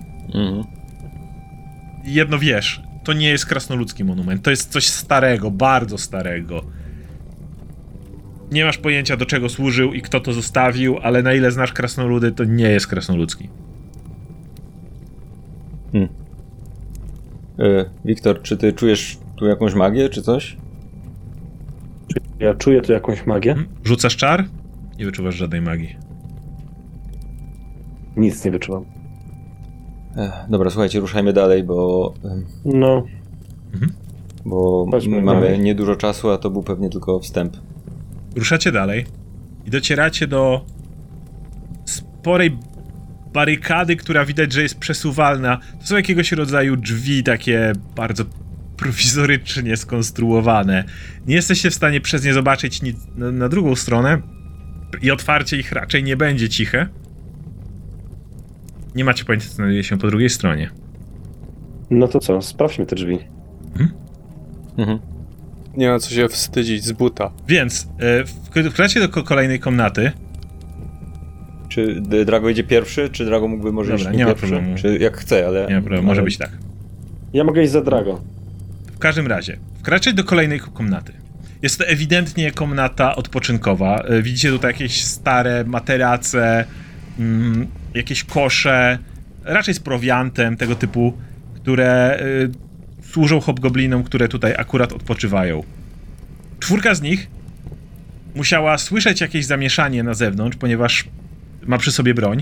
Jedno wiesz, to nie jest krasnoludzki monument, to jest coś starego, bardzo starego. Nie masz pojęcia, do czego służył i kto to zostawił, ale na ile znasz krasnoludy, to nie jest krasnoludzki. Wiktor, czy ty czujesz tu jakąś magię, czy coś? Ja czuję tu jakąś magię? Rzucasz czar? Nie wyczuwasz żadnej magii. Nic nie wyczuwam. Dobra, słuchajcie, ruszajmy dalej, bo Chodźmy mamy dalej. niedużo czasu, a to był pewnie tylko wstęp. Ruszacie dalej i docieracie do sporej barykady, która widać, że jest przesuwalna. To są jakiegoś rodzaju drzwi, takie bardzo prowizorycznie skonstruowane. Nie jesteście w stanie przez nie zobaczyć nic na drugą stronę i otwarcie ich raczej nie będzie ciche. Nie macie pojęcia, co znajduje się po drugiej stronie. No to co, sprawdźmy te drzwi. Nie ma co się wstydzić z buta. Więc wkroczycie do kolejnej komnaty. Czy Drago idzie pierwszy, czy Drago mógłby może Dobra, iść nie ma pierwszy? problemu. Czy jak chce, ale... Nie ma problemu, może być tak. Ja mogę iść za Drago. W każdym razie, wkraczać do kolejnej komnaty. Jest to ewidentnie komnata odpoczynkowa. Widzicie tutaj jakieś stare materace, jakieś kosze, raczej z prowiantem tego typu, które służą hobgoblinom, które tutaj akurat odpoczywają. 4 z nich musiała słyszeć jakieś zamieszanie na zewnątrz, ponieważ ma przy sobie broń.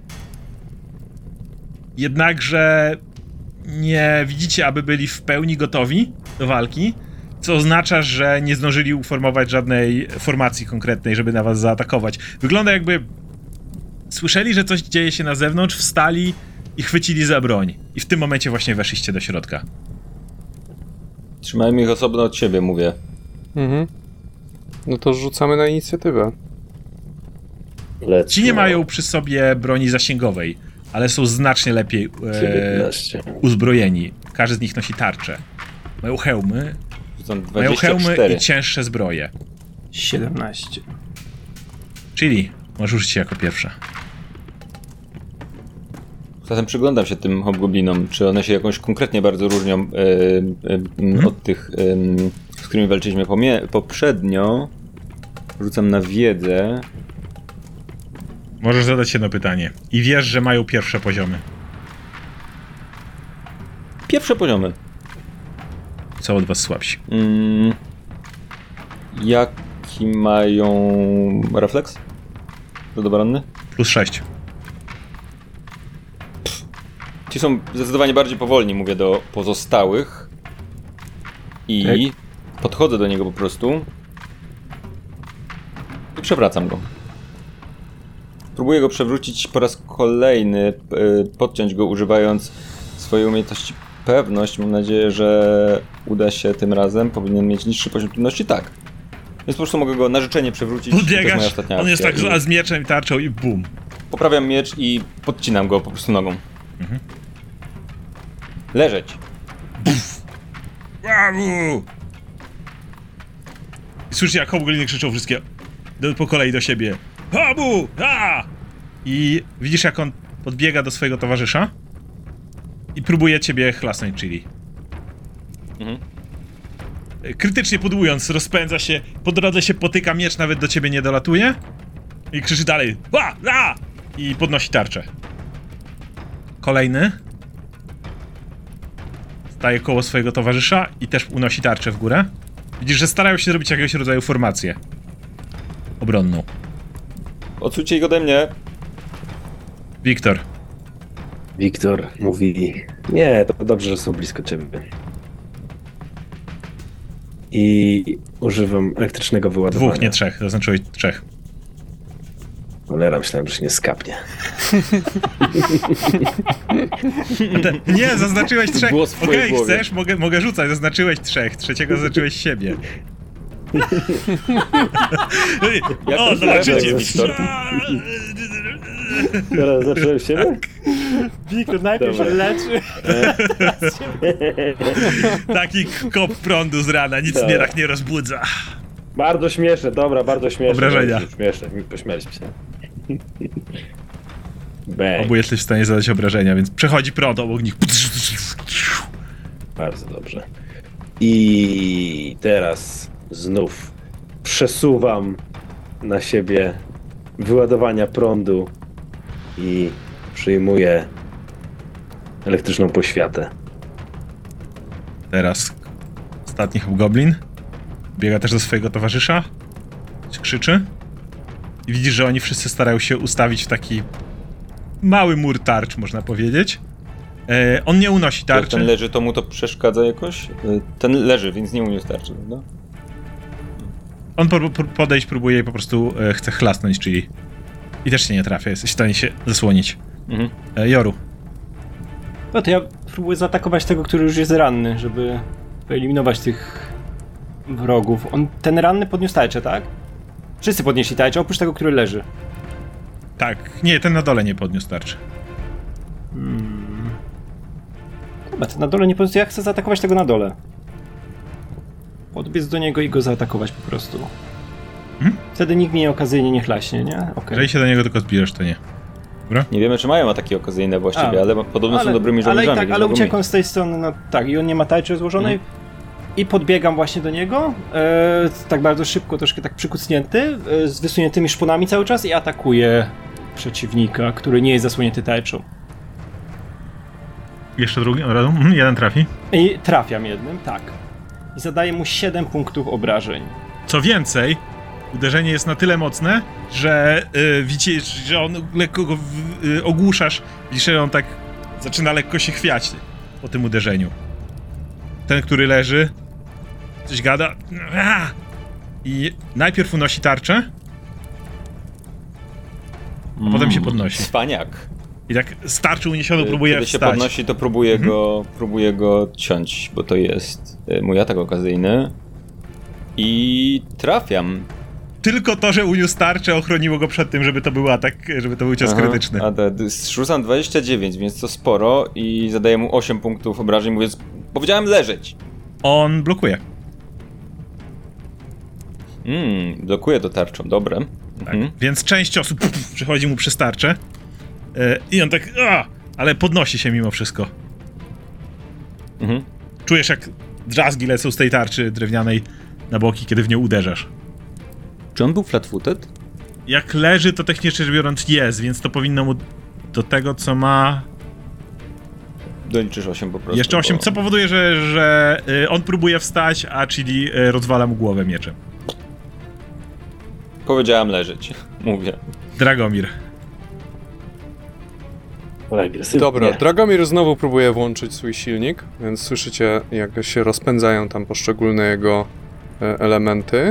Jednakże nie widzicie, aby byli w pełni gotowi do walki, co oznacza, że nie zdążyli uformować żadnej formacji konkretnej, żeby na was zaatakować. Wygląda jakby słyszeli, że coś dzieje się na zewnątrz, wstali i chwycili za broń. I w tym momencie właśnie weszliście do środka. Trzymajmy ich osobno od siebie, mówię. Mhm. No to rzucamy na inicjatywę. Ci nie mają przy sobie broni zasięgowej, ale są znacznie lepiej 19. uzbrojeni. Każdy z nich nosi tarczę. Mają hełmy, Rzucam mają 24. hełmy i cięższe zbroje. 17. Czyli możesz rzucić się jako pierwsza. Zatem przyglądam się tym hobgoblinom, czy one się jakoś konkretnie bardzo różnią od tych, z którymi walczyliśmy poprzednio. Rzucam na wiedzę. Możesz zadać jedno pytanie. I wiesz, że mają pierwsze poziomy. Pierwsze poziomy. Są od was słabsi. Jaki mają refleks? Rudobaranny? +6. Ci są zdecydowanie bardziej powolni, mówię do pozostałych. I podchodzę do niego po prostu. I przewracam go. Próbuję go przewrócić po raz kolejny, podciąć go używając swojej umiejętności pewność. Mam nadzieję, że uda się tym razem. Powinien mieć niższy poziom trudności. Tak. Więc po prostu mogę go na życzenie przewrócić. To jest moja Podbiegasz, ostatnia on jest tak akcja. z mieczem i tarczą i bum. Poprawiam miecz i podcinam go po prostu nogą. Leżeć. Brawo! I słyszycie, jak hobgobliny krzyczą wszystkie po kolei do siebie. Habu! Ha! I widzisz, jak on podbiega do swojego towarzysza i próbuje ciebie chlasnąć, Chili. Krytycznie pudłując, rozpędza się, po drodze się potyka, miecz nawet do ciebie nie dolatuje i krzyczy dalej. Ha! Ha! I podnosi tarczę. Kolejny staje koło swojego towarzysza i też unosi tarczę w górę. Widzisz, że starają się zrobić jakiegoś rodzaju formację obronną. Odsuńcie ich ode mnie. Wiktor mówi: nie, to dobrze, że są blisko ciebie. I używam elektrycznego wyładowania. 2, nie 3, zaznaczyłeś 3. Cholera, myślałem, że się nie skapnie. Nie, zaznaczyłeś 3. Głos w twojej Okej, głowie. chcesz? Mogę rzucać, zaznaczyłeś 3, trzeciego zaznaczyłeś siebie. O, zobaczycie. Wiktor? Teraz zacząłem siebie? Wiktor najpierw się Dobra. leczy. Taki kop prądu z rana, nic mnie tak nie rozbudza. Bardzo śmieszne, dobra, bardzo śmieszne. Obrażenia. Śmieszne, pośmialiśmy się. Bang. Obu jesteś w stanie zadać obrażenia, więc przechodzi prąd obok nich. Bardzo dobrze. I teraz znów przesuwam na siebie wyładowania prądu i przyjmuję elektryczną poświatę. Teraz ostatni hobgoblin biega też do swojego towarzysza, krzyczy i widzisz, że oni wszyscy starają się ustawić w taki mały mur tarcz, można powiedzieć. On nie unosi Jak tarczy. ten leży, to mu to przeszkadza jakoś? Ten leży, więc nie uniósł tarczy, prawda? On podejść próbuje i po prostu chce chlasnąć, czyli i też się nie trafia, jesteś w stanie się zasłonić. Joru. No to ja próbuję zaatakować tego, który już jest ranny, żeby wyeliminować tych wrogów. Ten ranny podniósł tarczę, tak? Wszyscy podnieśli tarczę, oprócz tego, który leży. Tak, nie, ten na dole nie podniósł tarczy. Chyba ten na dole nie podniósł, ja chcę zaatakować tego na dole. Podbiec do niego i go zaatakować po prostu. Wtedy nikt mnie okazyjnie nie chlaśnie, nie? Okej. Jeżeli się do niego tylko zbierzesz, to nie. Nie wiemy, czy mają ataki okazyjne właściwie, ale podobno są dobrymi ale żołnierzami. tak, ale uciekam z tej strony, no tak, i on nie ma tarczy złożonej. I podbiegam właśnie do niego, tak bardzo szybko, troszkę tak przykucnięty, z wysuniętymi szponami cały czas i atakuję przeciwnika, który nie jest zasłonięty tarczą. Jeszcze drugi, od razu? Jeden trafi. I trafiam jednym, tak. I zadaję mu 7 punktów obrażeń. Co więcej, uderzenie jest na tyle mocne, że widzisz, że on lekko go ogłuszasz, widzisz, że on tak zaczyna lekko się chwiać po tym uderzeniu. Ten, który leży, coś gada i najpierw unosi tarczę, a potem się podnosi. Cwaniak. I tak z tarczy uniesioną próbuje Kiedy się wstać. podnosi, to próbuję go ciąć, bo to jest mój atak okazyjny. I trafiam. Tylko to, że uniósł tarczę, ochroniło go przed tym, żeby to był atak, żeby to był cios krytyczny. Rzucam 29, więc to sporo i zadaję mu 8 punktów obrażeń, mówiąc, powiedziałem leżeć. On blokuje. Blokuje to tarczą, dobre. Tak. Więc część osób przechodzi mu przez tarczę i on tak, ale podnosi się mimo wszystko. Czujesz, jak drzazgi lecą z tej tarczy drewnianej na boki, kiedy w nią uderzasz. Czy on był flat-footed? Jak leży, to technicznie rzecz biorąc jest, więc to powinno mu do tego, co ma... Doliczysz 8 po prostu. Jeszcze 8, co powoduje, że on próbuje wstać, a Chili rozwala mu głowę mieczem. Powiedziałem leżeć, mówię. Dragomir. Dobra, Dragomir znowu próbuje włączyć swój silnik, więc słyszycie, jak się rozpędzają tam poszczególne jego elementy.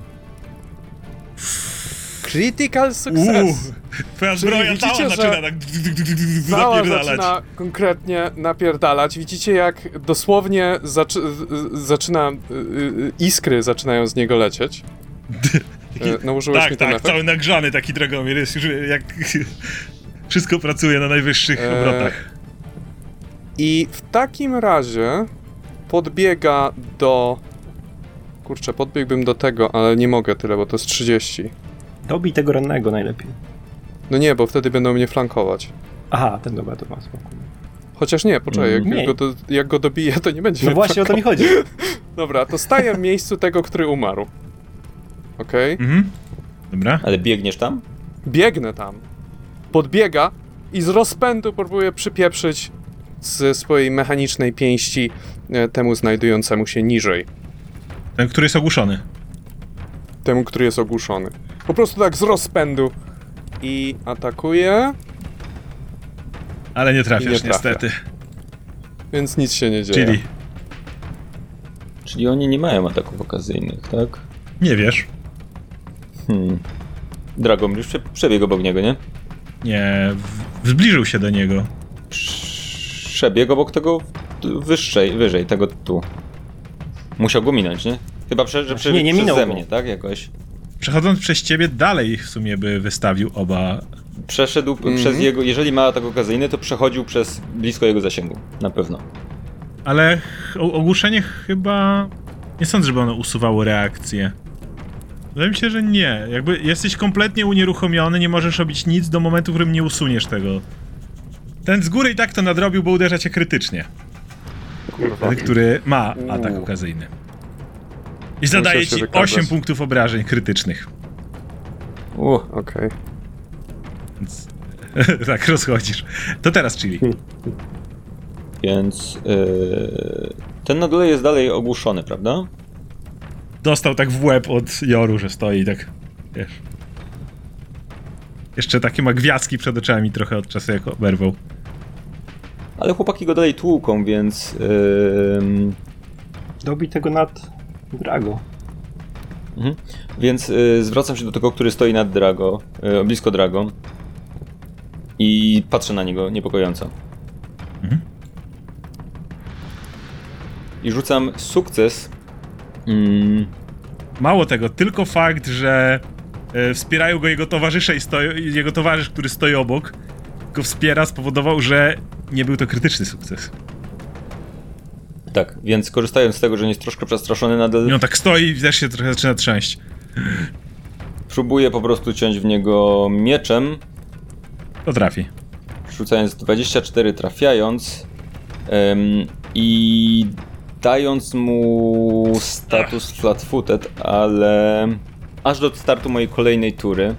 Critical success! Twoja zbroja widzicie, cała że zaczyna tak Cała napierdalać. zaczyna konkretnie napierdalać. Widzicie, jak dosłownie zaczyna iskry zaczynają z niego lecieć. Nałożyłeś mi ten efekt? Cały nagrzany taki Dragomir jest już jak... Wszystko pracuje na najwyższych obrotach. I w takim razie podbiega do... Kurczę, podbiegłbym do tego, ale nie mogę tyle, bo to jest 30. Dobij tego rannego najlepiej. No nie, bo wtedy będą mnie flankować. Aha, ten dobra, to ma spokój. Chociaż nie, poczekaj, jak go dobiję, to nie będzie. No właśnie o to mi chodzi. Dobra, to staję w miejscu tego, który umarł. Okej? Dobra. Ale biegniesz tam? Biegnę tam. Podbiega i z rozpędu próbuje przypieprzyć ze swojej mechanicznej pięści temu znajdującemu się niżej. Ten, który jest ogłuszony. Temu, który jest ogłuszony. Po prostu tak z rozpędu. I atakuje. Ale nie trafiasz, I nie trafia. niestety. Więc nic się nie dzieje. Czyli oni nie mają ataków okazyjnych, tak? Nie wiesz. Dragomir już przebiegł obok niego, nie? Nie, zbliżył się do niego. Przebiegł obok tego wyżej, tego tu. Musiał go minąć, nie? Chyba, że przebiegł nie minął przeze go. mnie, tak? Jakoś. Przechodząc przez ciebie, dalej w sumie by wystawił oba. Przeszedł przez jego, jeżeli ma atak okazyjny, to przechodził przez blisko jego zasięgu, na pewno. Ale ogłuszenie chyba... Nie sądzę, żeby ono usuwało reakcję. Wydaje mi się, że nie. Jakby jesteś kompletnie unieruchomiony, nie możesz robić nic do momentu, w którym nie usuniesz tego. Ten z góry i tak to nadrobił, bo uderza cię krytycznie. Kurwa. Ten, który ma atak okazyjny. I zadaje się ci wykazać. 8 punktów obrażeń krytycznych. Okej. Więc... tak, rozchodzisz. To teraz Chili. Więc ten na dole jest dalej ogłuszony, prawda? Dostał tak w łeb od Joru, że stoi tak, wiesz. Jeszcze takie ma gwiazdki przed oczami trochę od czasu, jak oberwał. Ale chłopaki go dalej tłuką, więc... Dobij tego nad Drago. Więc zwracam się do tego, który stoi nad Drago, blisko Drago. I patrzę na niego niepokojąco. I rzucam sukces. Mało tego, tylko fakt, że wspierają go jego towarzysze i jego towarzysz, który stoi obok, go wspiera, spowodował, że nie był to krytyczny sukces. Tak, więc korzystając z tego, że jest troszkę przestraszony nadal... I on tak stoi i też się trochę zaczyna trząść. próbuję po prostu ciąć w niego mieczem, To trafi. rzucając 24, trafiając i dając mu status flat-footed, ale aż do startu mojej kolejnej tury.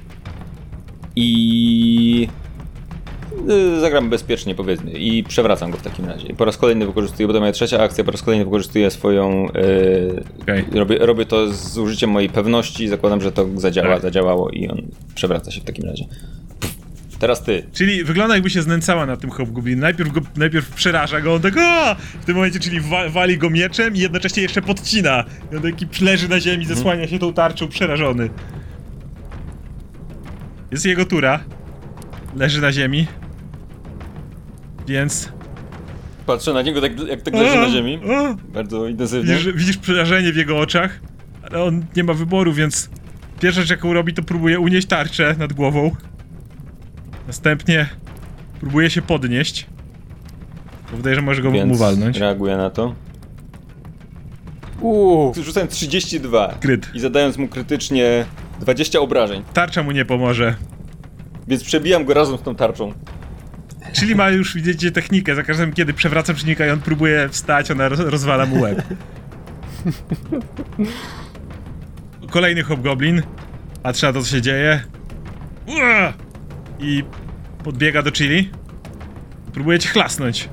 I zagram bezpiecznie, powiedzmy, i przewracam go w takim razie. I po raz kolejny wykorzystuję, bo to moja trzecia akcja, po raz kolejny wykorzystuję swoją... Okej. Robię to z użyciem mojej pewności, zakładam, że to zadziałało i on przewraca się w takim razie. Teraz ty. Czyli wygląda jakby się znęcała na tym hobgoblin. Najpierw przeraża go, on tak w tym momencie, czyli wali go mieczem i jednocześnie jeszcze podcina. I on taki leży na ziemi, zasłania się tą tarczą, przerażony. Jest jego tura. Leży na ziemi. Więc... Patrzę na niego, jak tak leży na ziemi. Bardzo intensywnie. Widzisz przerażenie w jego oczach, ale on nie ma wyboru, więc pierwsza rzecz, jaką robi, to próbuje unieść tarczę nad głową. Następnie próbuje się podnieść. Bo wydaje, że może go mu walnąć. Reaguję na to. Rzucałem 32. Kryt. I zadając mu krytycznie 20 obrażeń. Tarcza mu nie pomoże. Więc przebijam go razem z tą tarczą. Czyli ma już, widzicie, technikę. Za każdym, kiedy przewraca przeciwnika i on próbuje wstać, ona rozwala mu łeb. Kolejny hobgoblin. Patrzy na to, co się dzieje. I podbiega do Chili. Próbuje cię chlasnąć.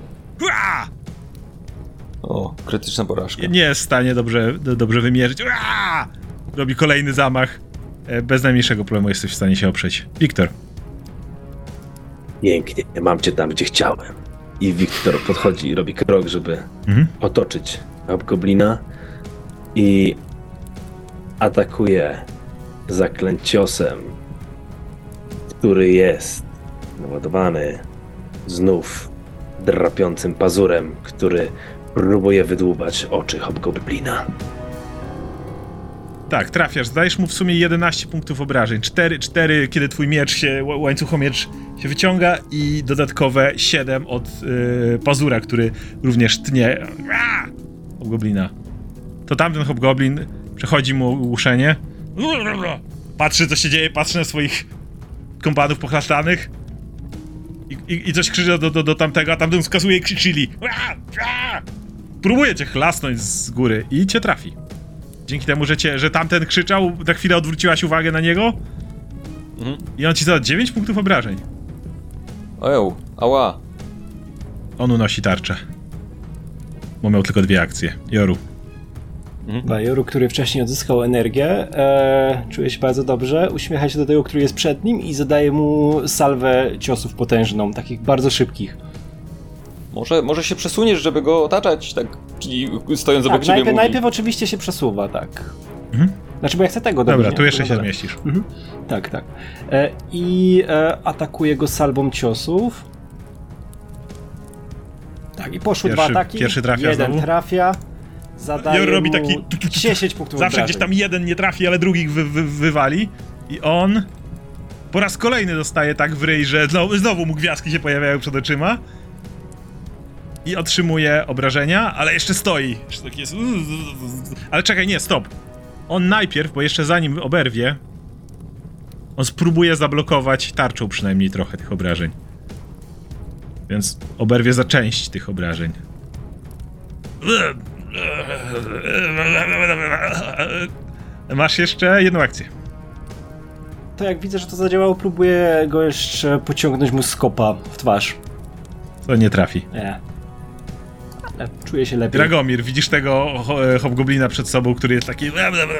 O, krytyczna porażka. Nie jest w stanie dobrze wymierzyć. Robi kolejny zamach. Bez najmniejszego problemu jesteś w stanie się oprzeć. Wiktor. Pięknie, mam cię tam, gdzie chciałem. I Wiktor podchodzi i robi krok, żeby otoczyć hobgoblina i atakuje zaklęciosem, który jest naładowany znów drapiącym pazurem, który próbuje wydłubać oczy hobgoblina. Tak, trafiasz. Zdajesz mu w sumie 11 punktów obrażeń. 4, kiedy twój miecz się, łańcuchomiecz się wyciąga i dodatkowe 7 od pazura, który również tnie hobgoblina. To tamten hobgoblin przechodzi mu ogłuszenie. Patrzy, co się dzieje, patrzy na swoich kompanów pochlastanych i coś krzyczy do tamtego, a tamten wskazuje i krzyczyli. Próbuje cię chlasnąć z góry i cię trafi. Dzięki temu, że tamten krzyczał, na chwilę odwróciłaś uwagę na niego i on ci zada 9 punktów obrażeń. Ojeł, ała. On unosi tarczę. Bo miał tylko 2 akcje. Joru. Joru, który wcześniej odzyskał energię, czuje się bardzo dobrze, uśmiecha się do tego, który jest przed nim i zadaje mu salwę ciosów potężną, takich bardzo szybkich. Może się przesuniesz, żeby go otaczać, tak, czyli stojąc obok ciebie mówi. Najpierw oczywiście się przesuwa, tak. Znaczy, bo ja chcę tego dobić. Dobra, tu jeszcze się zmieścisz. Tak. Atakuje go salwą ciosów. Tak, i poszły 2 ataki. Pierwszy trafia jeden znowu. Trafia. Zadaje Joru robi mu taki 10 punktów zawsze obrażeń. gdzieś tam jeden nie trafi, ale drugi wywali. I on po raz kolejny dostaje tak w ryj, że znowu mu gwiazdki się pojawiają przed oczyma. I otrzymuje obrażenia, ale jeszcze stoi. Jeszcze tak jest. Ale czekaj, nie, stop. On najpierw, bo jeszcze zanim oberwie, on spróbuje zablokować tarczą przynajmniej trochę tych obrażeń. Więc oberwie za część tych obrażeń. Masz jeszcze jedną akcję. To jak widzę, że to zadziałało, próbuję go jeszcze pociągnąć mu skopa w twarz. To nie trafi. Nie. Ale czuję się lepiej. Dragomir, widzisz tego hobgoblina przed sobą, który jest taki...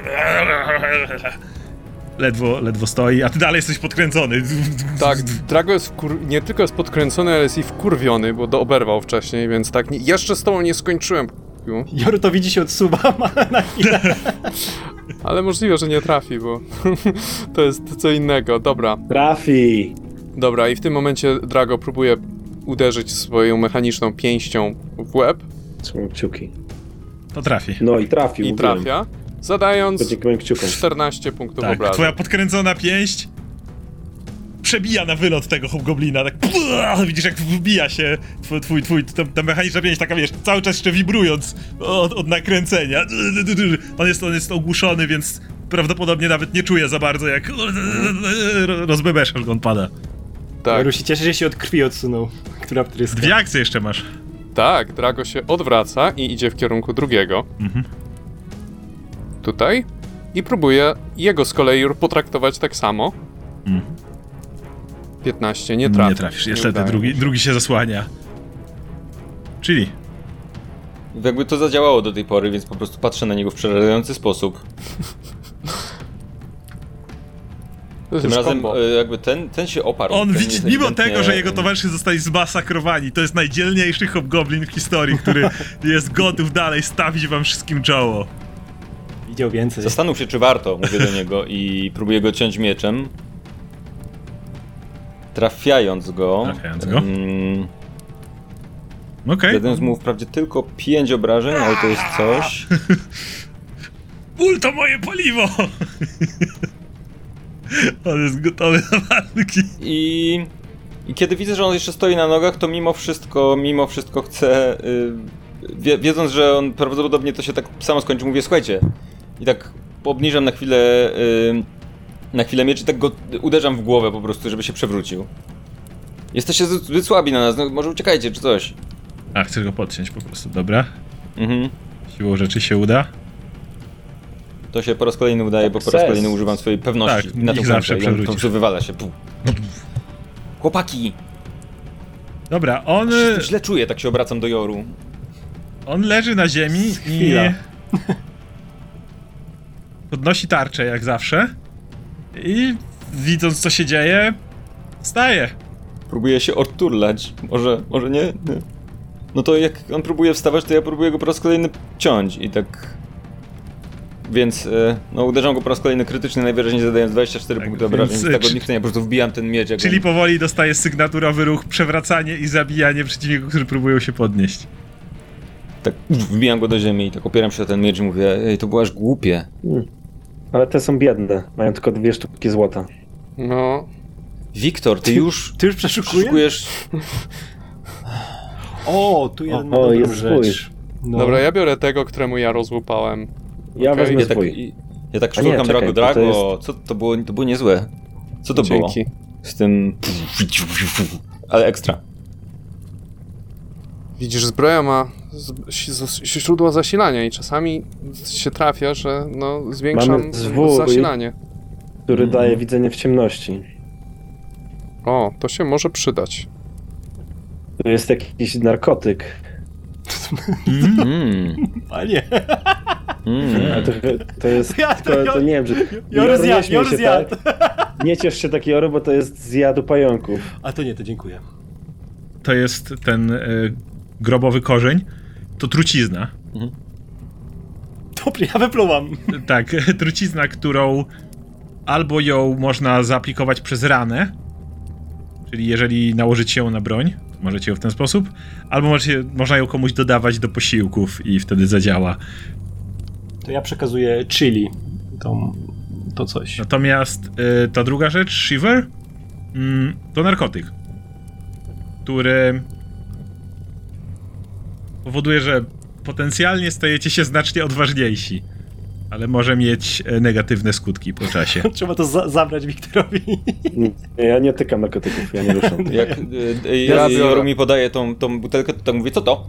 Ledwo stoi, a ty dalej jesteś podkręcony. Tak, Drago jest nie tylko jest podkręcony, ale jest i wkurwiony, bo oberwał wcześniej, więc tak, jeszcze z tobą nie skończyłem. Joru to widzi się odsuwa na chwilę. Ale możliwe, że nie trafi, bo to jest co innego. Dobra. Trafi! Dobra, i w tym momencie Drago próbuje uderzyć swoją mechaniczną pięścią w łeb. Trzymam kciuki. To trafi. No i trafił. I trafia, zadając Dzięki moim kciukom. 14 punktów Tak, obrażeń. twoja podkręcona pięść przebija na wylot tego hobgoblina, tak widzisz, jak wbija się ta mechaniczna pięść, taka, wiesz, cały czas jeszcze wibrując od nakręcenia. On jest ogłuszony, więc prawdopodobnie nawet nie czuje za bardzo, jak rozbebeszasz go, on pada. Tak, Joru się cieszy, że się od krwi odsunął, która ptryska. 2 akcje jeszcze masz. tak, Drago się odwraca i idzie w kierunku drugiego. Mhm. Tutaj. I próbuje jego z kolei potraktować tak samo. 15, nie trafi. Nie trafisz, niestety, udaje. drugi się zasłania. Czyli Jakby to zadziałało do tej pory, więc po prostu patrzę na niego w przerażający sposób. To jest Tym już razem kombo. jakby ten się oparł. on ten widzi, jest mimo ewidentnie- tego, że jego towarzysze zostali zmasakrowani, to jest najdzielniejszy hobgoblin w historii, który jest gotów dalej stawić wam wszystkim czoło. Widział więcej. Zastanów się, czy warto, mówię do niego i próbuję go ciąć mieczem. Trafiając go. Okej. Zadając mu wprawdzie tylko 5 obrażeń, ale to jest coś. Ból to moje paliwo! On jest gotowy na walki. I kiedy widzę, że on jeszcze stoi na nogach, to mimo wszystko chcę, wiedząc, że on prawdopodobnie to się tak samo skończy, mówię, słuchajcie, i tak obniżam na chwilę miecz i tak go uderzam w głowę po prostu, żeby się przewrócił. Jesteście zbyt słabi na nas, no może uciekajcie czy coś. A, chcę go podciąć po prostu, dobra. Mhm. Siłą rzeczy się uda. To się po raz kolejny udaje, bo po raz kolejny używam swojej pewności. Tak, I na ich to zawsze kończę. I on po przewrócisz. prostu wywala się. Puf. Chłopaki! Dobra, on Się źle czuję, tak się obracam do Joru. leży na ziemi i Chwila. podnosi tarczę jak zawsze i widząc co się dzieje, wstaje. Próbuję się odturlać. Może nie? No to jak on próbuje wstawać, to ja próbuję go po raz kolejny ciąć i tak... Więc, no uderzam go po raz kolejny krytycznie, najwyraźniej zadając 24 Tak, punkty obrażeń. więc, Z tego czy- nikt nie, po prostu wbijam ten miecz. Jak Czyli on... powoli dostaje sygnaturowy ruch, przewracanie i zabijanie przeciwników, którzy próbują się podnieść. Tak wbijam go do ziemi i tak opieram się o ten miecz i mówię, ej, to było aż głupie. Ale te są biedne, mają tylko 2 sztuki złota. No, Wiktor, ty już przeszukujesz... O, tu jeden ma O, dobrą jest rzecz. spójrz. No. dobra, ja biorę tego, któremu ja rozłupałem. Ja Okej, wezmę Ja tak, swój. ja tak A nie, szukam czekaj, Drago, to co to było? To było niezłe. Co to było? Dzięki. Z tym... Ale ekstra. Widzisz, zbroja ma źródła zasilania i czasami się trafia, że no zwiększam Mamy zwój. zasilanie. Który daje widzenie w ciemności. O, to się może przydać. To jest jakiś narkotyk. Panie. Ale to jest... Ja- to nie wiem, że... Joru nie zjadł, śmiej Joru się zjadł. tak. Nie ciesz się tak, Joru, bo to jest zjadu pająków. A to nie, to dziękuję. To jest ten grobowy korzeń. To trucizna. Dobrze, ja wypluwam. Tak, trucizna, którą albo ją można zaaplikować przez ranę, czyli jeżeli nałożycie ją na broń, możecie ją w ten sposób, albo można ją komuś dodawać do posiłków i wtedy zadziała. To ja przekazuję chili. To coś. Natomiast ta druga rzecz, Shiver, to narkotyk, który powoduje, że potencjalnie stajecie się znacznie odważniejsi, ale może mieć negatywne skutki po czasie. Trzeba to zabrać Wiktorowi. Ja nie tykam narkotyków, ja nie ruszam. Jak Joru mi podaje tą butelkę, to tak mówię, co to?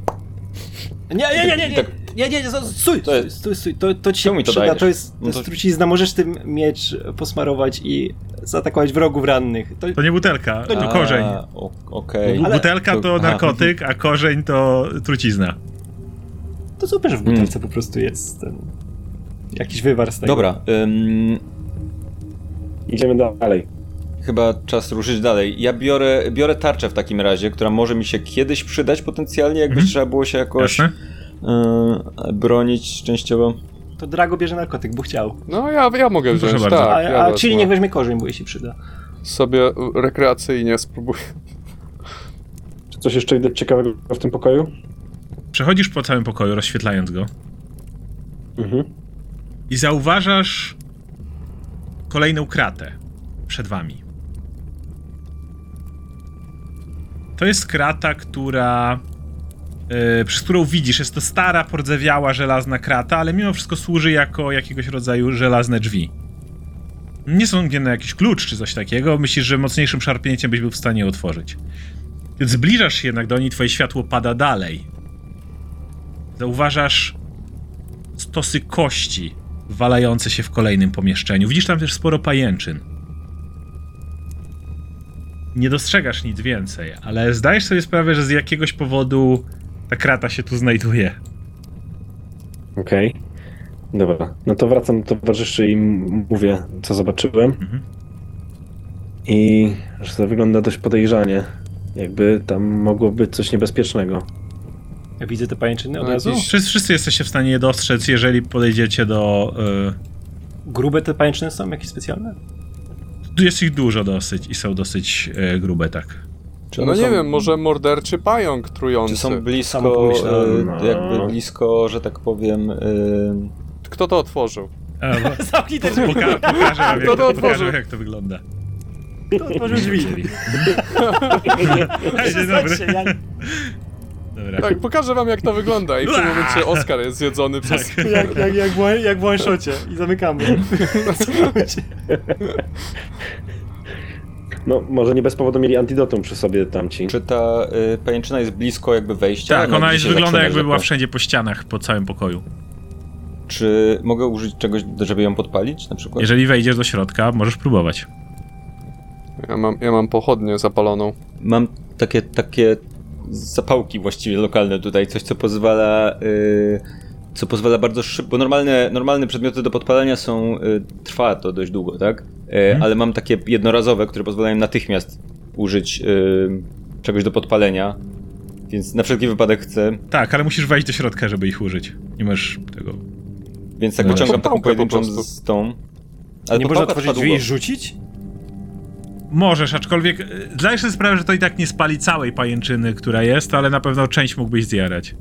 Nie, stój, stój. To ci się Czemu mi to przyda, dajesz? to jest No to- trucizna, możesz tym miecz posmarować i zaatakować wrogów rannych. To nie butelka, to korzeń. Okej. Ale- Butelka to aha. narkotyk, a korzeń to trucizna. To super, że w butelce po prostu jest ten... jakiś wywar z tego. Dobra, Idziemy dalej. chyba czas ruszyć dalej. Ja biorę tarczę w takim razie, która może mi się kiedyś przydać potencjalnie, jakby trzeba było się jakoś Jasne? bronić częściowo. To Drago bierze narkotyk, bo chciał. No ja mogę Proszę wziąć, bardzo. tak. ja A wezmę. czyli niech weźmie korzeń, bo jej się przyda. Sobie rekreacyjnie spróbuję. Czy coś jeszcze ciekawego w tym pokoju? Przechodzisz po całym pokoju, rozświetlając go Mhm. i zauważasz kolejną kratę przed wami. To jest krata, która przez którą widzisz, jest to stara, pordzewiała, żelazna krata, ale mimo wszystko służy jako jakiegoś rodzaju żelazne drzwi. Nie są na jakiś klucz czy coś takiego, myślisz, że mocniejszym szarpnięciem byś był w stanie je otworzyć. Kiedy zbliżasz się jednak do niej, twoje światło pada dalej. Zauważasz stosy kości walające się w kolejnym pomieszczeniu. Widzisz tam też sporo pajęczyn. Nie dostrzegasz nic więcej, ale zdajesz sobie sprawę, że z jakiegoś powodu ta krata się tu znajduje. Okej. Dobra, no to wracam do towarzyszy i mówię, co zobaczyłem. I że to wygląda dość podejrzanie. Jakby tam mogło być coś niebezpiecznego. Ja widzę te pajęczyny od No, razu. jakiś- Wszyscy jesteście w stanie je dostrzec, jeżeli podejdziecie do... Grube te pajęczyny są jakieś specjalne? Tu jest ich dużo dosyć i są dosyć grube, tak. Czy No one nie są, wiem, może morderczy pająk trujący. Czy są Samo blisko, pomyślałem. jakby blisko, że tak powiem... Kto to otworzył? Zamknij te drzwi! Kto to otworzył? Pokażę wam, jak to wygląda. To otworzył drzwi. Hej, dzień dobry. Przestańcie, ja- Dobra. Tak, pokażę wam jak to wygląda i w tym momencie Oskar jest zjedzony przez... Jak w one-shocie i zamykamy. No, może nie bez powodu mieli antidotum przy sobie tamci. Czy ta pajęczyna jest blisko jakby wejścia? Tak, No, ona gdzie jest, się wygląda zaczyna, jakby że była to- wszędzie po ścianach, po całym pokoju. Czy mogę użyć czegoś, żeby ją podpalić na przykład? Jeżeli wejdziesz do środka, możesz próbować. Ja mam pochodnię zapaloną. Mam takie zapałki właściwie lokalne tutaj, coś co pozwala bardzo szybko, bo normalne przedmioty do podpalenia są, trwa to dość długo, tak? Ale mam takie jednorazowe, które pozwalają natychmiast użyć czegoś do podpalenia, więc na wszelki wypadek chcę, Tak, ale musisz wejść do środka, żeby ich użyć. Nie masz tego... więc tak No, wyciągam taką podpałkę po pojedynczą prostu. z tą. Ale Nie można podpałka otworzyć trwa drzwi i długo. rzucić? Możesz, aczkolwiek zdajesz sobie sprawę, że to i tak nie spali całej pajęczyny, która jest, ale na pewno część mógłbyś zjarać.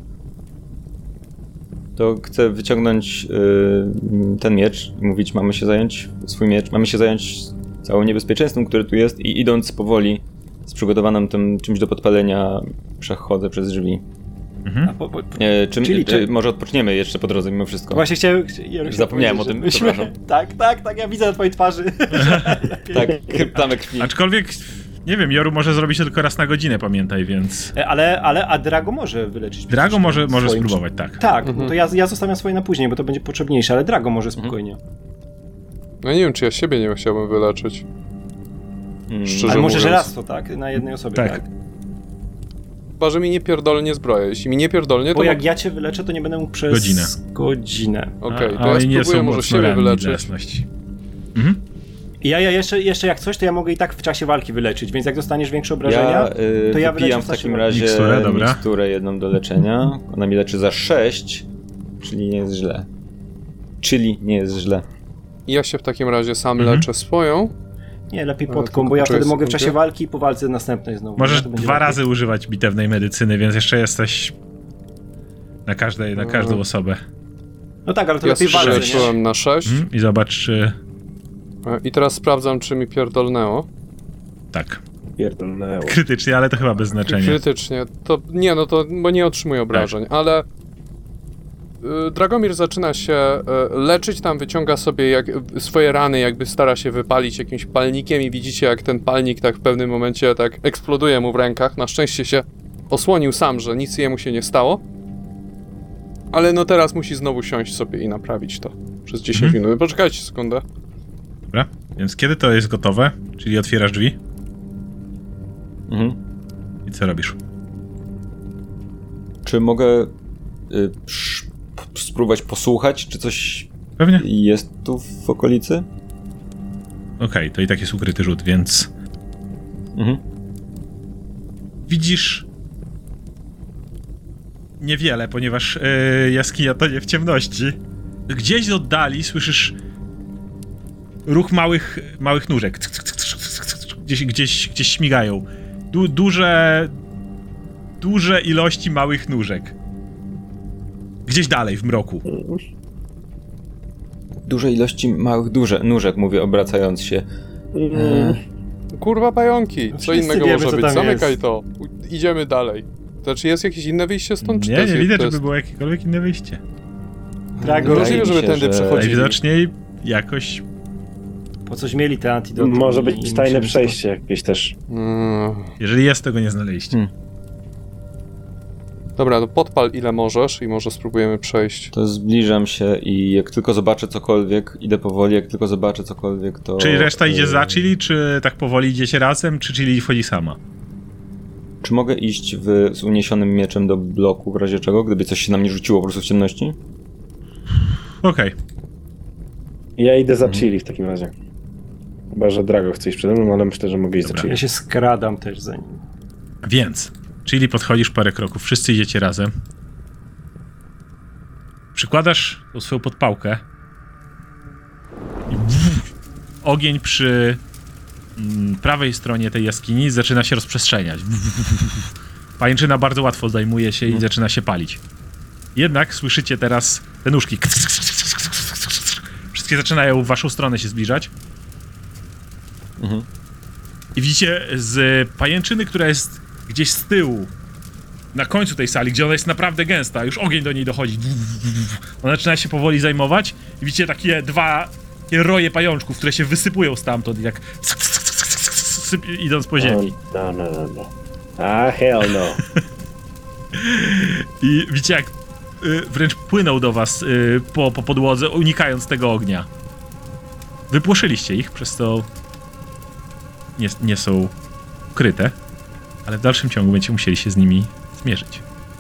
To chcę wyciągnąć ten miecz i mówić, mamy się zająć całym niebezpieczeństwem, które tu jest i idąc powoli z przygotowanym tym czymś do podpalenia przechodzę przez drzwi. Czyli Może odpoczniemy jeszcze po drodze mimo wszystko. Właśnie chciałem Zapomniałem o powiedzieć, tym, że przepraszam. Tak, ja widzę na twojej twarzy. Tak, kryptamek krwi. Aczkolwiek, nie wiem, Joru może zrobić to tylko raz na godzinę, pamiętaj, więc... A Drago może wyleczyć. Drago może swoim- spróbować, tak. Tak, no to ja zostawiam swoje na później, bo to będzie potrzebniejsze, ale Drago może spokojnie. No nie wiem, czy ja siebie nie chciałbym wyleczyć. Szczerze Ale może mówiąc. żelastwo, tak? Na jednej osobie, Tak. tak? Chyba, że mi nie pierdolnie zbroję. Jeśli mi nie pierdolnie, to... Bo jak ja cię wyleczę, to nie będę mógł przez godzinę. Okej, A to ja oni nie spróbuję są może mocno siebie ranni, dla wyleczyć. jasności. I ja jeszcze jak coś, to ja mogę i tak w czasie walki wyleczyć, więc jak dostaniesz większe obrażenia, to ja wyleczę wypijam w w czasie takim walki. razie Miksturę, dobra. miksturę jedną do leczenia. Ona mi leczy za 6, czyli nie jest źle. Ja się w takim razie sam leczę swoją. Nie, lepiej Ale podką, tylko bo ja poczuję wtedy mogę w sekundkę. czasie walki i po walce następnej znowu. Możesz To będzie 2 lepiej. razy używać bitewnej medycyny, więc jeszcze jesteś na każdą osobę. No tak, ale to Ja lepiej się walce, nie? leczyłem na 6. I zobacz, czy... I teraz sprawdzam, czy mi pierdolnęło. Tak. Pierdolnęło. Krytycznie, ale to chyba bez znaczenia. Krytycznie. To nie, no to, bo nie otrzymuję obrażeń, ale Dragomir zaczyna się leczyć, tam wyciąga sobie swoje rany, jakby stara się wypalić jakimś palnikiem i widzicie, jak ten palnik tak w pewnym momencie tak eksploduje mu w rękach. Na szczęście się osłonił sam, że nic jemu się nie stało. Ale no teraz musi znowu siąść sobie i naprawić to przez 10 minut. Poczekajcie sekundę. Dobra, więc kiedy to jest gotowe, czyli otwierasz drzwi Mhm. i co robisz? Czy mogę spróbować posłuchać, czy coś Pewnie? jest tu w okolicy? Okej, to i tak jest ukryty rzut, więc Mhm. widzisz niewiele, ponieważ jaskinia to nie w ciemności. Gdzieś z oddali słyszysz ruch małych nóżek. Gdzieś śmigają. Duże ilości małych nóżek. Gdzieś dalej, w mroku. Duże ilości małych nóżek, mówię, obracając się. Kurwa pająki, co Wszyscy innego wiemy, może co być, tam zamykaj jest. to. Idziemy dalej. Znaczy jest jakieś inne wyjście stąd? Czy to Nie, jest, nie widać, to jest... żeby było jakiekolwiek inne wyjście. Drago, Możliwe, żeby tędy przechodzili. Najwidoczniej jakoś... po coś mieli te antidotum. Może i być tajne musimy przejście jakieś też. Jeżeli jest, to go nie znaleźliście. Dobra, to podpal ile możesz i może spróbujemy przejść. To zbliżam się i jak tylko zobaczę cokolwiek, idę powoli, jak tylko zobaczę cokolwiek, to... Czyli reszta idzie za Chili, czy tak powoli idziecie razem, czy Chili wchodzi sama? Czy mogę iść z uniesionym mieczem do bloku, w razie czego, gdyby coś się na mnie rzuciło po prostu w ciemności? Okej. Ja idę za Chili w takim razie. Chyba, że Drago chce iść przede mną, ale myślę, że mogę iść za Dobra. Chili. Ja się skradam też za nim. Więc, Chili podchodzisz parę kroków, wszyscy idziecie razem. Przykładasz tą swoją podpałkę i ogień przy prawej stronie tej jaskini zaczyna się rozprzestrzeniać. Pajęczyna bardzo łatwo zajmuje się i zaczyna się palić. Jednak słyszycie teraz te nóżki. Wszystkie zaczynają w waszą stronę się zbliżać. I widzicie z pajęczyny, która jest gdzieś z tyłu, na końcu tej sali, gdzie ona jest naprawdę gęsta, już ogień do niej dochodzi. Ona zaczyna się powoli zajmować i widzicie takie takie roje pajączków, które się wysypują stamtąd i tak idąc po ziemi. No. Hell no. I widzicie, jak wręcz płyną do was po podłodze, unikając tego ognia. Wypłoszyliście ich, przez to nie są ukryte, ale w dalszym ciągu będziecie musieli się z nimi zmierzyć.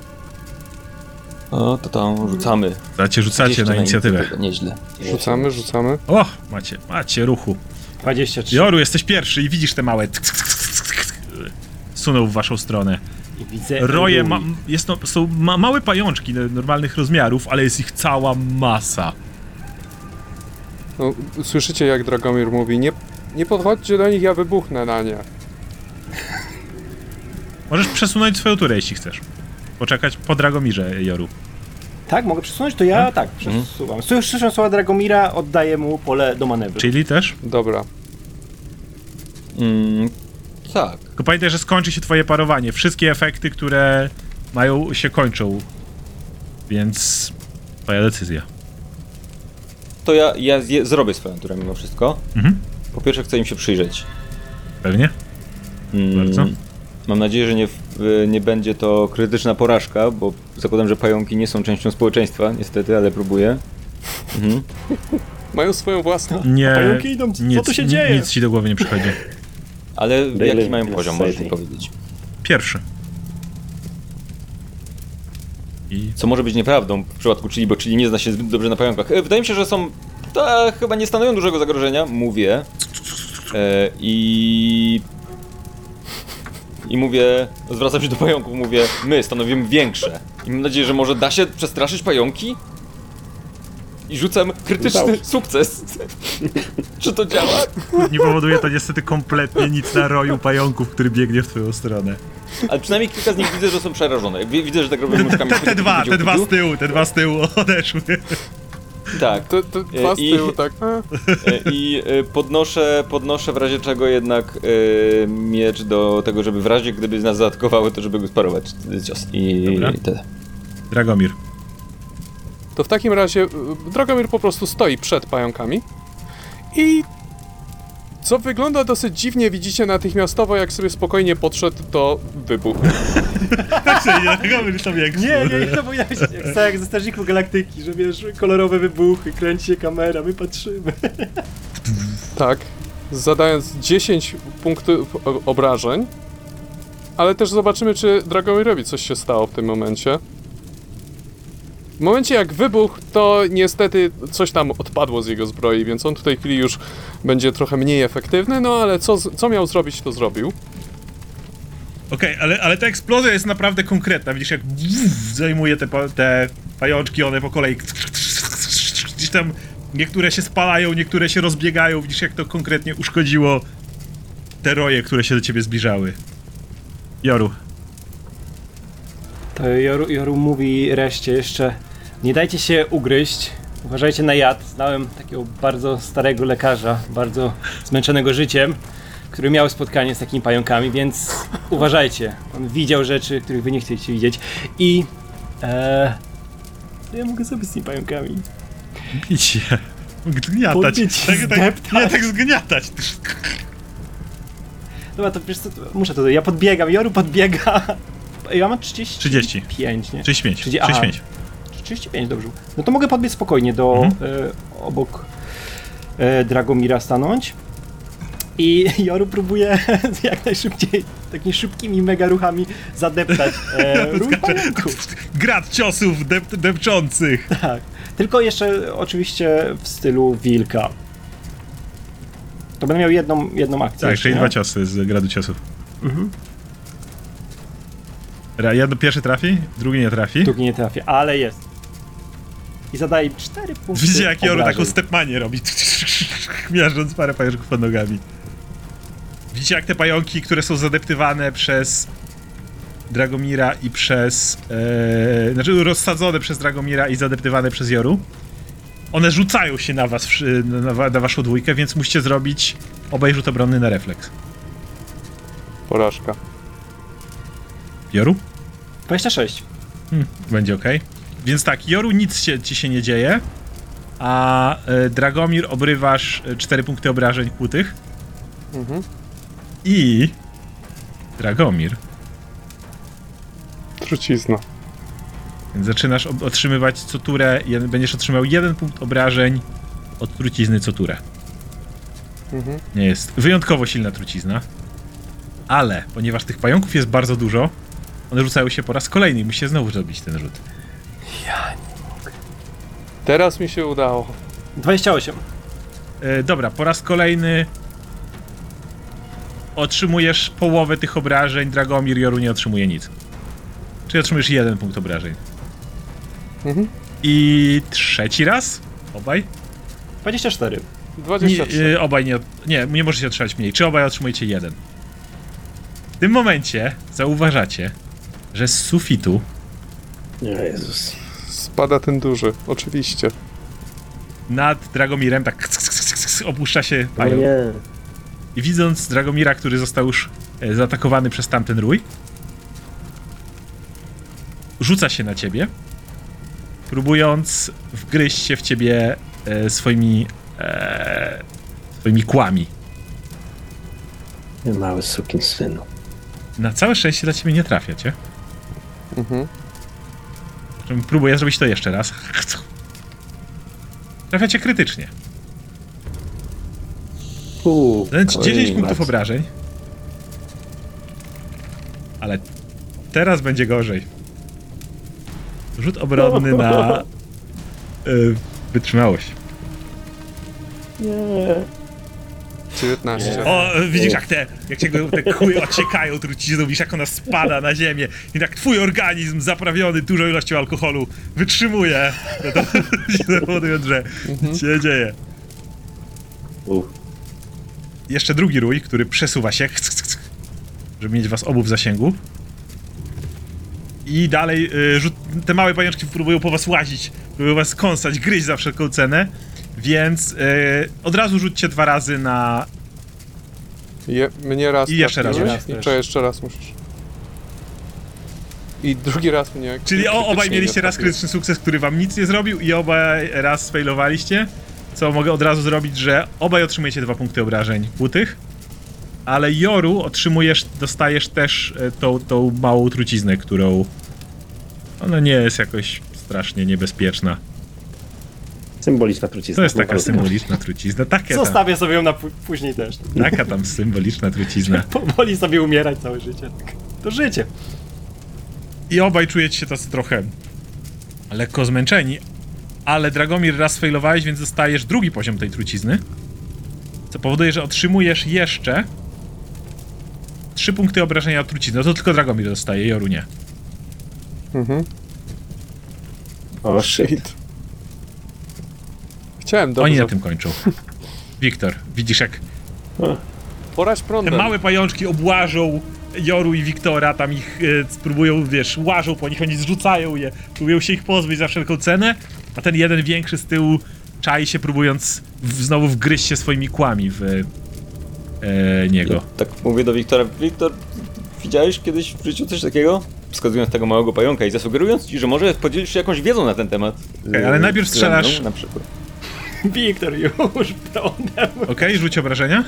O, to tam rzucamy. Rzucacie na inicjatywę. Nieźle. Rzucamy. O, macie ruchu. 23. Joru, jesteś pierwszy i widzisz te małe suną w waszą stronę. I widzę Roje, Rui. są małe pajączki normalnych rozmiarów, ale jest ich cała masa. No, słyszycie jak Dragomir mówi, nie podchodźcie do nich, ja wybuchnę na nie. Możesz przesunąć swoją turę, jeśli chcesz. Poczekać po Dragomirze, Joru. Tak, mogę przesunąć? To ja tak, przesuwam. Słyszę słowa Dragomira, oddaję mu pole do manewru. Czyli też? Dobra. Tak. Tylko pamiętaj, że skończy się twoje parowanie. Wszystkie efekty, które mają, się kończą. Więc twoja decyzja. To ja zrobię swoją turę mimo wszystko. Mhm. Po pierwsze chcę im się przyjrzeć. Pewnie? Bardzo. Mam nadzieję, że nie będzie to krytyczna porażka, bo zakładam, że pająki nie są częścią społeczeństwa, niestety, ale próbuję. Mają swoją własną. Nie, pająki idą, co tu się dzieje? Nic ci do głowy nie przychodzi. Ale jaki live mają in poziom, society. możesz mi powiedzieć? Pierwszy. I Co może być nieprawdą w przypadku Chili, bo Chili nie zna się zbyt dobrze na pająkach. Wydaje mi się, że są... chyba nie stanowią dużego zagrożenia, mówię. I mówię, zwracam się do pająków, mówię, my stanowimy większe. I mam nadzieję, że może da się przestraszyć pająki? I rzucam krytyczny sukces. Czy to działa? nie powoduje to niestety kompletnie nic na roju pająków, który biegnie w twoją stronę. Ale przynajmniej kilka z nich widzę, że są przerażone. Widzę, że tak robią nóżkami. Te dwa z tyłu odeszły. Tak. To dwa z tyłu, tak. I podnoszę w razie czego jednak miecz do tego, żeby w razie gdyby nas zaatakowały, to żeby go sparować cios. I tyle. Dragomir. To w takim razie Dragomir po prostu stoi przed pająkami i co wygląda dosyć dziwnie, widzicie natychmiastowo, jak sobie spokojnie podszedł, to wybuch. Tak sobie, Dragomir sobie jak Nie, to był jak ze Strażników Galaktyki, że wiesz, kolorowe wybuchy, kręci się kamera, my patrzymy. Tak, zadając 10 punktów obrażeń, ale też zobaczymy, czy Dragomirowi coś się stało w tym momencie. W momencie jak wybuchł, to niestety coś tam odpadło z jego zbroi, więc on w tej chwili już będzie trochę mniej efektywny, no ale co miał zrobić, to zrobił. Okej, ale ta eksplozja jest naprawdę konkretna. Widzisz, jak zajmuje te pajączki, one po kolei gdzieś tam niektóre się spalają, niektóre się rozbiegają. Widzisz, jak to konkretnie uszkodziło te roje, które się do ciebie zbliżały. Joru. To Joru mówi reszcie jeszcze, nie dajcie się ugryźć, uważajcie na jad. Znałem takiego bardzo starego lekarza, bardzo zmęczonego życiem. który miał spotkanie z takimi pająkami, więc uważajcie. On widział rzeczy, których wy nie chcecie widzieć. I... co ja mogę zrobić z tymi pająkami? Bić je. Zgniatać. Podbić, zdeptać. Nie tak zgniatać. Dobra, to wiesz co, muszę to... Ja podbiegam, Joru podbiega. Ja mam 30. 5, nie? 35. 35. 35, dobrze. No to mogę podbiec spokojnie do obok Dragomira stanąć. I Joru próbuje jak najszybciej, takimi szybkimi mega ruchami zadeptać rój pająków. Grad ciosów depczących. Tak. Tylko jeszcze oczywiście w stylu wilka. To będę miał jedną akcję. Tak, czyli nie? 2 ciosy z gradu ciosów. Mhm. Pierwszy trafi, drugi nie trafi. Drugi nie trafię, ale jest. I zadaje 4 punkty. Widzicie, jak Joru obrażeń. taką stepmanię robi, miażdżąc parę pajączków pod nogami. Widzicie, jak te pająki, które są zadeptywane przez Dragomira i przez... znaczy rozsadzone przez Dragomira i zadeptywane przez Joru, one rzucają się na was, na waszą dwójkę, więc musicie zrobić obaj rzut obronny na refleks. Porażka. Joru? 26. Będzie okej. Więc tak, Joru, nic ci się nie dzieje, a Dragomir obrywasz 4 punkty obrażeń kłutych. Mhm. I Dragomir. Trucizna. Więc zaczynasz otrzymywać co turę, będziesz otrzymał 1 punkt obrażeń od trucizny co turę. Mhm. Nie jest wyjątkowo silna trucizna, ale ponieważ tych pająków jest bardzo dużo, one rzucają się po raz kolejny i musicie znowu zrobić ten rzut. Teraz mi się udało. 28. Dobra, po raz kolejny otrzymujesz połowę tych obrażeń, Dragomir, Joru nie otrzymuje nic. Czyli otrzymujesz 1 punkt obrażeń. Mhm. I trzeci raz? Obaj? 24. 23. Obaj nie możecie otrzymać mniej. Czy obaj otrzymujecie 1? W tym momencie zauważacie, że z sufitu Jezus. Spada ten duży, oczywiście. nad Dragomirem tak opuszcza się No pająk. nie. I widząc Dragomira, który został już zaatakowany przez tamten rój, rzuca się na ciebie, próbując wgryźć się w ciebie swoimi kłami. Nie, mały sukinsynu. Na całe szczęście dla ciebie nie trafia cię. Mhm. Próbuję zrobić to jeszcze raz. Trafia cię krytycznie. 10 punktów obrażeń. Ale teraz będzie gorzej. Rzut obronny na wytrzymałość. Nie. 19. O, widzisz jak te kły ociekają trucizną, widzisz jak ona spada na ziemię i tak twój organizm zaprawiony dużą ilością alkoholu wytrzymuje. To powoduje, że się dzieje. Jeszcze drugi rój, który przesuwa się, żeby mieć was obu w zasięgu. I dalej te małe pajączki próbują po was łazić, próbują was kąsać, gryźć za wszelką cenę. Więc od razu rzućcie 2 razy na... Mnie raz. I jeszcze raz. I jeszcze raz musisz. I drugi raz mnie... Czyli obaj krytycznie mieliście nie raz trafił. krytyczny sukces, który wam nic nie zrobił i obaj raz sfailowaliście. Co mogę od razu zrobić, że obaj otrzymujecie 2 punkty obrażeń kłutych. Ale Joru dostajesz też tą małą truciznę, którą... Ona nie jest jakoś strasznie niebezpieczna. Symboliczna trucizna. To jest taka symboliczna trucizna. Zostawię sobie ją na później też. Taka tam symboliczna trucizna. Powoli sobie umierać całe życie. To życie. I obaj czujecie się tacy trochę lekko zmęczeni, ale Dragomir raz sfailowałeś, więc dostajesz drugi poziom tej trucizny, co powoduje, że otrzymujesz jeszcze 3 punkty obrażenia od trucizny. No to tylko Dragomir dostaje, Joru nie. Mhm. O, shit. Chciałem dobrze. Oni na tym kończą. Wiktor, widzisz jak Porać te prądem. małe pajączki obłażą Joru i Wiktora, tam ich spróbują, łażą po nich, oni zrzucają je, próbują się ich pozbyć za wszelką cenę, a ten jeden większy z tyłu czai się, próbując znowu wgryźć się swoimi kłami niego. Ja tak mówię do Wiktora. Wiktor, widziałeś kiedyś w życiu coś takiego? Wskazując tego małego pająka i zasugerując ci, że może podzielisz się jakąś wiedzą na ten temat. Okay, ale najpierw strzelasz... na przykład. Wiktor już prądem. Okej, rzuć obrażenia.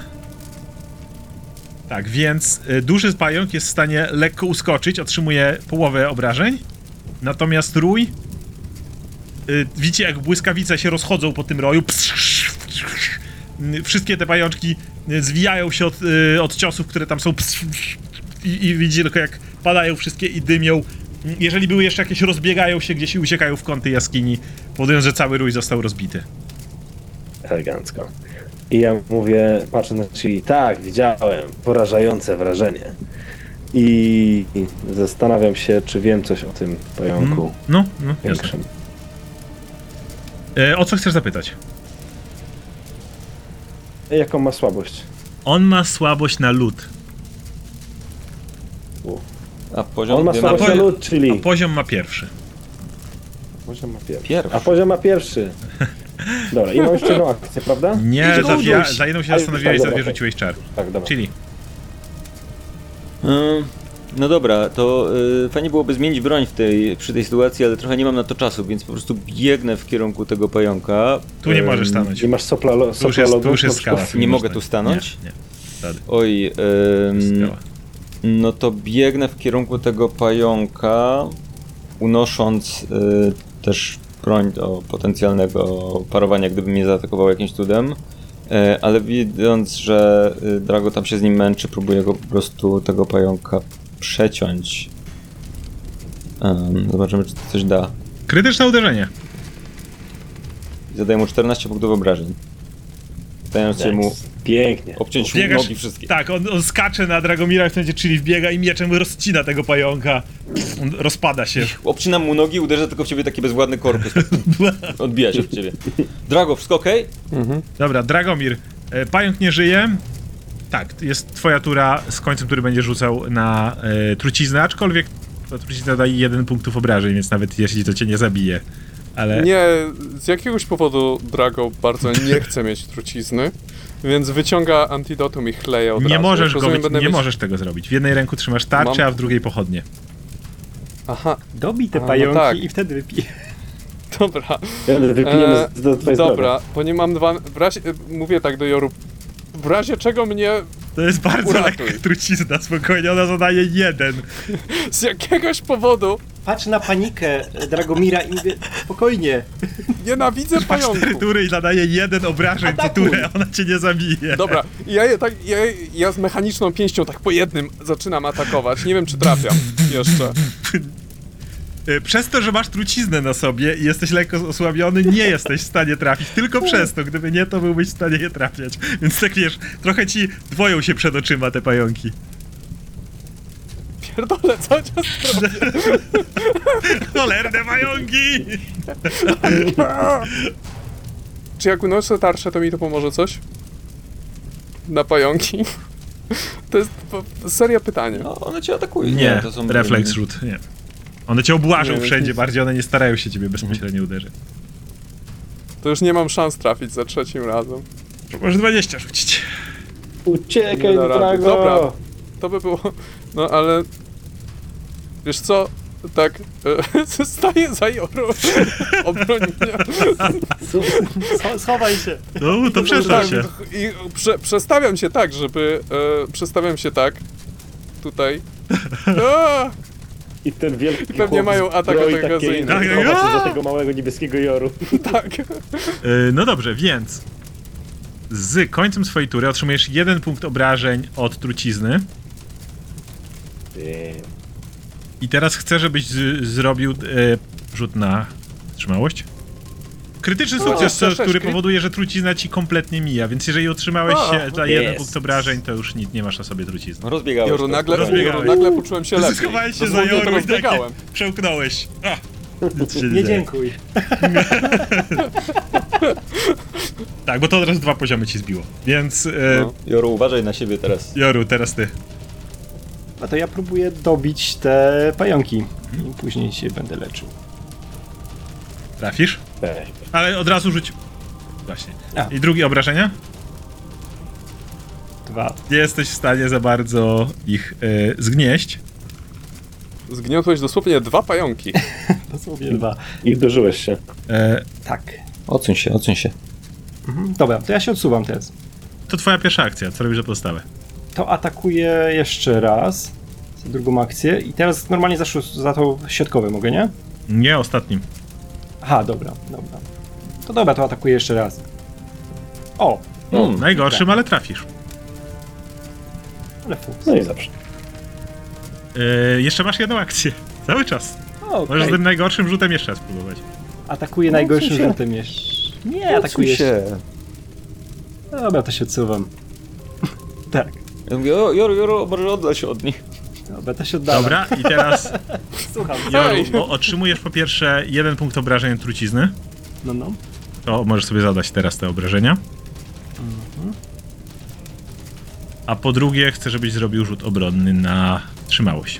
Tak, więc duży pająk jest w stanie lekko uskoczyć, otrzymuje połowę obrażeń. Natomiast rój... widzicie, jak błyskawice się rozchodzą po tym roju. Wszystkie te pajączki zwijają się od ciosów, które tam są. I widzicie tylko, jak padają wszystkie i dymią. Jeżeli były jeszcze jakieś, rozbiegają się gdzieś i uciekają w kąty jaskini, powodując, że cały rój został rozbity. Elegancko. I ja mówię, patrzę na Chili, tak, widziałem, porażające wrażenie. I zastanawiam się, czy wiem coś o tym pająku No, większym. O co chcesz zapytać? Jaką ma słabość? On ma słabość na lód. A poziom... On ma słabość na lód, czyli... A poziom ma pierwszy. Poziom ma pierwszy. Pierwszy. A poziom ma pierwszy. Dobra, i mam jeszcze jedną akcję, prawda? Nie, za jedną się zastanowiłeś, za dwie dobra, rzuciłeś czar. Tak, dobra. Czyli No dobra, to fajnie byłoby zmienić broń przy tej sytuacji, ale trochę nie mam na to czasu, więc po prostu biegnę w kierunku tego pająka. tu nie możesz stanąć. Nie masz sopla Tu już jest skała. Nie mogę tu stanąć? Nie. Wtedy. Oj, Skała. no to biegnę w kierunku tego pająka, unosząc też broń do potencjalnego parowania, gdyby mnie zaatakował jakimś cudem. Ale widząc, że Drago tam się z nim męczy, próbuję go po prostu, tego pająka, przeciąć. Zobaczymy, czy to coś da. Krytyczne uderzenie. Zadaję mu 14 punktów obrażeń. Dając się mu Pięknie. obciąć mu Biegasz- nogi wszystkie. Tak, on skacze na Dragomira, w momencie Chili wbiega i mieczem rozcina tego pająka. On rozpada się. Obcinam mu nogi, uderzę tylko w ciebie taki bezwładny korpus. Odbija się w ciebie. Drago, wszystko okej? Dobra, Dragomir, pająk nie żyje. Tak, jest twoja tura z końcem, który będzie rzucał na truciznę, aczkolwiek ta trucizna daje 1 punktów obrażeń, więc nawet jeśli to cię nie zabije. Ale Nie, z jakiegoś powodu Drago bardzo nie chce mieć trucizny, więc wyciąga antidotum i chleje od razu. nie możesz Jak rozumiem, będę nie mieć- możesz tego zrobić. W jednej ręku trzymasz tarczę, Mam- a w drugiej pochodnie. Aha, Dobij te no pająki tak. i wtedy wypij. dobra. Wypijemy do twojej Dobra, bo nie mam w razie, mówię tak do Joru, w razie czego mnie To jest bardzo Uratuj. lekka trucizna, spokojnie, ona zadaje 1. z jakiegoś powodu Patrz na panikę Dragomira i mówię, spokojnie. nienawidzę Trwa 4 pająków. tury i zadaje 1 obrażeń co Atakuj. turę, ona cię nie zabije. Dobra, ja z mechaniczną pięścią tak po jednym zaczynam atakować. Nie wiem, czy trafiam jeszcze. Przez to, że masz truciznę na sobie i jesteś lekko osłabiony, nie jesteś w stanie trafić. Tylko przez to. Gdyby nie, to byłbyś w stanie je trafiać. Więc tak wiesz, trochę ci dwoją się przed oczyma te pająki. Pierdolę, cały czas robię. Cholerne pająki! Czy jak unoszę tarczę, to mi to pomoże coś? Na pająki? To jest seria pytania. No, one cię atakują. Nie, to są... refleks rzut, nie. One cię obłażą Nie, wszędzie, nic. bardziej one nie starają się ciebie bezpośrednio uderzyć. To już nie mam szans trafić za trzecim razem. Może 20 rzucić. Uciekaj, Nie da rady. Drago! Dobra. To by było... No ale... Wiesz co? Tak... Staję za Jorą. Obroni mnie. Schowaj się. No, to przeszło się. I przestawiam się tak, żeby... przestawiam się tak. Tutaj. A! I ten wielki I pewnie chłop mają atak zbroi atakacyjny. takiej Tak, zobaczy tak. za tego małego niebieskiego Joru. Tak. No dobrze, więc z końcem swojej tury otrzymujesz 1 punkt obrażeń od trucizny. I teraz chcę, żebyś zrobił rzut na wytrzymałość. Krytyczny sukces, jeszcze sześć który crit. powoduje, że trucizna ci kompletnie mija, więc jeżeli otrzymałeś się za 1 jest. punkt obrażeń, to już nic, nie masz na sobie trucizny. Rozbiegałeś. Joru, to. nagle, Rozbiegałeś. Joru, nagle poczułem się lepiej. Schowałeś się za Dosłownie to Joru i takie rozbiegałem. przełknąłeś. A, nic się Nie dzieje. dziękuj. Tak, bo to teraz 2 poziomy ci zbiło. Więc No. Joru, uważaj na siebie teraz. Joru, teraz ty. A to ja próbuję dobić te pająki. I później się będę leczył. Trafisz? Ej, Ale od razu rzuć. Właśnie. A. I drugie obrażenia? To 2. Nie jesteś w stanie za bardzo ich zgnieść. Zgniotłeś dosłownie 2 pająki. Dosłownie 2. I dożyłeś się. Tak. Odsuń się. Dobra, to ja się odsuwam teraz. To twoja pierwsza akcja, co robisz za podstawę? To atakuję jeszcze raz. Za drugą akcję. I teraz normalnie za to środkowe mogę, nie? Nie, ostatnim. Aha, dobra. To dobra, to atakuję jeszcze raz. O! Najgorszym, ale trafisz. Ale fuks. No i dobrze. Jeszcze masz jedną akcję. Cały czas. Okej. Możesz z tym najgorszym rzutem jeszcze raz spróbować. Atakuję najgorszym rzutem jeszcze. Nie, atakuję jeszcze. Dobra, to się odsuwam. Tak. Ja mówię, Joru, może oddal się od nich. Dobra, to się oddalam. Dobra, i teraz Słucham. Joru, otrzymujesz po pierwsze 1 punkt obrażeń od trucizny. No. To możesz sobie zadać teraz te obrażenia. A po drugie chcę, żebyś zrobił rzut obronny na trzymałość.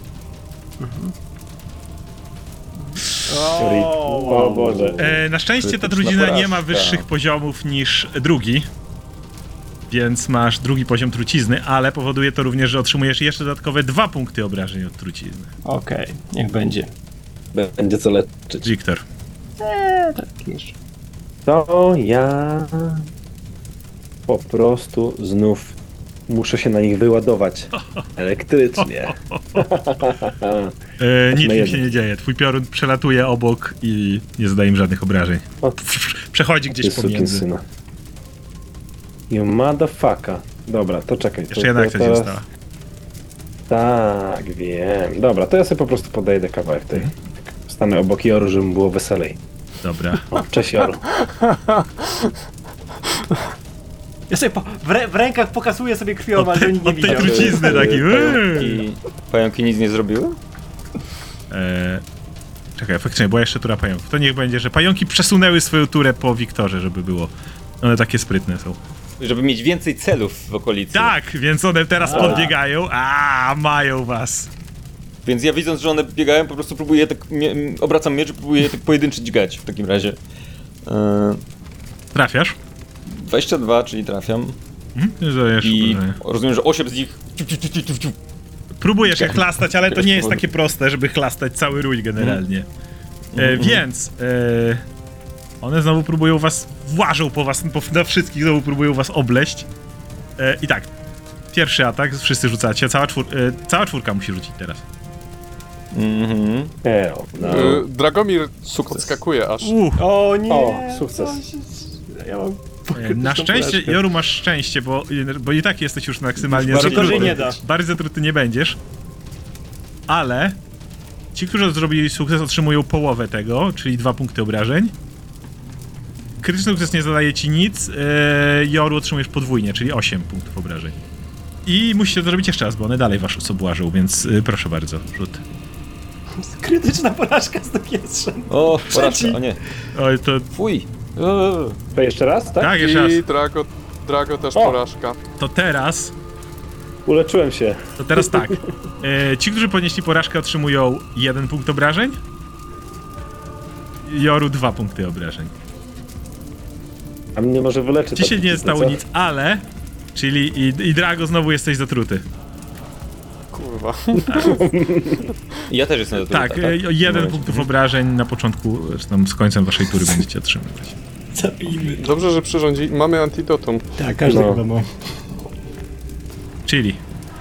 O Boże. Na szczęście ta Krytyczna trucizna nie ma porażka. wyższych poziomów niż drugi. Więc masz drugi poziom trucizny, ale powoduje to również, że otrzymujesz jeszcze dodatkowe 2 punkty obrażeń od trucizny. Okej, niech będzie. Będzie co leczyć. Wiktor. Tak, jeszcze. To ja po prostu znów muszę się na nich wyładować elektrycznie. Nic Na im jedno. się nie dzieje. Twój piorun przelatuje obok i nie zadaje im żadnych obrażeń. O, Przechodzi Ty gdzieś pomiędzy. sukinsyna. You motherfucker. Dobra, to czekaj. Jeszcze jedna akcja ci została. Tak, wiem. Dobra, to ja sobie po prostu podejdę kawałek tej. Stanę obok Joru, żeby mu było weselej. Dobra. O, cześć Joru. Ja sobie w rękach pokasuję sobie krwią, Od ale tej, nikt nie od tej widział. trucizny taki. Pająki nic nie zrobiły? Czekaj, faktycznie, była jeszcze tura pająków. To niech będzie, że pająki przesunęły swoją turę po Wiktorze, żeby było. One takie sprytne są. Żeby mieć więcej celów w okolicy. Tak, więc one teraz podbiegają. Mają was. Więc ja widząc, że one biegają, po prostu próbuję tak, obracam miecz i próbuję je tak pojedynczy dźgać w takim razie. Trafiasz? 22, czyli trafiam. Zdajesz I obrażenia. rozumiem, że 8 z nich... Próbujesz je chlastać, ale to nie jest takie proste, żeby chlastać cały rój generalnie. Więc one znowu próbują was, włażą po was, na wszystkich znowu próbują was obleść. I tak, pierwszy atak, wszyscy rzucacie, cała czwórka musi rzucić teraz. No. Dragomir Sukces. podskakuje aż. O nie! O, sukces. Ja mam Na szczęście, porażkę. Joru, masz szczęście, bo i tak jesteś już maksymalnie Już bardziej zatruty. nie da. Bardziej zatruty nie będziesz. Ale ci, którzy zrobili sukces, otrzymują połowę tego, czyli 2 punkty obrażeń. Krytyczny sukces nie zadaje ci nic. Joru otrzymujesz podwójnie, czyli 8 punktów obrażeń. I musicie to zrobić jeszcze raz, bo one dalej was obłażą, więc proszę bardzo, rzut. Krytyczna porażka z dopiestrzem. O, porażka, Trzeci. o nie. Oj, to Fuj. To jeszcze raz, tak? tak, jeszcze raz. I Drago też porażka. To teraz Uleczyłem się. tak. Ci, którzy ponieśli porażkę, otrzymują 1 punkt obrażeń. Joru 2 punkty obrażeń. A mnie może wyleczy. Ci ta się nie trucizna, stało co? nic, ale... Czyli i Drago znowu jesteś zatruty. Kurwa. Ja też jestem do tego. Tak, 1 punktów obrażeń na początku, czy tam z końcem waszej tury będziecie otrzymywać. Zabijmy. Dobrze, że przyrządzi. Mamy antidotum. Tak, każdy No. chyba ma. Czyli...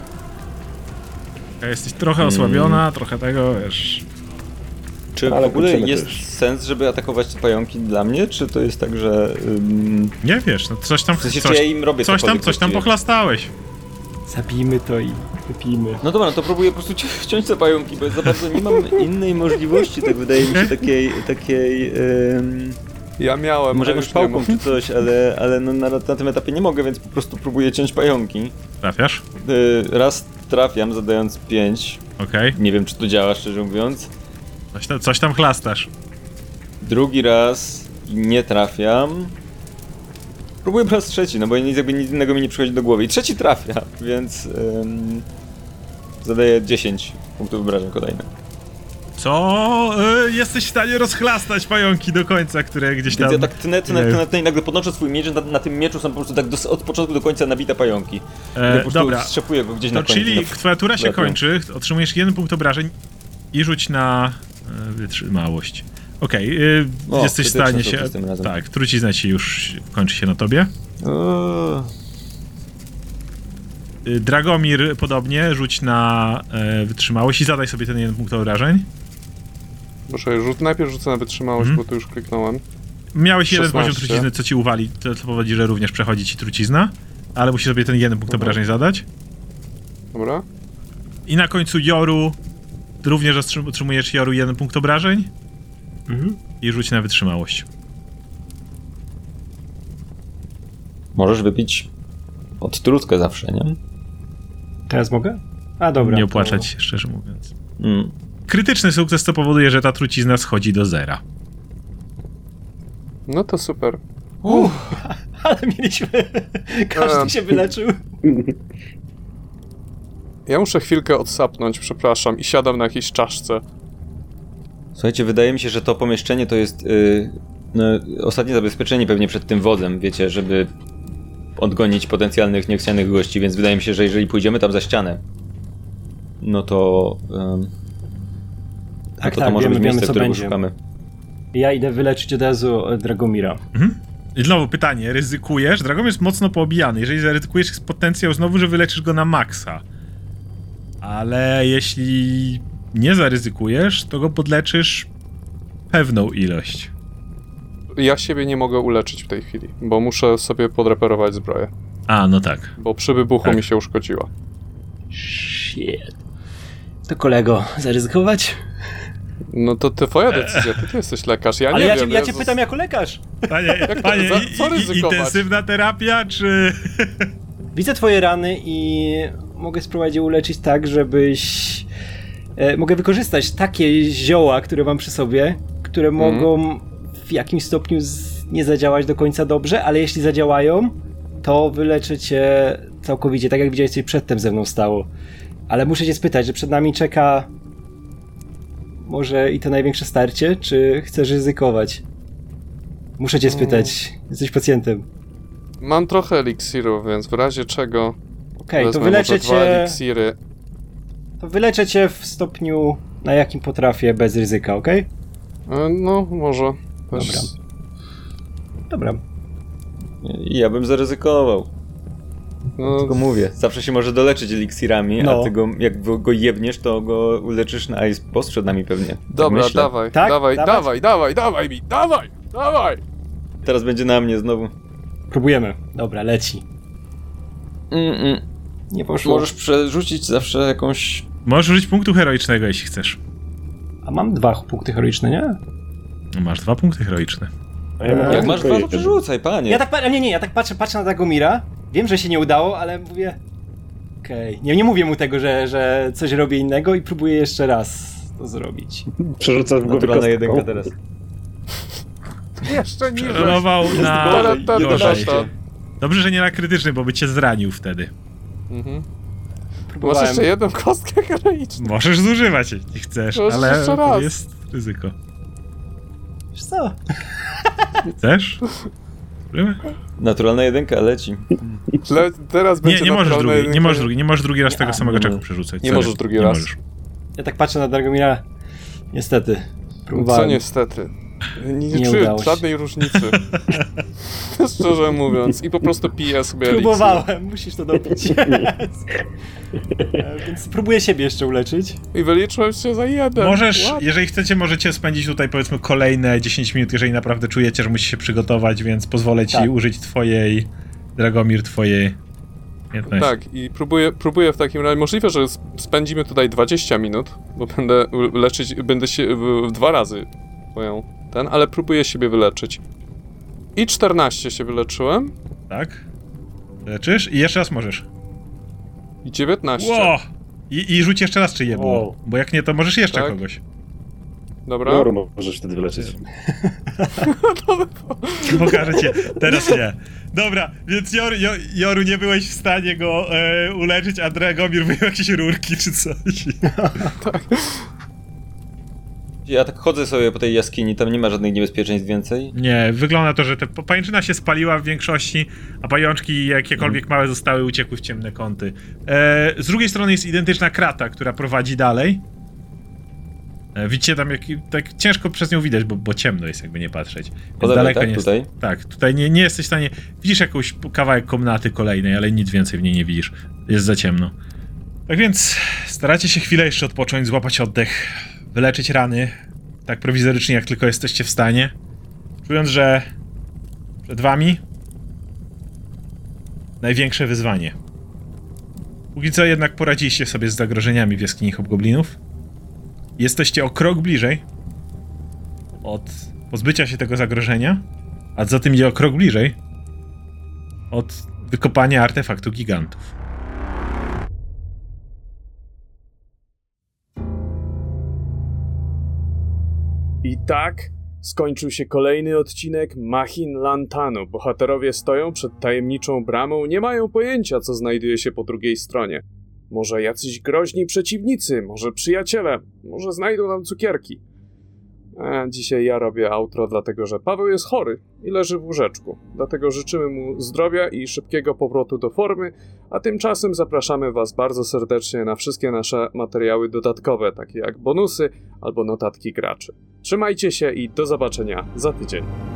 Jesteś trochę osłabiona, trochę tego, wiesz... Czy w Ale ogóle kończymy jest też. sens, żeby atakować te pająki dla mnie, czy to jest tak, że... Nie wiesz, no coś tam... w sensie, czy ja im robię coś tam właściwie? pochlastałeś. Zabijmy to i wypijmy. No dobra, no to próbuję po prostu ciąć te pająki, bo za bardzo nie mam innej możliwości, tak wydaje mi się, takiej Ja miałem. może a jakąś już nie pałką mam. czy coś, ale no na tym etapie nie mogę, więc po prostu próbuję ciąć pająki. Trafiasz? Raz trafiam, zadając 5. Okej. Nie wiem, czy to działa, szczerze mówiąc. Coś tam chlastasz. Drugi raz nie trafiam. Próbuję po raz trzeci, no bo nic innego mi nie przychodzi do głowy. I trzeci trafia, więc zadaję 10 punktów obrażeń kolejnych. Co? Jesteś w stanie rozchlastać pająki do końca, które gdzieś tam... Więc ja tak tnę i nagle podnoszę swój miecz, na tym mieczu są po prostu tak od początku do końca nabite pająki. Ja po prostu dobra, strzepuję go gdzieś to na końcu. czyli twoja tura się kończy, otrzymujesz 1 punkt obrażeń i rzuć na wytrzymałość. Okej, jesteś w stanie się... Tak, trucizna ci już kończy się na tobie. Dragomir podobnie, rzuć na wytrzymałość i zadaj sobie ten 1 punkt obrażeń. Proszę, najpierw rzucę na wytrzymałość, bo tu już kliknąłem. Miałeś 16. jeden poziom trucizny, co ci uwali, to powodzi, że również przechodzi ci trucizna, ale musisz sobie ten 1 punkt obrażeń zadać. Dobra. I na końcu Joru, również otrzymujesz Joru 1 punkt obrażeń. I rzuć na wytrzymałość. Możesz wypić od trutkę zawsze, nie? Teraz mogę? A dobra. Nie opłaczać się, szczerze mówiąc. Krytyczny sukces to powoduje, że ta trucizna schodzi do 0. No to super. Ale mieliśmy... Każdy się wyleczył. Ja muszę chwilkę odsapnąć, przepraszam, i siadam na jakiejś czaszce. Słuchajcie, wydaje mi się, że to pomieszczenie to jest ostatnie zabezpieczenie pewnie przed tym wodzem, wiecie, żeby odgonić potencjalnych niechcianych gości, więc wydaje mi się, że jeżeli pójdziemy tam za ścianę, no to to może być miejsce, którego szukamy. Ja idę wyleczyć od razu Dragomira. I znowu pytanie, ryzykujesz? Dragomir jest mocno poobijany. Jeżeli zaryzykujesz, jest potencjał znowu, że wyleczysz go na maksa. Ale jeśli nie zaryzykujesz, to go podleczysz pewną ilość. Ja siebie nie mogę uleczyć w tej chwili, bo muszę sobie podreperować zbroję. A, no tak. Bo przy wybuchu Tak. mi się uszkodziła. Shit. To kolego, zaryzykować? No to twoja decyzja, ty jesteś lekarz, ja Ale nie ja wiem. cię, ja cię pytam jako lekarz. Panie, co ryzykować? intensywna terapia, czy... Widzę twoje rany i mogę spróbować je uleczyć tak, żebyś... mogę wykorzystać takie zioła, które mam przy sobie, które mogą w jakimś stopniu nie zadziałać do końca dobrze, ale jeśli zadziałają, to wyleczę cię całkowicie, tak jak widziałeś, coś przedtem ze mną stało. Ale muszę cię spytać, że przed nami czeka może i to największe starcie, czy chcesz ryzykować? Muszę cię spytać, jesteś pacjentem. Mam trochę eliksiru, więc w razie czego... Okej, to wezmę wyleczę może 2 cię... eliksiry. To wyleczę cię w stopniu, na jakim potrafię, bez ryzyka, okej? No, może. Dobra. Dobra. Ja bym zaryzykował. No, Tylko mówię, zawsze się może doleczyć eliksirami, No. a ty go, jak go jebniesz, to go uleczysz na ice post przed nami pewnie. dobra, Tak myślę. dawaj, Tak? dawaj, Dawać? dawaj mi, dawaj! Teraz będzie na mnie znowu. Próbujemy. Dobra, leci. Nie poszło. Możesz przerzucić zawsze jakąś... Możesz użyć punktu heroicznego, jeśli chcesz. A mam 2 punkty heroiczne, nie? No, masz 2 punkty heroiczne. A ja mam Jak masz tylko 2, to jeden. przerzucaj, panie. Ja tak ja tak patrzę na Dragomira. Wiem, że się nie udało, ale mówię... Okej. Nie mówię mu tego, że coś robię innego i próbuję jeszcze raz to zrobić. Przerzucam w głowę Naturalna kostką. jedynka teraz. Jeszcze niżej. Rolował na Ta. Dobrze, że nie na krytyczny, bo by cię zranił wtedy. Masz Próbowałem. jeszcze jedną kostkę heroiczną. Możesz zużywać, jeśli chcesz, Możesz ale jeszcze to raz. jest ryzyko. Wiesz co? Chcesz? Naturalna jedynka leci. Teraz będzie Nie możesz naturalna drugi, jedynka. nie możesz drugi raz Nie, tego samego nie czeku możesz. przerzucać. Nie Sorry, możesz drugi nie raz. możesz. Ja tak patrzę na Dragomira. Niestety. Próbowałem. Co niestety. Nie Nie czuję udało się. żadnej różnicy. Szczerze mówiąc. I po prostu piję sobie Próbowałem, musisz to dopić. Więc próbuję siebie jeszcze uleczyć. eliksir. I wyliczyłem się za jeden. Możesz, What? jeżeli chcecie, możecie spędzić tutaj powiedzmy kolejne 10 minut, jeżeli naprawdę czujecie, że musicie się przygotować, więc pozwolę ci Tak. użyć twojej, Dragomir, twojej umiejętności. Tak, i próbuję w takim razie. Możliwe, że spędzimy tutaj 20 minut, bo będę leczyć, będę się 2 razy moją ale próbuję siebie wyleczyć. I 14 się wyleczyłem. Tak? Leczysz i jeszcze raz możesz. I 19. Ło! I rzuć jeszcze raz, czy je było. Wow. Bo jak nie, to możesz jeszcze Tak. kogoś. Dobra. Joru możesz wtedy wyleczyć. Pokażę cię. Teraz nie. Dobra, więc Joru nie byłeś w stanie go uleczyć, a Dragomir wyjął jakieś rurki czy coś. Ja tak chodzę sobie po tej jaskini, tam nie ma żadnych niebezpieczeństw więcej. Nie, wygląda na to, że pajęczyna się spaliła w większości, a pajączki jakiekolwiek małe zostały, uciekły w ciemne kąty. Z drugiej strony jest identyczna krata, która prowadzi dalej. Widzicie tam, tak ciężko przez nią widać, bo ciemno jest, jakby nie patrzeć. Po lewej, daleko tak? nie Tutaj? jest, tak, tutaj nie jesteś w stanie... Widzisz jakąś kawałek komnaty kolejnej, ale nic więcej w niej nie widzisz. Jest za ciemno. Tak więc staracie się chwilę jeszcze odpocząć, złapać oddech, wyleczyć rany, tak prowizorycznie jak tylko jesteście w stanie, czując, że przed wami największe wyzwanie. Póki co jednak poradziliście sobie z zagrożeniami w jaskini hobgoblinów. Jesteście o krok bliżej od pozbycia się tego zagrożenia, a za tym idzie o krok bliżej od wykopania artefaktu gigantów. I tak skończył się kolejny odcinek Machin Lantanu. Bohaterowie stoją przed tajemniczą bramą, nie mają pojęcia, co znajduje się po drugiej stronie. Może jacyś groźni przeciwnicy, może przyjaciele, może znajdą tam cukierki. A dzisiaj ja robię outro, dlatego że Paweł jest chory i leży w łóżeczku. Dlatego życzymy mu zdrowia i szybkiego powrotu do formy, a tymczasem zapraszamy Was bardzo serdecznie na wszystkie nasze materiały dodatkowe, takie jak bonusy albo notatki graczy. Trzymajcie się i do zobaczenia za tydzień.